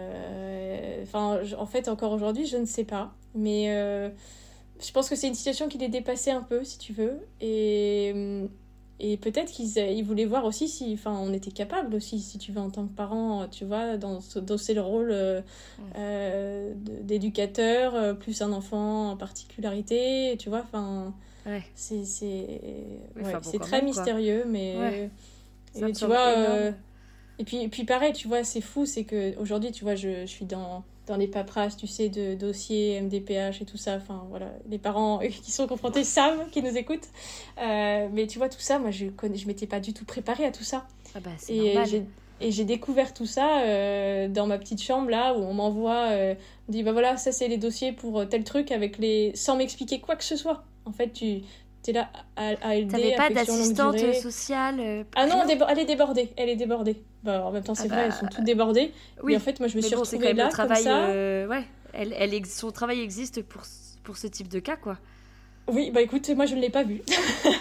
Speaker 5: euh, enfin, en fait, encore aujourd'hui, je ne sais pas, mais... Euh, je pense que c'est une situation qui les dépassait un peu, si tu veux. Et, et peut-être qu'ils ils voulaient voir aussi si... Enfin, on était capable aussi, si tu veux, en tant que parents, tu vois, d'endosser le rôle euh, mmh. euh, d'éducateur, euh, plus un enfant en particularité, tu vois, enfin... Ouais. C'est, c'est, oui, ouais, c'est très même, mystérieux, quoi. Mais... Ouais. Et tu vois... Euh, et, puis, et puis pareil, tu vois, c'est fou, c'est qu'aujourd'hui, tu vois, je, je suis dans... dans les paperasses, tu sais, de dossiers M D P H et tout ça. Enfin, voilà, les parents qui sont confrontés savent, qui nous écoutent. Euh, mais tu vois, tout ça, moi, je ne je m'étais pas du tout préparée à tout ça.
Speaker 6: Ah bah, c'est
Speaker 5: et
Speaker 6: normal.
Speaker 5: J'ai, et j'ai découvert tout ça euh, dans ma petite chambre, là, où on m'envoie... Euh, on dit, bah voilà, ça, c'est les dossiers pour tel truc, avec les... sans m'expliquer quoi que ce soit. En fait, tu... T'es là à, à aider.
Speaker 6: T'avais pas d'assistante sociale euh,
Speaker 5: Ah non, débo- elle est débordée. Elle est débordée. Bah, en même temps, c'est ah vrai, bah... elles sont toutes débordées. Oui. Mais en fait, moi, je me mais suis bon, retrouvée là,
Speaker 6: travail,
Speaker 5: comme ça.
Speaker 6: Euh, ouais, elle, elle ex- son travail existe pour, pour ce type de cas, quoi.
Speaker 5: Oui, bah écoute, moi, je ne l'ai pas vu.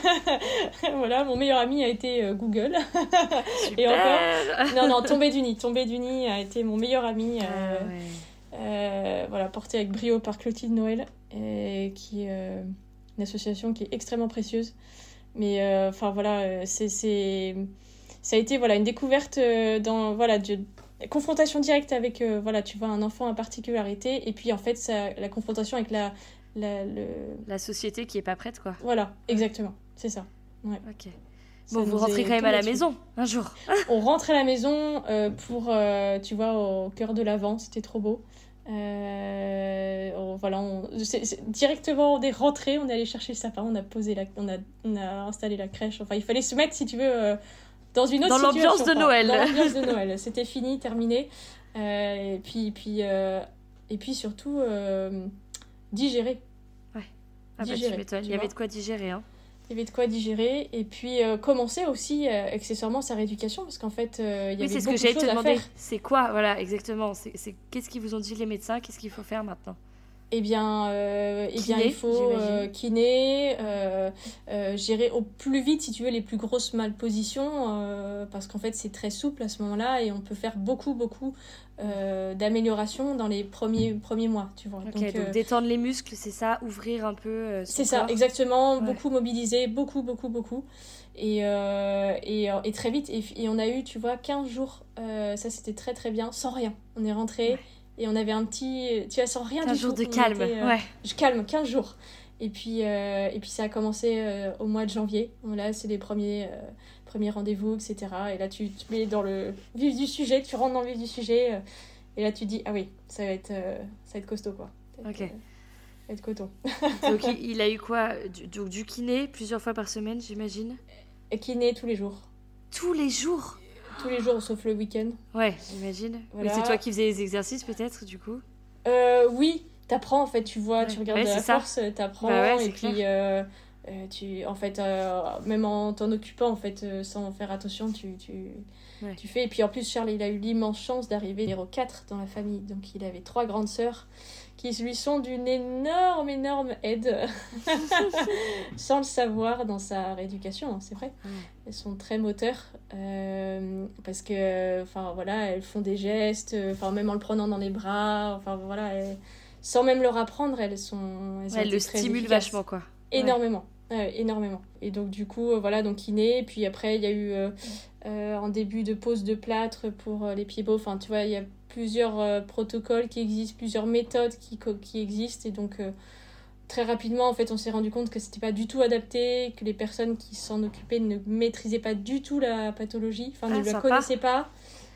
Speaker 5: Voilà, mon meilleur ami a été euh, Google.
Speaker 6: Super.
Speaker 5: Et encore... Non, non, tombé du nid. Tombé du nid a été mon meilleur ami. Euh, ah, ouais. euh, voilà, porté avec brio par Clotilde Noël, et qui... Euh... une association qui est extrêmement précieuse. Mais enfin euh, voilà, euh, c'est, c'est... ça a été voilà, une découverte euh, dans voilà, de... confrontation directe avec euh, voilà, tu vois, un enfant à particularité, et puis en fait ça, la confrontation avec la, la, le...
Speaker 6: la société qui est pas prête, quoi.
Speaker 5: Voilà, exactement, c'est ça. Ouais.
Speaker 6: Ok. Bon, vous rentrez quand même à la maison, un jour.
Speaker 5: On rentre à la maison euh, pour, euh, tu vois, au cœur de l'Avent, c'était trop beau. Euh, on, voilà, on, c'est, c'est, directement on est rentré, on est allé chercher le sapin, on a posé la, on a, on a installé la crèche. Enfin, il fallait se mettre, si tu veux, euh, dans une autre
Speaker 6: dans
Speaker 5: situation.
Speaker 6: L'ambiance de Noël.
Speaker 5: Dans l'ambiance de Noël. C'était fini, terminé. Euh, et puis, puis, euh, et puis surtout euh, digérer.
Speaker 6: Ouais. Ah
Speaker 5: digérer,
Speaker 6: bah tu m'étonnes. Il y avait de quoi digérer, hein.
Speaker 5: Il y avait de quoi digérer, et puis euh, commencer aussi euh, accessoirement sa rééducation, parce qu'en fait euh, il y
Speaker 6: oui,
Speaker 5: avait
Speaker 6: c'est
Speaker 5: beaucoup
Speaker 6: ce que
Speaker 5: de choses
Speaker 6: te
Speaker 5: à
Speaker 6: demander.
Speaker 5: faire.
Speaker 6: C'est quoi, voilà, exactement, c'est, c'est... qu'est-ce qu'ils vous ont dit les médecins, qu'est-ce qu'il faut faire maintenant?
Speaker 5: Eh bien, euh, eh
Speaker 6: kiné,
Speaker 5: bien il faut euh, kiné, euh, euh, gérer au plus vite, si tu veux, les plus grosses malpositions, euh, parce qu'en fait, c'est très souple à ce moment-là, et on peut faire beaucoup, beaucoup euh, d'améliorations dans les premiers, premiers mois, tu vois.
Speaker 6: Ok, donc, donc euh, détendre les muscles, c'est ça, ouvrir un peu euh, son
Speaker 5: c'est
Speaker 6: corps.
Speaker 5: ça, exactement,
Speaker 6: ouais.
Speaker 5: Beaucoup mobiliser, beaucoup, beaucoup, beaucoup. Et, euh, et, et très vite, et, et on a eu, tu vois, quinze jours, euh, ça c'était très, très bien, sans rien. On est rentré... Ouais. Et on avait un petit... Tu vois, sans rien du tout.
Speaker 6: quinze jours de calme,
Speaker 5: était, euh,
Speaker 6: ouais.
Speaker 5: Je calme, quinze jours. Et puis, euh, et puis ça a commencé euh, au mois de janvier. Là, c'est les premiers, euh, premiers rendez-vous, et cetera. Et là, tu te mets dans le vif du sujet, tu rentres dans le vif du sujet. Euh, et là, tu te dis, ah oui, ça va être, euh, ça va être costaud, quoi. Ça va être,
Speaker 6: ok.
Speaker 5: Euh, ça va être coton.
Speaker 6: Donc, il, il a eu quoi du, donc, du kiné plusieurs fois par semaine, j'imagine?
Speaker 5: Et kiné tous les jours.
Speaker 6: Tous les jours?
Speaker 5: Tous les jours, sauf le week-end.
Speaker 6: Ouais, j'imagine.
Speaker 5: Voilà.
Speaker 6: Mais c'est toi qui faisais les exercices, peut-être, du coup?
Speaker 5: euh, Oui, t'apprends, en fait, tu vois,
Speaker 6: ouais.
Speaker 5: tu regardes
Speaker 6: ouais,
Speaker 5: de la
Speaker 6: ça.
Speaker 5: force, t'apprends,
Speaker 6: bah ouais,
Speaker 5: et
Speaker 6: clair.
Speaker 5: puis... Euh, Euh, tu, en fait, euh, même en t'en occupant, en fait, euh, sans faire attention, tu, tu, ouais. tu fais. Et puis en plus, Charles, il a eu l'immense chance d'arriver numéro quatre dans la famille. Donc il avait trois grandes sœurs qui lui sont d'une énorme, énorme aide, sans le savoir dans sa rééducation, hein, c'est vrai. Ouais. Elles sont très moteurs, euh, parce que, enfin voilà, elles font des gestes, enfin même en le prenant dans les bras, enfin voilà, elles, sans même leur apprendre, elles sont... Elles,
Speaker 6: ouais, elles le stimulent vachement, quoi.
Speaker 5: Énormément. Ouais, énormément. Et donc du coup euh, voilà, donc kiné, puis après il y a eu euh, euh, un début de pose de plâtre pour euh, les pieds beaux, enfin tu vois, il y a plusieurs euh, protocoles qui existent, plusieurs méthodes qui, qui existent, et donc euh, très rapidement en fait on s'est rendu compte que c'était pas du tout adapté, que les personnes qui s'en occupaient ne maîtrisaient pas du tout la pathologie, enfin ah, ne la connaissaient pas.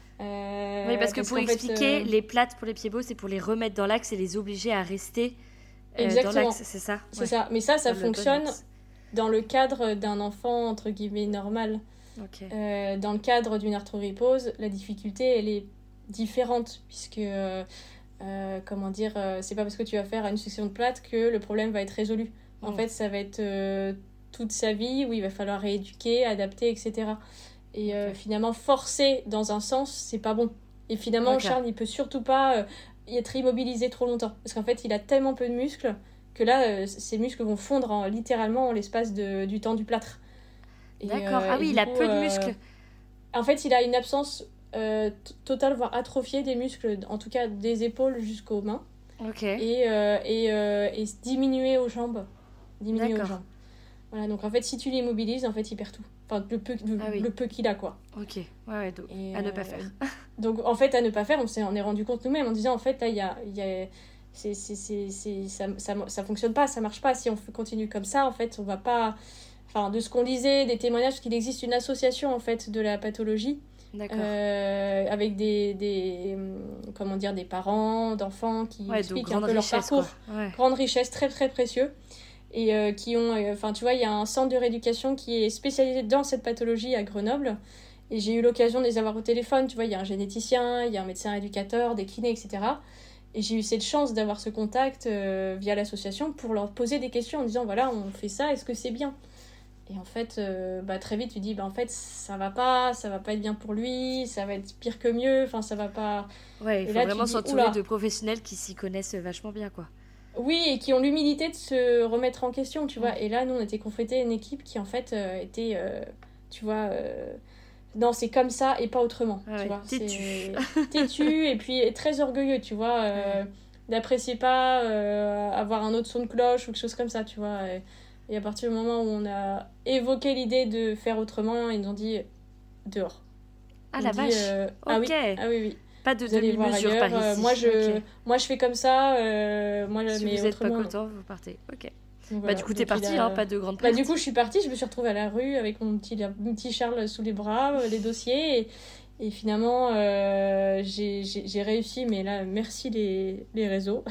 Speaker 6: Euh, oui, parce que parce pour expliquer, fait, euh... les plâtres pour les pieds beaux, c'est pour les remettre dans l'axe et les obliger à rester euh,
Speaker 5: Exactement.
Speaker 6: dans l'axe, c'est ça.
Speaker 5: C'est
Speaker 6: ouais.
Speaker 5: ça, mais ça, ça dans fonctionne dans le cadre d'un enfant, entre guillemets, normal.
Speaker 6: Okay.
Speaker 5: Euh, dans le cadre d'une arthrorépose, la difficulté, elle est différente, puisque, euh, euh, comment dire, euh, c'est pas parce que tu vas faire une succion de plâtre que le problème va être résolu. En mmh. fait, ça va être euh, toute sa vie où il va falloir rééduquer, adapter, et cetera. Et okay. euh, finalement, forcer dans un sens, c'est pas bon. Et finalement, okay. Charles, il peut surtout pas euh, être immobilisé trop longtemps, parce qu'en fait, il a tellement peu de muscles que là, euh, ses muscles vont fondre en, littéralement en l'espace de, du temps du plâtre.
Speaker 6: Et, D'accord, euh, ah oui, il coup, a peu de muscles.
Speaker 5: Euh, en fait, il a une absence euh, t- totale, voire atrophiée des muscles, en tout cas des épaules jusqu'aux mains.
Speaker 6: Ok.
Speaker 5: Et, euh, et, euh, et diminué aux jambes. Diminué aux jambes. Voilà, donc en fait, si tu l'immobilises, en fait, il perd tout. Enfin, le peu, le, ah oui. le peu qu'il a, quoi.
Speaker 6: Ok, ouais, ouais, donc, et, à ne pas faire.
Speaker 5: Donc, en fait, à ne pas faire, on s'est on est rendu compte nous-mêmes en disant, en fait, là, il y a... Y a c'est, c'est, c'est, c'est, ça, ça, ça fonctionne pas, ça marche pas. Si on continue comme ça, en fait, on va pas... Enfin, de ce qu'on lisait, des témoignages, qu'il existe une association, en fait, de la pathologie.
Speaker 6: D'accord.
Speaker 5: Euh, avec des, des... Comment dire, des parents, d'enfants qui
Speaker 6: ouais,
Speaker 5: expliquent
Speaker 6: un peu
Speaker 5: richesse, leur parcours.
Speaker 6: Ouais.
Speaker 5: Grande richesse, très, très précieux. Et euh, qui ont... Enfin, euh, tu vois, il y a un centre de rééducation qui est spécialisé dans cette pathologie à Grenoble. Et j'ai eu l'occasion de les avoir au téléphone. Tu vois, il y a un généticien, il y a un médecin éducateur, des kinés, et cetera. Et j'ai eu cette chance d'avoir ce contact euh, via l'association pour leur poser des questions en disant, voilà, on fait ça, est-ce que c'est bien ? Et en fait, euh, bah, très vite, tu dis, bah, en fait, ça va pas, ça va pas être bien pour lui, ça va être pire que mieux, enfin, ça va pas...
Speaker 6: Ouais, il faut
Speaker 5: là,
Speaker 6: vraiment
Speaker 5: dis,
Speaker 6: s'entourer de professionnels qui s'y connaissent vachement bien, quoi.
Speaker 5: Oui, et qui ont l'humilité de se remettre en question, tu vois. Ouais. Et là, nous, on était confrontés à une équipe qui, en fait, euh, était, euh, tu vois... Euh... Non, c'est comme ça et pas autrement,
Speaker 6: ah
Speaker 5: tu
Speaker 6: ouais,
Speaker 5: vois.
Speaker 6: Têtu.
Speaker 5: C'est têtu et puis très orgueilleux, tu vois. Euh, ouais. N'apprécier pas euh, avoir un autre son de cloche ou quelque chose comme ça, tu vois. Et, et à partir du moment où on a évoqué l'idée de faire autrement, ils nous ont dit dehors.
Speaker 6: Ah la vache
Speaker 5: euh,
Speaker 6: ok.
Speaker 5: Ah oui, ah oui, oui.
Speaker 6: Pas de demi-mesure par ici.
Speaker 5: Euh, moi, je, okay. moi, je fais comme ça. Euh, moi,
Speaker 6: si
Speaker 5: mais
Speaker 6: vous n'êtes pas
Speaker 5: non.
Speaker 6: content, vous partez. Ok.
Speaker 5: Donc,
Speaker 6: bah,
Speaker 5: voilà.
Speaker 6: du coup, t'es partie,
Speaker 5: a...
Speaker 6: hein, pas de grande perte.
Speaker 5: Bah, du coup, je suis partie, je me suis retrouvée à la rue avec mon petit, mon petit Charles sous les bras, euh, les dossiers, et, et finalement, euh, j'ai, j'ai, j'ai réussi, mais là, merci les, les réseaux,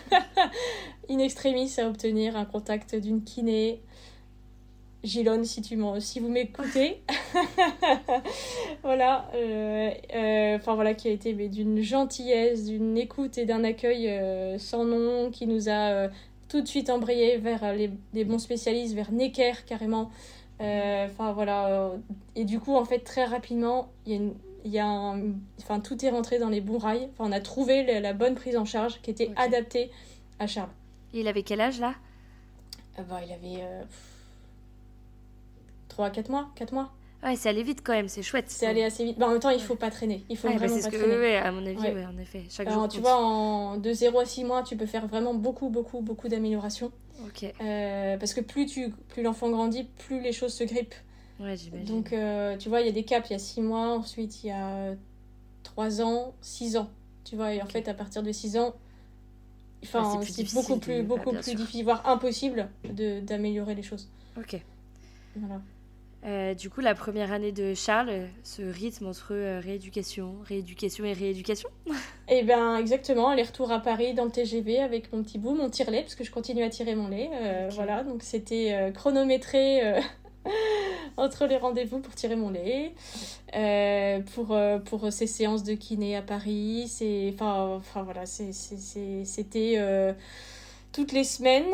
Speaker 5: in extremis, à obtenir un contact d'une kiné. Gilonne, si, tu si vous m'écoutez. Voilà. Euh, euh, enfin, voilà, qui a été mais, d'une gentillesse, d'une écoute et d'un accueil euh, sans nom, qui nous a... Euh, tout de suite embrayé vers les, les bons spécialistes, vers Necker carrément. Euh, enfin voilà. Euh, et du coup, en fait, très rapidement, il y a une, il y a un, enfin, tout est rentré dans les bons rails. Enfin, on a trouvé la, la bonne prise en charge qui était okay. adaptée à Charles.
Speaker 6: Et il avait quel âge là ?
Speaker 5: euh, bah, Il avait euh, trois à quatre mois. quatre mois.
Speaker 6: Ouais, c'est allé vite quand même, c'est chouette.
Speaker 5: C'est allé assez vite. Bah, en même temps, il ne faut pas traîner. Il faut
Speaker 6: ouais,
Speaker 5: vraiment
Speaker 6: bah, c'est
Speaker 5: pas
Speaker 6: ce que,
Speaker 5: traîner.
Speaker 6: Ouais, à mon avis,
Speaker 5: ouais.
Speaker 6: Ouais, en effet. Chaque
Speaker 5: Alors,
Speaker 6: jour
Speaker 5: tu
Speaker 6: compte.
Speaker 5: vois, en, de zéro à six mois, tu peux faire vraiment beaucoup, beaucoup, beaucoup d'améliorations.
Speaker 6: Ok.
Speaker 5: Euh, parce que plus, tu, plus l'enfant grandit, plus les choses se grippent.
Speaker 6: Ouais, j'imagine.
Speaker 5: Donc, euh, tu vois, il y a des caps, il y a six mois, ensuite il y a trois ans, six ans. Tu vois, et okay. en fait, à partir de six ans, enfin, ouais, c'est, c'est beaucoup plus, de... beaucoup ah, plus difficile, voire impossible de, d'améliorer les choses.
Speaker 6: Ok.
Speaker 5: Voilà.
Speaker 6: Euh, du coup, la première année de Charles, ce rythme entre euh, rééducation, rééducation et rééducation.
Speaker 5: Eh bien, exactement. Aller-retour à Paris dans le T G V avec mon petit bout, mon tire-lait, parce que je continue à tirer mon lait. Euh, okay. Voilà, donc c'était euh, chronométré euh, entre les rendez-vous pour tirer mon lait, euh, pour, euh, pour ces séances de kiné à Paris. C'est, enfin, enfin voilà, c'est, c'est, c'est, c'était euh, toutes les semaines.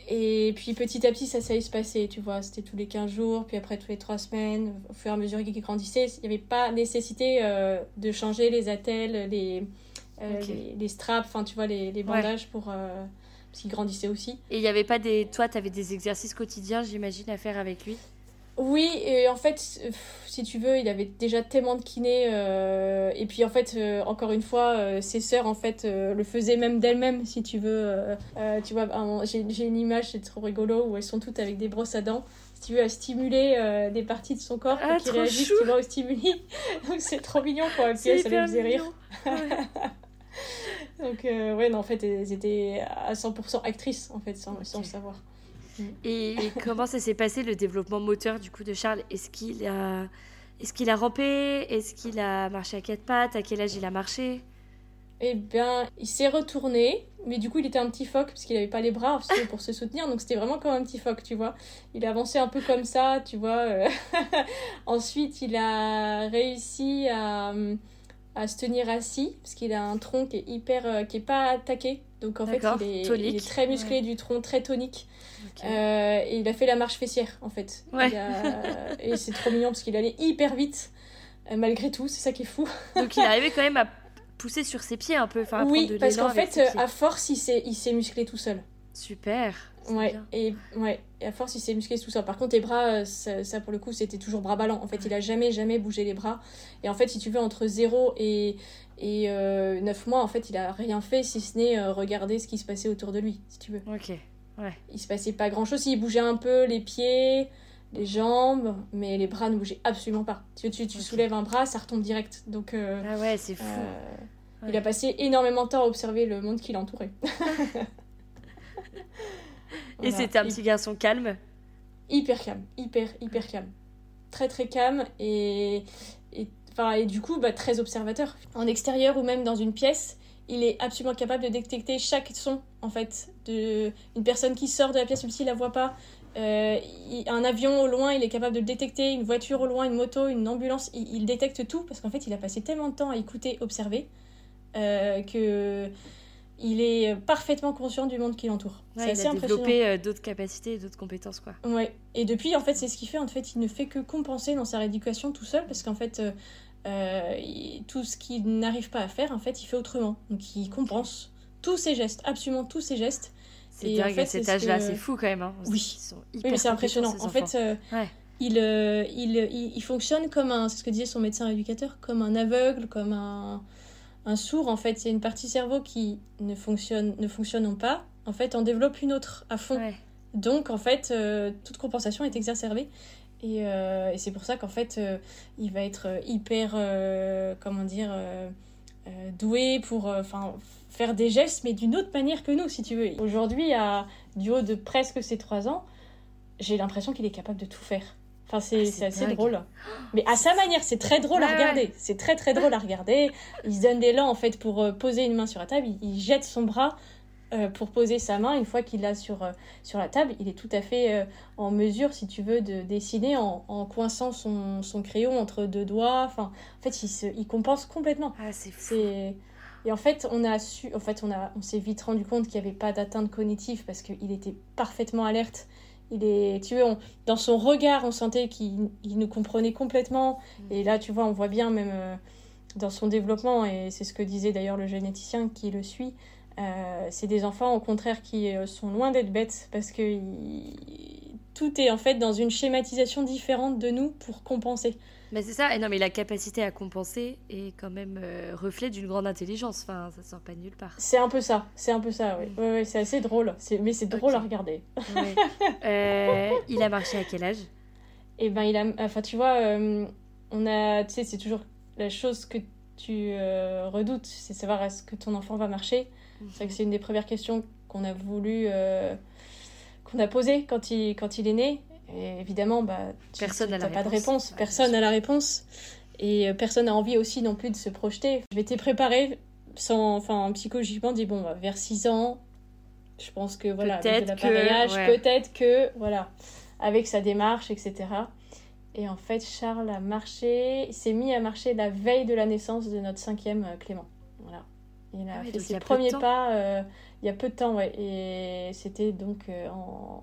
Speaker 5: Et puis petit à petit, ça s'est espacé, tu vois. C'était tous les quinze jours, puis après tous les trois semaines. Au fur et à mesure qu'il grandissait, il n'y avait pas nécessité euh, de changer les attelles, les, euh, okay. les, les straps, enfin tu vois, les, les bandages ouais. pour... Euh, parce qu'il grandissait aussi.
Speaker 6: Et il n'y avait pas des... Toi, tu avais des exercices quotidiens, j'imagine, à faire avec lui ?
Speaker 5: Oui, et en fait, euh, si tu veux, il avait déjà tellement de kinés. Euh, et puis, en fait, euh, encore une fois, euh, ses sœurs, en fait, euh, le faisaient même d'elles-mêmes, si tu veux. Euh, euh, tu vois, un, j'ai, j'ai une image, c'est trop rigolo, où elles sont toutes avec des brosses à dents, si tu veux, à stimuler euh, des parties de son corps pour ah, qu'ils réagissent, chou. Tu vois, au stimuli. Donc, c'est trop mignon, quoi. Et puis, elles, ça les faisait rire. Ouais. Donc, euh, ouais, non, en fait, elles étaient à cent pour cent actrices, en fait, sans, okay. sans le savoir.
Speaker 6: Et, et comment ça s'est passé le développement moteur du coup de Charles ? Est-ce qu'il a, est-ce qu'il a rampé ? Est-ce qu'il a marché à quatre pattes ? À quel âge il a marché ?
Speaker 5: Eh bien, il s'est retourné, mais du coup, il était un petit phoque parce qu'il n'avait pas les bras pour se soutenir, donc c'était vraiment comme un petit phoque, tu vois. Il a avancé un peu comme ça, tu vois. Ensuite, il a réussi à, à se tenir assis parce qu'il a un tronc qui est hyper, euh, qui est pas attaqué. Donc en D'accord. fait, il est, il est très musclé ouais. du tronc, très tonique. Okay. Euh, et il a fait la marche fessière, en fait.
Speaker 6: Ouais.
Speaker 5: Il a... et c'est trop mignon parce qu'il allait hyper vite, euh, malgré tout. C'est ça qui est fou.
Speaker 6: Donc il arrivait quand même à pousser sur ses pieds un peu. Enfin, à
Speaker 5: oui,
Speaker 6: prendre de
Speaker 5: parce
Speaker 6: l'élan
Speaker 5: qu'en fait, à force, il s'est, il s'est musclé tout seul.
Speaker 6: Super.
Speaker 5: Ouais et, ouais, et à force, il s'est musclé tout seul. Par contre, les bras, ça, ça pour le coup, c'était toujours bras ballants. En fait, ouais. il a jamais, jamais bougé les bras. Et en fait, si tu veux, entre zéro et... Et euh, neuf mois, en fait, il a rien fait si ce n'est euh, regarder ce qui se passait autour de lui, si tu veux.
Speaker 6: Ok, ouais.
Speaker 5: Il se passait pas grand-chose. Il bougeait un peu les pieds, les jambes, mais les bras ne bougeaient absolument pas. Tu, tu, tu okay. soulèves un bras, ça retombe direct. Donc, euh,
Speaker 6: ah ouais, c'est fou.
Speaker 5: Euh,
Speaker 6: ouais.
Speaker 5: Il a passé énormément de temps à observer le monde qui l'entourait.
Speaker 6: Et voilà. C'était un petit garçon calme ?
Speaker 5: Hyper calme, hyper, hyper calme. Très, très calme et... et Enfin, et du coup, bah, très observateur. En extérieur ou même dans une pièce, il est absolument capable de détecter chaque son, en fait. De... Une personne qui sort de la pièce, même s'il ne la voit pas. Euh, il... Un avion au loin, il est capable de le détecter. Une voiture au loin, une moto, une ambulance. Il, il détecte tout parce qu'en fait, il a passé tellement de temps à écouter, observer, euh, que... Il est parfaitement conscient du monde qui l'entoure.
Speaker 6: Ouais,
Speaker 5: c'est assez impressionnant.
Speaker 6: Il a développé euh, d'autres capacités et d'autres compétences, quoi.
Speaker 5: Ouais. Et depuis, en fait, c'est ce qu'il fait. En fait, il ne fait que compenser dans sa rééducation tout seul parce qu'en fait... Euh, Euh, il, tout ce qu'il n'arrive pas à faire, en fait, il fait autrement. Donc, il compense tous ses gestes, absolument tous ses gestes.
Speaker 6: C'est dingue, en fait, à cet âge-là, que... c'est fou quand même. Hein.
Speaker 5: Oui,
Speaker 6: sont hyper
Speaker 5: oui mais c'est impressionnant. En fait, euh, ouais. il, euh, il, il, il fonctionne comme un, c'est ce que disait son médecin éducateur, comme un aveugle, comme un, un sourd. En fait, c'est une partie cerveau qui ne fonctionne, ne fonctionnant pas. En fait, on développe une autre à fond. Ouais. Donc, en fait, euh, toute compensation est exacerbée. Et, euh, et c'est pour ça qu'en fait, euh, il va être hyper, euh, comment dire, euh, euh, doué pour euh, faire des gestes, mais d'une autre manière que nous, si tu veux. Aujourd'hui, à, du haut de presque ses trois ans, j'ai l'impression qu'il est capable de tout faire. Enfin, c'est, ah, c'est, c'est assez dingue. Drôle. Mais à sa manière, c'est très drôle ouais, à regarder. Ouais. C'est très, très drôle à regarder. Il se donne d'élan, en fait, pour euh, poser une main sur la table. Il, il jette son bras Euh, pour poser sa main. Une fois qu'il l'a sur, euh, sur la table, il est tout à fait euh, en mesure, si tu veux, de dessiner en, en coinçant son, son crayon entre deux doigts. Enfin, en fait, il, se, il compense complètement.
Speaker 6: Ah, c'est fou.
Speaker 5: C'est... Et en fait, on, a su, en fait on, a, on s'est vite rendu compte qu'il n'y avait pas d'atteinte cognitive parce qu'il était parfaitement alerte. Il est, tu vois, on, dans son regard, on sentait qu'il il nous comprenait complètement. Mmh. Et là, tu vois, on voit bien même euh, dans son développement, et c'est ce que disait d'ailleurs le généticien qui le suit, Euh, c'est des enfants au contraire qui euh, sont loin d'être bêtes parce que y... tout est en fait dans une schématisation différente de nous pour compenser.
Speaker 6: Mais c'est ça, et non mais la capacité à compenser est quand même euh, reflet d'une grande intelligence, enfin ça sort pas de nulle part.
Speaker 5: C'est un peu ça, c'est un peu ça, oui. Ouais, ouais, c'est assez drôle, c'est... mais c'est drôle okay. à regarder.
Speaker 6: Ouais. euh, il a marché à quel âge ?
Speaker 5: Eh ben il a, enfin tu vois, euh, on a, tu sais, c'est toujours la chose que tu euh, redoutes, c'est savoir est-ce que ton enfant va marcher. C'est vrai que c'est une des premières questions qu'on a voulu, euh, qu'on a posées quand il, quand il est né. Et évidemment, bah,
Speaker 6: personne n'a
Speaker 5: pas
Speaker 6: réponse.
Speaker 5: de réponse. Ouais, personne n'a la réponse. Et euh, personne n'a envie aussi non plus de se projeter. Je m'étais préparée, sans, enfin, psychologiquement, dit bon, bah, vers six ans, je pense que voilà,
Speaker 6: peut-être
Speaker 5: avec de l'appareillage,
Speaker 6: que, ouais.
Speaker 5: peut-être que, voilà, avec sa démarche, et cetera. Et en fait, Charles a marché, s'est mis à marcher la veille de la naissance de notre cinquième euh, Clément. Voilà. Il a
Speaker 6: Ah oui,
Speaker 5: fait
Speaker 6: donc il y
Speaker 5: ses
Speaker 6: a peu de
Speaker 5: premiers
Speaker 6: temps.
Speaker 5: pas euh, il y a peu de temps, ouais. Et c'était donc euh, en,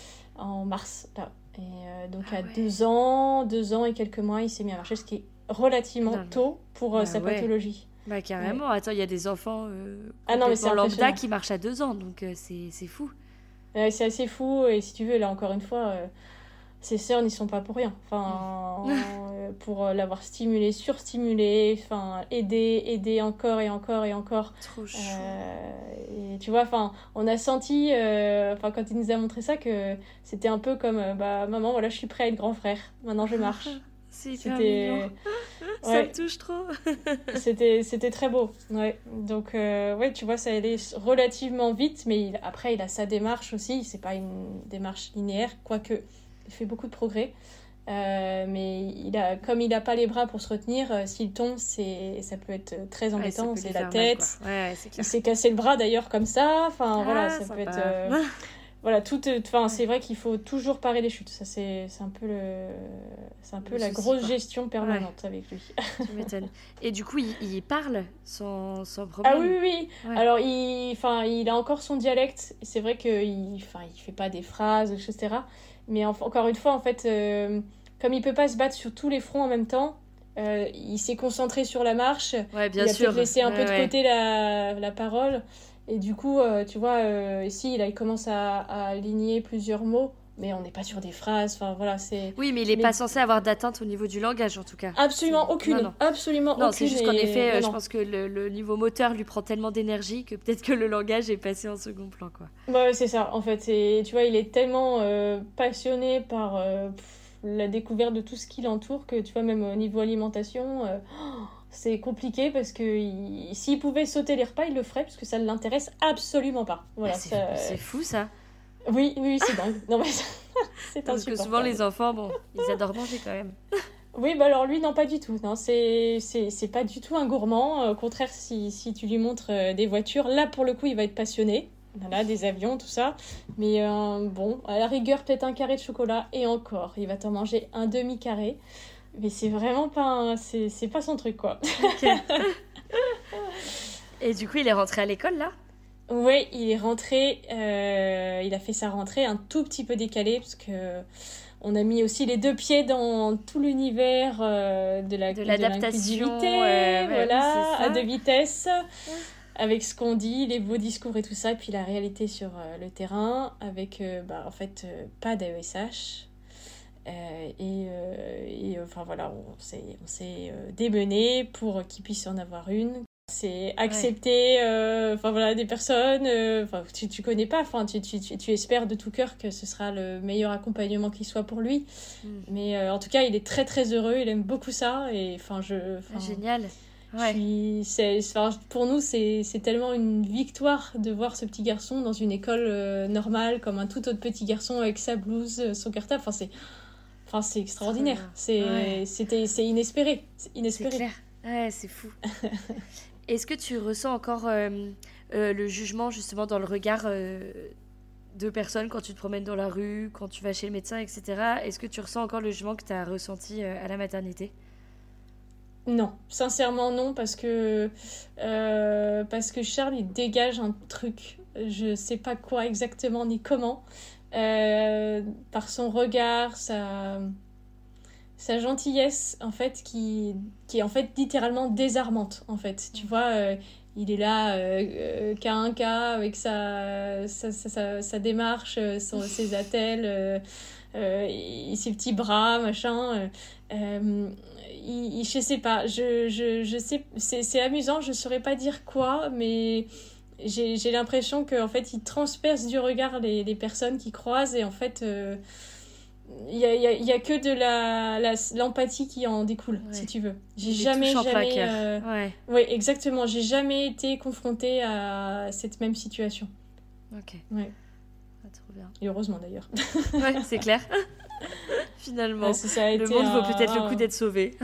Speaker 5: en mars, là. Et euh, donc
Speaker 6: Ah
Speaker 5: à
Speaker 6: ouais.
Speaker 5: deux ans, deux ans et quelques mois, il s'est mis à marcher, ce qui est relativement
Speaker 6: Non, mais-
Speaker 5: tôt pour euh,
Speaker 6: Bah
Speaker 5: sa
Speaker 6: ouais.
Speaker 5: pathologie.
Speaker 6: Bah carrément. Attends, il y a des enfants euh,
Speaker 5: Ah non, mais c'est
Speaker 6: complètement lambda
Speaker 5: impressionnant.
Speaker 6: qui marchent à deux ans, donc euh, c'est c'est fou.
Speaker 5: Euh, c'est assez fou, et si tu veux, là encore une fois, euh, ses sœurs n'y sont pas pour rien. Enfin, euh, pour euh, l'avoir stimulé, surstimulé, enfin, aider, aider encore et encore et encore.
Speaker 6: Trop chou.
Speaker 5: Euh, et tu vois, enfin, on a senti, euh, enfin, quand il nous a montré ça, que c'était un peu comme, euh, bah, maman, voilà, je suis prêt à être grand frère. Maintenant, je marche.
Speaker 6: C'est hyper
Speaker 5: C'était,
Speaker 6: mignon. Ça
Speaker 5: ouais,
Speaker 6: me touche trop.
Speaker 5: c'était, c'était très beau. Ouais. Donc, euh, ouais, tu vois, ça allait relativement vite, mais il- après, il a sa démarche aussi. C'est pas une démarche linéaire, quoique il fait beaucoup de progrès. Euh, mais il a, comme il n'a pas les bras pour se retenir, euh, s'il tombe, c'est, ça peut être très
Speaker 6: Ouais, ça
Speaker 5: embêtant.
Speaker 6: peut
Speaker 5: C'est
Speaker 6: lui
Speaker 5: la
Speaker 6: faire mal,
Speaker 5: tête.
Speaker 6: quoi. Ouais, ouais, c'est
Speaker 5: Il
Speaker 6: clair.
Speaker 5: s'est cassé le bras d'ailleurs comme ça. Enfin,
Speaker 6: Ah,
Speaker 5: voilà, ça
Speaker 6: sympa.
Speaker 5: peut être. euh, Voilà, tout. euh, Enfin, c'est vrai qu'il faut toujours parer les chutes. Ça, c'est, c'est un peu le, c'est un peu
Speaker 6: Le
Speaker 5: la
Speaker 6: souci,
Speaker 5: grosse
Speaker 6: quoi.
Speaker 5: gestion permanente avec lui.
Speaker 6: Tu m'étonnes. Et du coup, il, il parle sans, sans problème.
Speaker 5: Ah oui, oui, oui.
Speaker 6: Ouais.
Speaker 5: Alors, il, enfin, il a encore son dialecte. C'est vrai qu'il, enfin, il fait pas des phrases, et cetera. Mais en- encore une fois, en fait, euh, comme il peut pas se battre sur tous les fronts en même temps, euh, il s'est concentré sur la marche.
Speaker 6: Ouais, bien
Speaker 5: il a
Speaker 6: sûr.
Speaker 5: peut-être laissé un
Speaker 6: Ouais,
Speaker 5: peu de
Speaker 6: ouais.
Speaker 5: côté la, la parole. Et du coup, euh, tu vois, euh, ici, là, il commence à, à aligner plusieurs mots. Mais on n'est pas sur des phrases. Enfin, voilà, c'est...
Speaker 6: Oui, mais il n'est
Speaker 5: Mais-
Speaker 6: pas censé avoir d'atteinte au niveau du langage, en tout cas.
Speaker 5: Absolument
Speaker 6: C'est-
Speaker 5: aucune.
Speaker 6: Non, non.
Speaker 5: Absolument
Speaker 6: Non,
Speaker 5: aucune.
Speaker 6: c'est juste qu'en
Speaker 5: et-
Speaker 6: effet, euh,
Speaker 5: non,
Speaker 6: je
Speaker 5: non.
Speaker 6: pense que le, le niveau moteur lui prend tellement d'énergie que peut-être que le langage est passé en second plan, quoi.
Speaker 5: Ouais, c'est ça, en fait. Et tu vois, il est tellement euh, passionné par euh, pff, la découverte de tout ce qui l'entoure que, tu vois, même au niveau alimentation, euh, oh, c'est compliqué parce que il- s'il pouvait sauter les repas, il le ferait parce que ça ne l'intéresse absolument pas. Voilà,
Speaker 6: Ah, c'est
Speaker 5: ça-
Speaker 6: c'est fou, ça.
Speaker 5: Oui, oui, c'est dingue. Non, mais c'est
Speaker 6: Parce que
Speaker 5: insupportable.
Speaker 6: souvent, les enfants, bon, ils adorent manger quand même.
Speaker 5: Oui, bah alors lui, non, pas du tout. Non, c'est, c'est, c'est pas du tout un gourmand. Au contraire, si, si tu lui montres euh, des voitures, là, pour le coup, il va être passionné. Voilà, des avions, tout ça. Mais euh, bon, à la rigueur, peut-être un carré de chocolat. Et encore, il va t'en manger un demi-carré. Mais c'est vraiment pas, un- c'est, c'est pas son truc, quoi.
Speaker 6: Ok. Et du coup, il est rentré à l'école, là?
Speaker 5: Oui, il est rentré, euh, il a fait sa rentrée un tout petit peu décalée parce que on a mis aussi les deux pieds dans tout l'univers euh, de la
Speaker 6: De l'adaptation,
Speaker 5: l'inclusivité,
Speaker 6: euh, ouais,
Speaker 5: voilà,
Speaker 6: oui, c'est ça.
Speaker 5: à deux vitesses, avec ce qu'on dit, les beaux discours et tout ça, et puis la réalité sur euh, le terrain, avec euh, bah, en fait euh, pas d'A E S H. Euh, et, euh, et euh, enfin voilà, on s'est, on s'est euh, démené pour qu'il puisse en avoir une. C'est accepter euh, enfin voilà, des personnes, euh, enfin, tu, tu connais pas, enfin, tu, tu, tu, tu espères de tout cœur que ce sera le meilleur accompagnement qui soit pour lui.
Speaker 6: Mm.
Speaker 5: Mais euh, en tout cas, il est très très heureux, il aime beaucoup ça. Et enfin, je.
Speaker 6: Ah,
Speaker 5: enfin,
Speaker 6: génial.
Speaker 5: je
Speaker 6: Ouais.
Speaker 5: suis- c'est, c'est- enfin, pour nous, c'est, c'est tellement une victoire de voir ce petit garçon dans une école euh, normale, comme un tout autre petit garçon avec sa blouse, euh, son cartable. Enfin, c'est, enfin, c'est extraordinaire.
Speaker 6: bien.
Speaker 5: C'est,
Speaker 6: Ouais.
Speaker 5: c'était, c'est inespéré. C'est
Speaker 6: C'est
Speaker 5: inespéré.
Speaker 6: clair. Ouais, c'est fou. Est-ce que tu ressens encore euh, euh, le jugement justement dans le regard euh, de personnes quand tu te promènes dans la rue, quand tu vas chez le médecin, et cetera. Est-ce que tu ressens encore le jugement que tu as ressenti euh, à la maternité?
Speaker 5: Non, sincèrement non, parce que, euh, parce que Charles, il dégage un truc, je sais pas quoi exactement ni comment, euh, par son regard, sa, sa gentillesse, en fait, qui, qui est en fait littéralement désarmante, en fait. Tu vois, euh, il est là, euh, euh, cas un cas, avec sa, sa, sa, sa, sa démarche, euh, son- ses attelles, euh, euh, et ses petits bras, machin. euh, euh, il, il- je sais pas, je, je, je sais, c'est, c'est amusant, je saurais pas dire quoi, mais j'ai, j'ai l'impression qu'en fait, il transperce du regard les, les personnes qui croisent, et en fait, euh, il y a, il y a, il y a que de la, la, l'empathie qui en découle,
Speaker 6: Ouais.
Speaker 5: si tu veux. J'ai
Speaker 6: Il les
Speaker 5: jamais,
Speaker 6: touche en plein
Speaker 5: jamais...
Speaker 6: cœur.
Speaker 5: euh,
Speaker 6: Ouais,
Speaker 5: Oui, exactement, j'ai jamais été confrontée à cette même situation.
Speaker 6: ok.
Speaker 5: Ouais.
Speaker 6: Ah, trop bien.
Speaker 5: Et heureusement d'ailleurs.
Speaker 6: Ouais, c'est clair. Finalement,
Speaker 5: Parce que ça a
Speaker 6: le
Speaker 5: été
Speaker 6: monde vaut
Speaker 5: un-
Speaker 6: peut-être le coup d'être sauvé.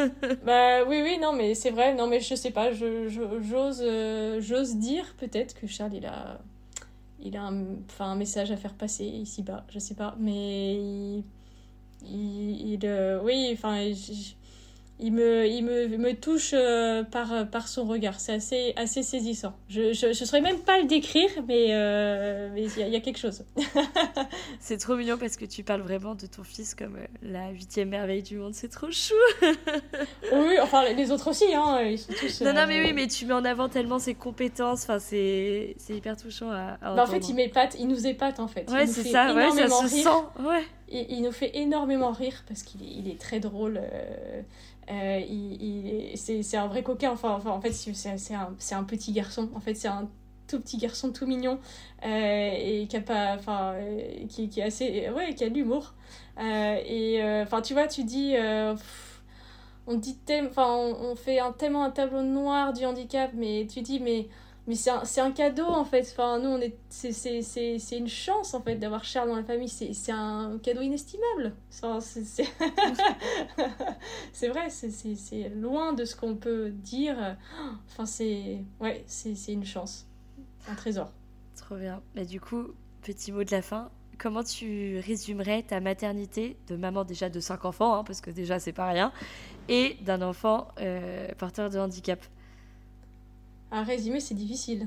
Speaker 5: Bah oui, oui, non, mais c'est vrai. Non, mais je sais pas. Je, je- j'ose, euh, j'ose dire peut-être que Charles, il a, il a un, enfin, un message à faire passer ici-bas. Je sais pas. Mais il, il, il, euh, oui, enfin, j- il me, il me, me touche euh, par, par son regard. C'est assez, assez saisissant. Je, je, je saurais même pas le décrire, mais euh, mais il y, y a quelque chose.
Speaker 6: C'est trop mignon parce que tu parles vraiment de ton fils comme euh, la huitième merveille du monde. C'est trop chou.
Speaker 5: Oui, enfin les autres aussi, hein. Ils sont tous.
Speaker 6: Non,
Speaker 5: Euh,
Speaker 6: non, mais oui, mais tu mets en avant tellement ses compétences. Enfin, c'est, c'est hyper touchant à, à
Speaker 5: bah, en fait, il m'épate, il nous épate en fait.
Speaker 6: Ouais,
Speaker 5: il nous
Speaker 6: c'est
Speaker 5: fait
Speaker 6: ça. Ouais, ça
Speaker 5: énormément
Speaker 6: se
Speaker 5: rire.
Speaker 6: sent. Ouais.
Speaker 5: Il, il nous fait énormément rire parce qu'il est, il est très drôle. Euh, euh, il, il, c'est, c'est un vrai coquin. Enfin, enfin, en fait, c'est, c'est, un, c'est un petit garçon. En fait, c'est un tout petit garçon tout mignon euh, et qui a pas, enfin, euh, qui, qui est assez, ouais, qui a de l'humour. Euh, et enfin, euh, tu vois, tu dis, euh, pff, on dit thème, enfin, on, on fait un, tellement un tableau noir du handicap, mais tu dis, mais Mais c'est un, c'est un cadeau, en fait. Enfin, nous, on est, c'est, c'est, c'est, c'est une chance, en fait, d'avoir Charles dans la famille. C'est, c'est un cadeau inestimable. Enfin, c'est, c'est... c'est vrai, c'est, c'est, c'est loin de ce qu'on peut dire. Enfin, c'est... Ouais, c'est, c'est une chance. Un trésor.
Speaker 6: Trop bien. Mais du coup, petit mot de la fin. Comment tu résumerais ta maternité de maman déjà de cinq enfants, hein, parce que déjà, c'est pas rien, et d'un enfant euh, porteur de handicap?
Speaker 5: À résumer, c'est difficile.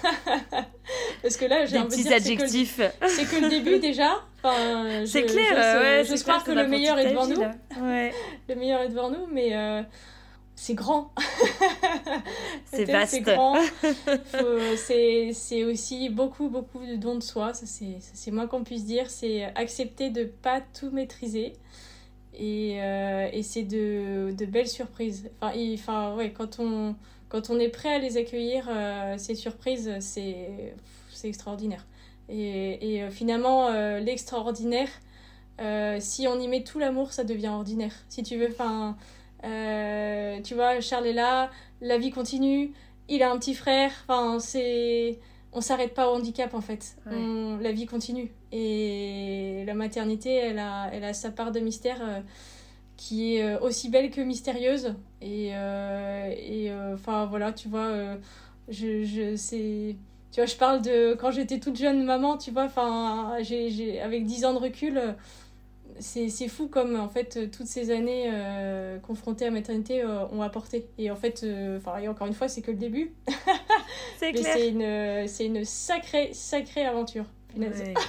Speaker 5: Parce que là, j'ai
Speaker 6: Des
Speaker 5: envie de
Speaker 6: petits
Speaker 5: dire,
Speaker 6: adjectifs.
Speaker 5: C'est que, le, c'est que le début, déjà. Enfin,
Speaker 6: c'est
Speaker 5: je,
Speaker 6: clair,
Speaker 5: je,
Speaker 6: ouais.
Speaker 5: J'ose
Speaker 6: c'est
Speaker 5: croire
Speaker 6: clair,
Speaker 5: que le meilleur est devant
Speaker 6: vie,
Speaker 5: nous.
Speaker 6: Là. Ouais.
Speaker 5: Le meilleur est devant nous, mais euh, c'est grand.
Speaker 6: C'est vaste.
Speaker 5: C'est grand. Faut, c'est, c'est aussi beaucoup, beaucoup de dons de soi. Ça, c'est, ça, c'est moins qu'on puisse dire. C'est accepter de ne pas tout maîtriser. Et, euh, et c'est de, de belles surprises. Enfin, il, enfin ouais, quand on... Quand on est prêt à les accueillir, euh, ces surprises, c'est, c'est extraordinaire. Et, et euh, finalement, euh, l'extraordinaire, euh, si on y met tout l'amour, ça devient ordinaire. Si tu veux, enfin, euh, tu vois, Charles est là, la vie continue, il a un petit frère, enfin, c'est... On s'arrête pas au handicap, en fait. Ouais. On, la vie continue. Et la maternité, elle a, elle a sa part de mystère... Euh, qui est aussi belle que mystérieuse. Et euh, et enfin euh, voilà, tu vois, euh, je, je, c'est, tu vois, je parle de quand j'étais toute jeune maman, tu vois, enfin, j'ai, j'ai, avec dix ans de recul, c'est, c'est fou comme, en fait, toutes ces années euh, confrontées à la maternité euh, ont apporté. Et en fait, enfin, euh, et encore une fois, c'est que le début.
Speaker 6: C'est
Speaker 5: Mais
Speaker 6: clair.
Speaker 5: c'est une, c'est une sacrée, sacrée aventure. Punaise.
Speaker 6: Ouais.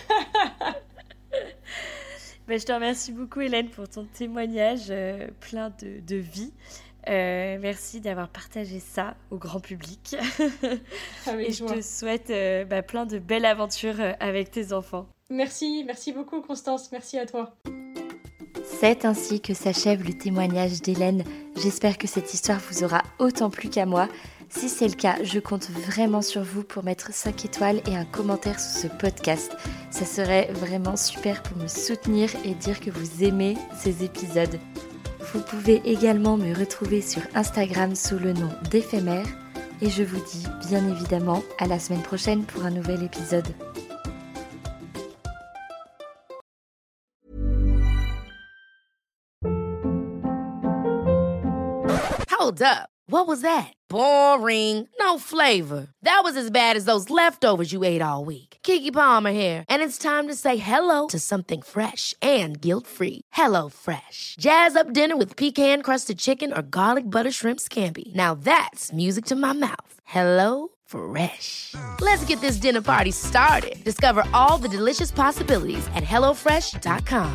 Speaker 6: Ben, je te remercie beaucoup, Hélène, pour ton témoignage euh, plein de, de vie. Euh, merci d'avoir partagé ça au grand public.
Speaker 5: Avec
Speaker 6: Et
Speaker 5: joie.
Speaker 6: je te souhaite euh, bah, plein de belles aventures euh, avec tes enfants.
Speaker 5: Merci, merci beaucoup, Constance. Merci à toi.
Speaker 4: C'est ainsi que s'achève le témoignage d'Hélène. J'espère que cette histoire vous aura autant plu qu'à moi. Si c'est le cas, je compte vraiment sur vous pour mettre cinq étoiles et un commentaire sous ce podcast. Ça serait vraiment super pour me soutenir et dire que vous aimez ces épisodes. Vous pouvez également me retrouver sur Instagram sous le nom d'Éphémère. Et je vous dis bien évidemment à la semaine prochaine pour un nouvel épisode.
Speaker 7: Hold up. What was that? Boring. No flavor. That was as bad as those leftovers you ate all week. Keke Palmer here, and it's time to say hello to something fresh and guilt-free. Hello Fresh. Jazz up dinner with pecan-crusted chicken or garlic butter shrimp scampi. Now that's music to my mouth. Hello Fresh. Let's get this dinner party started. Discover all the delicious possibilities at hello fresh dot com.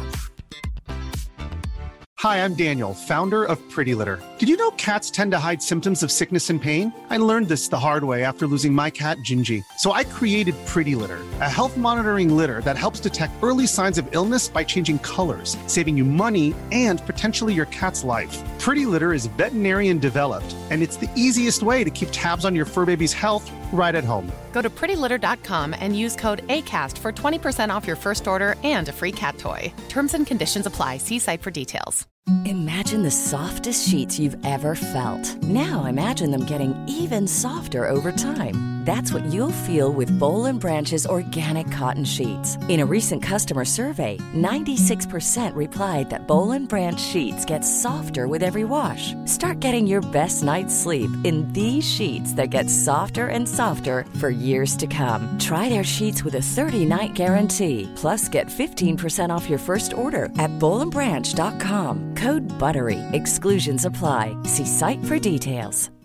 Speaker 8: Hi, I'm Daniel, founder of Pretty Litter. Did you know cats tend to hide symptoms of sickness and pain? I learned this the hard way after losing my cat, Gingy. So I created Pretty Litter, a health monitoring litter that helps detect early signs of illness by changing colors, saving you money and potentially your cat's life. Pretty Litter is veterinarian developed, and it's the easiest way to keep tabs on your fur baby's health right at home.
Speaker 9: Go to pretty litter dot com and use code ACAST for twenty percent off your first order and a free cat toy. Terms and conditions apply. See site for details.
Speaker 10: Imagine the softest sheets you've ever felt. Now imagine them getting even softer over time. That's what you'll feel with Boll and Branch's organic cotton sheets. In a recent customer survey, ninety-six percent replied that Boll and Branch sheets get softer with every wash. Start getting your best night's sleep in these sheets that get softer and softer for years to come. Try their sheets with a thirty-night guarantee. Plus, get fifteen percent off your first order at boll and branch dot com. Code BUTTERY. Exclusions apply. See site for details.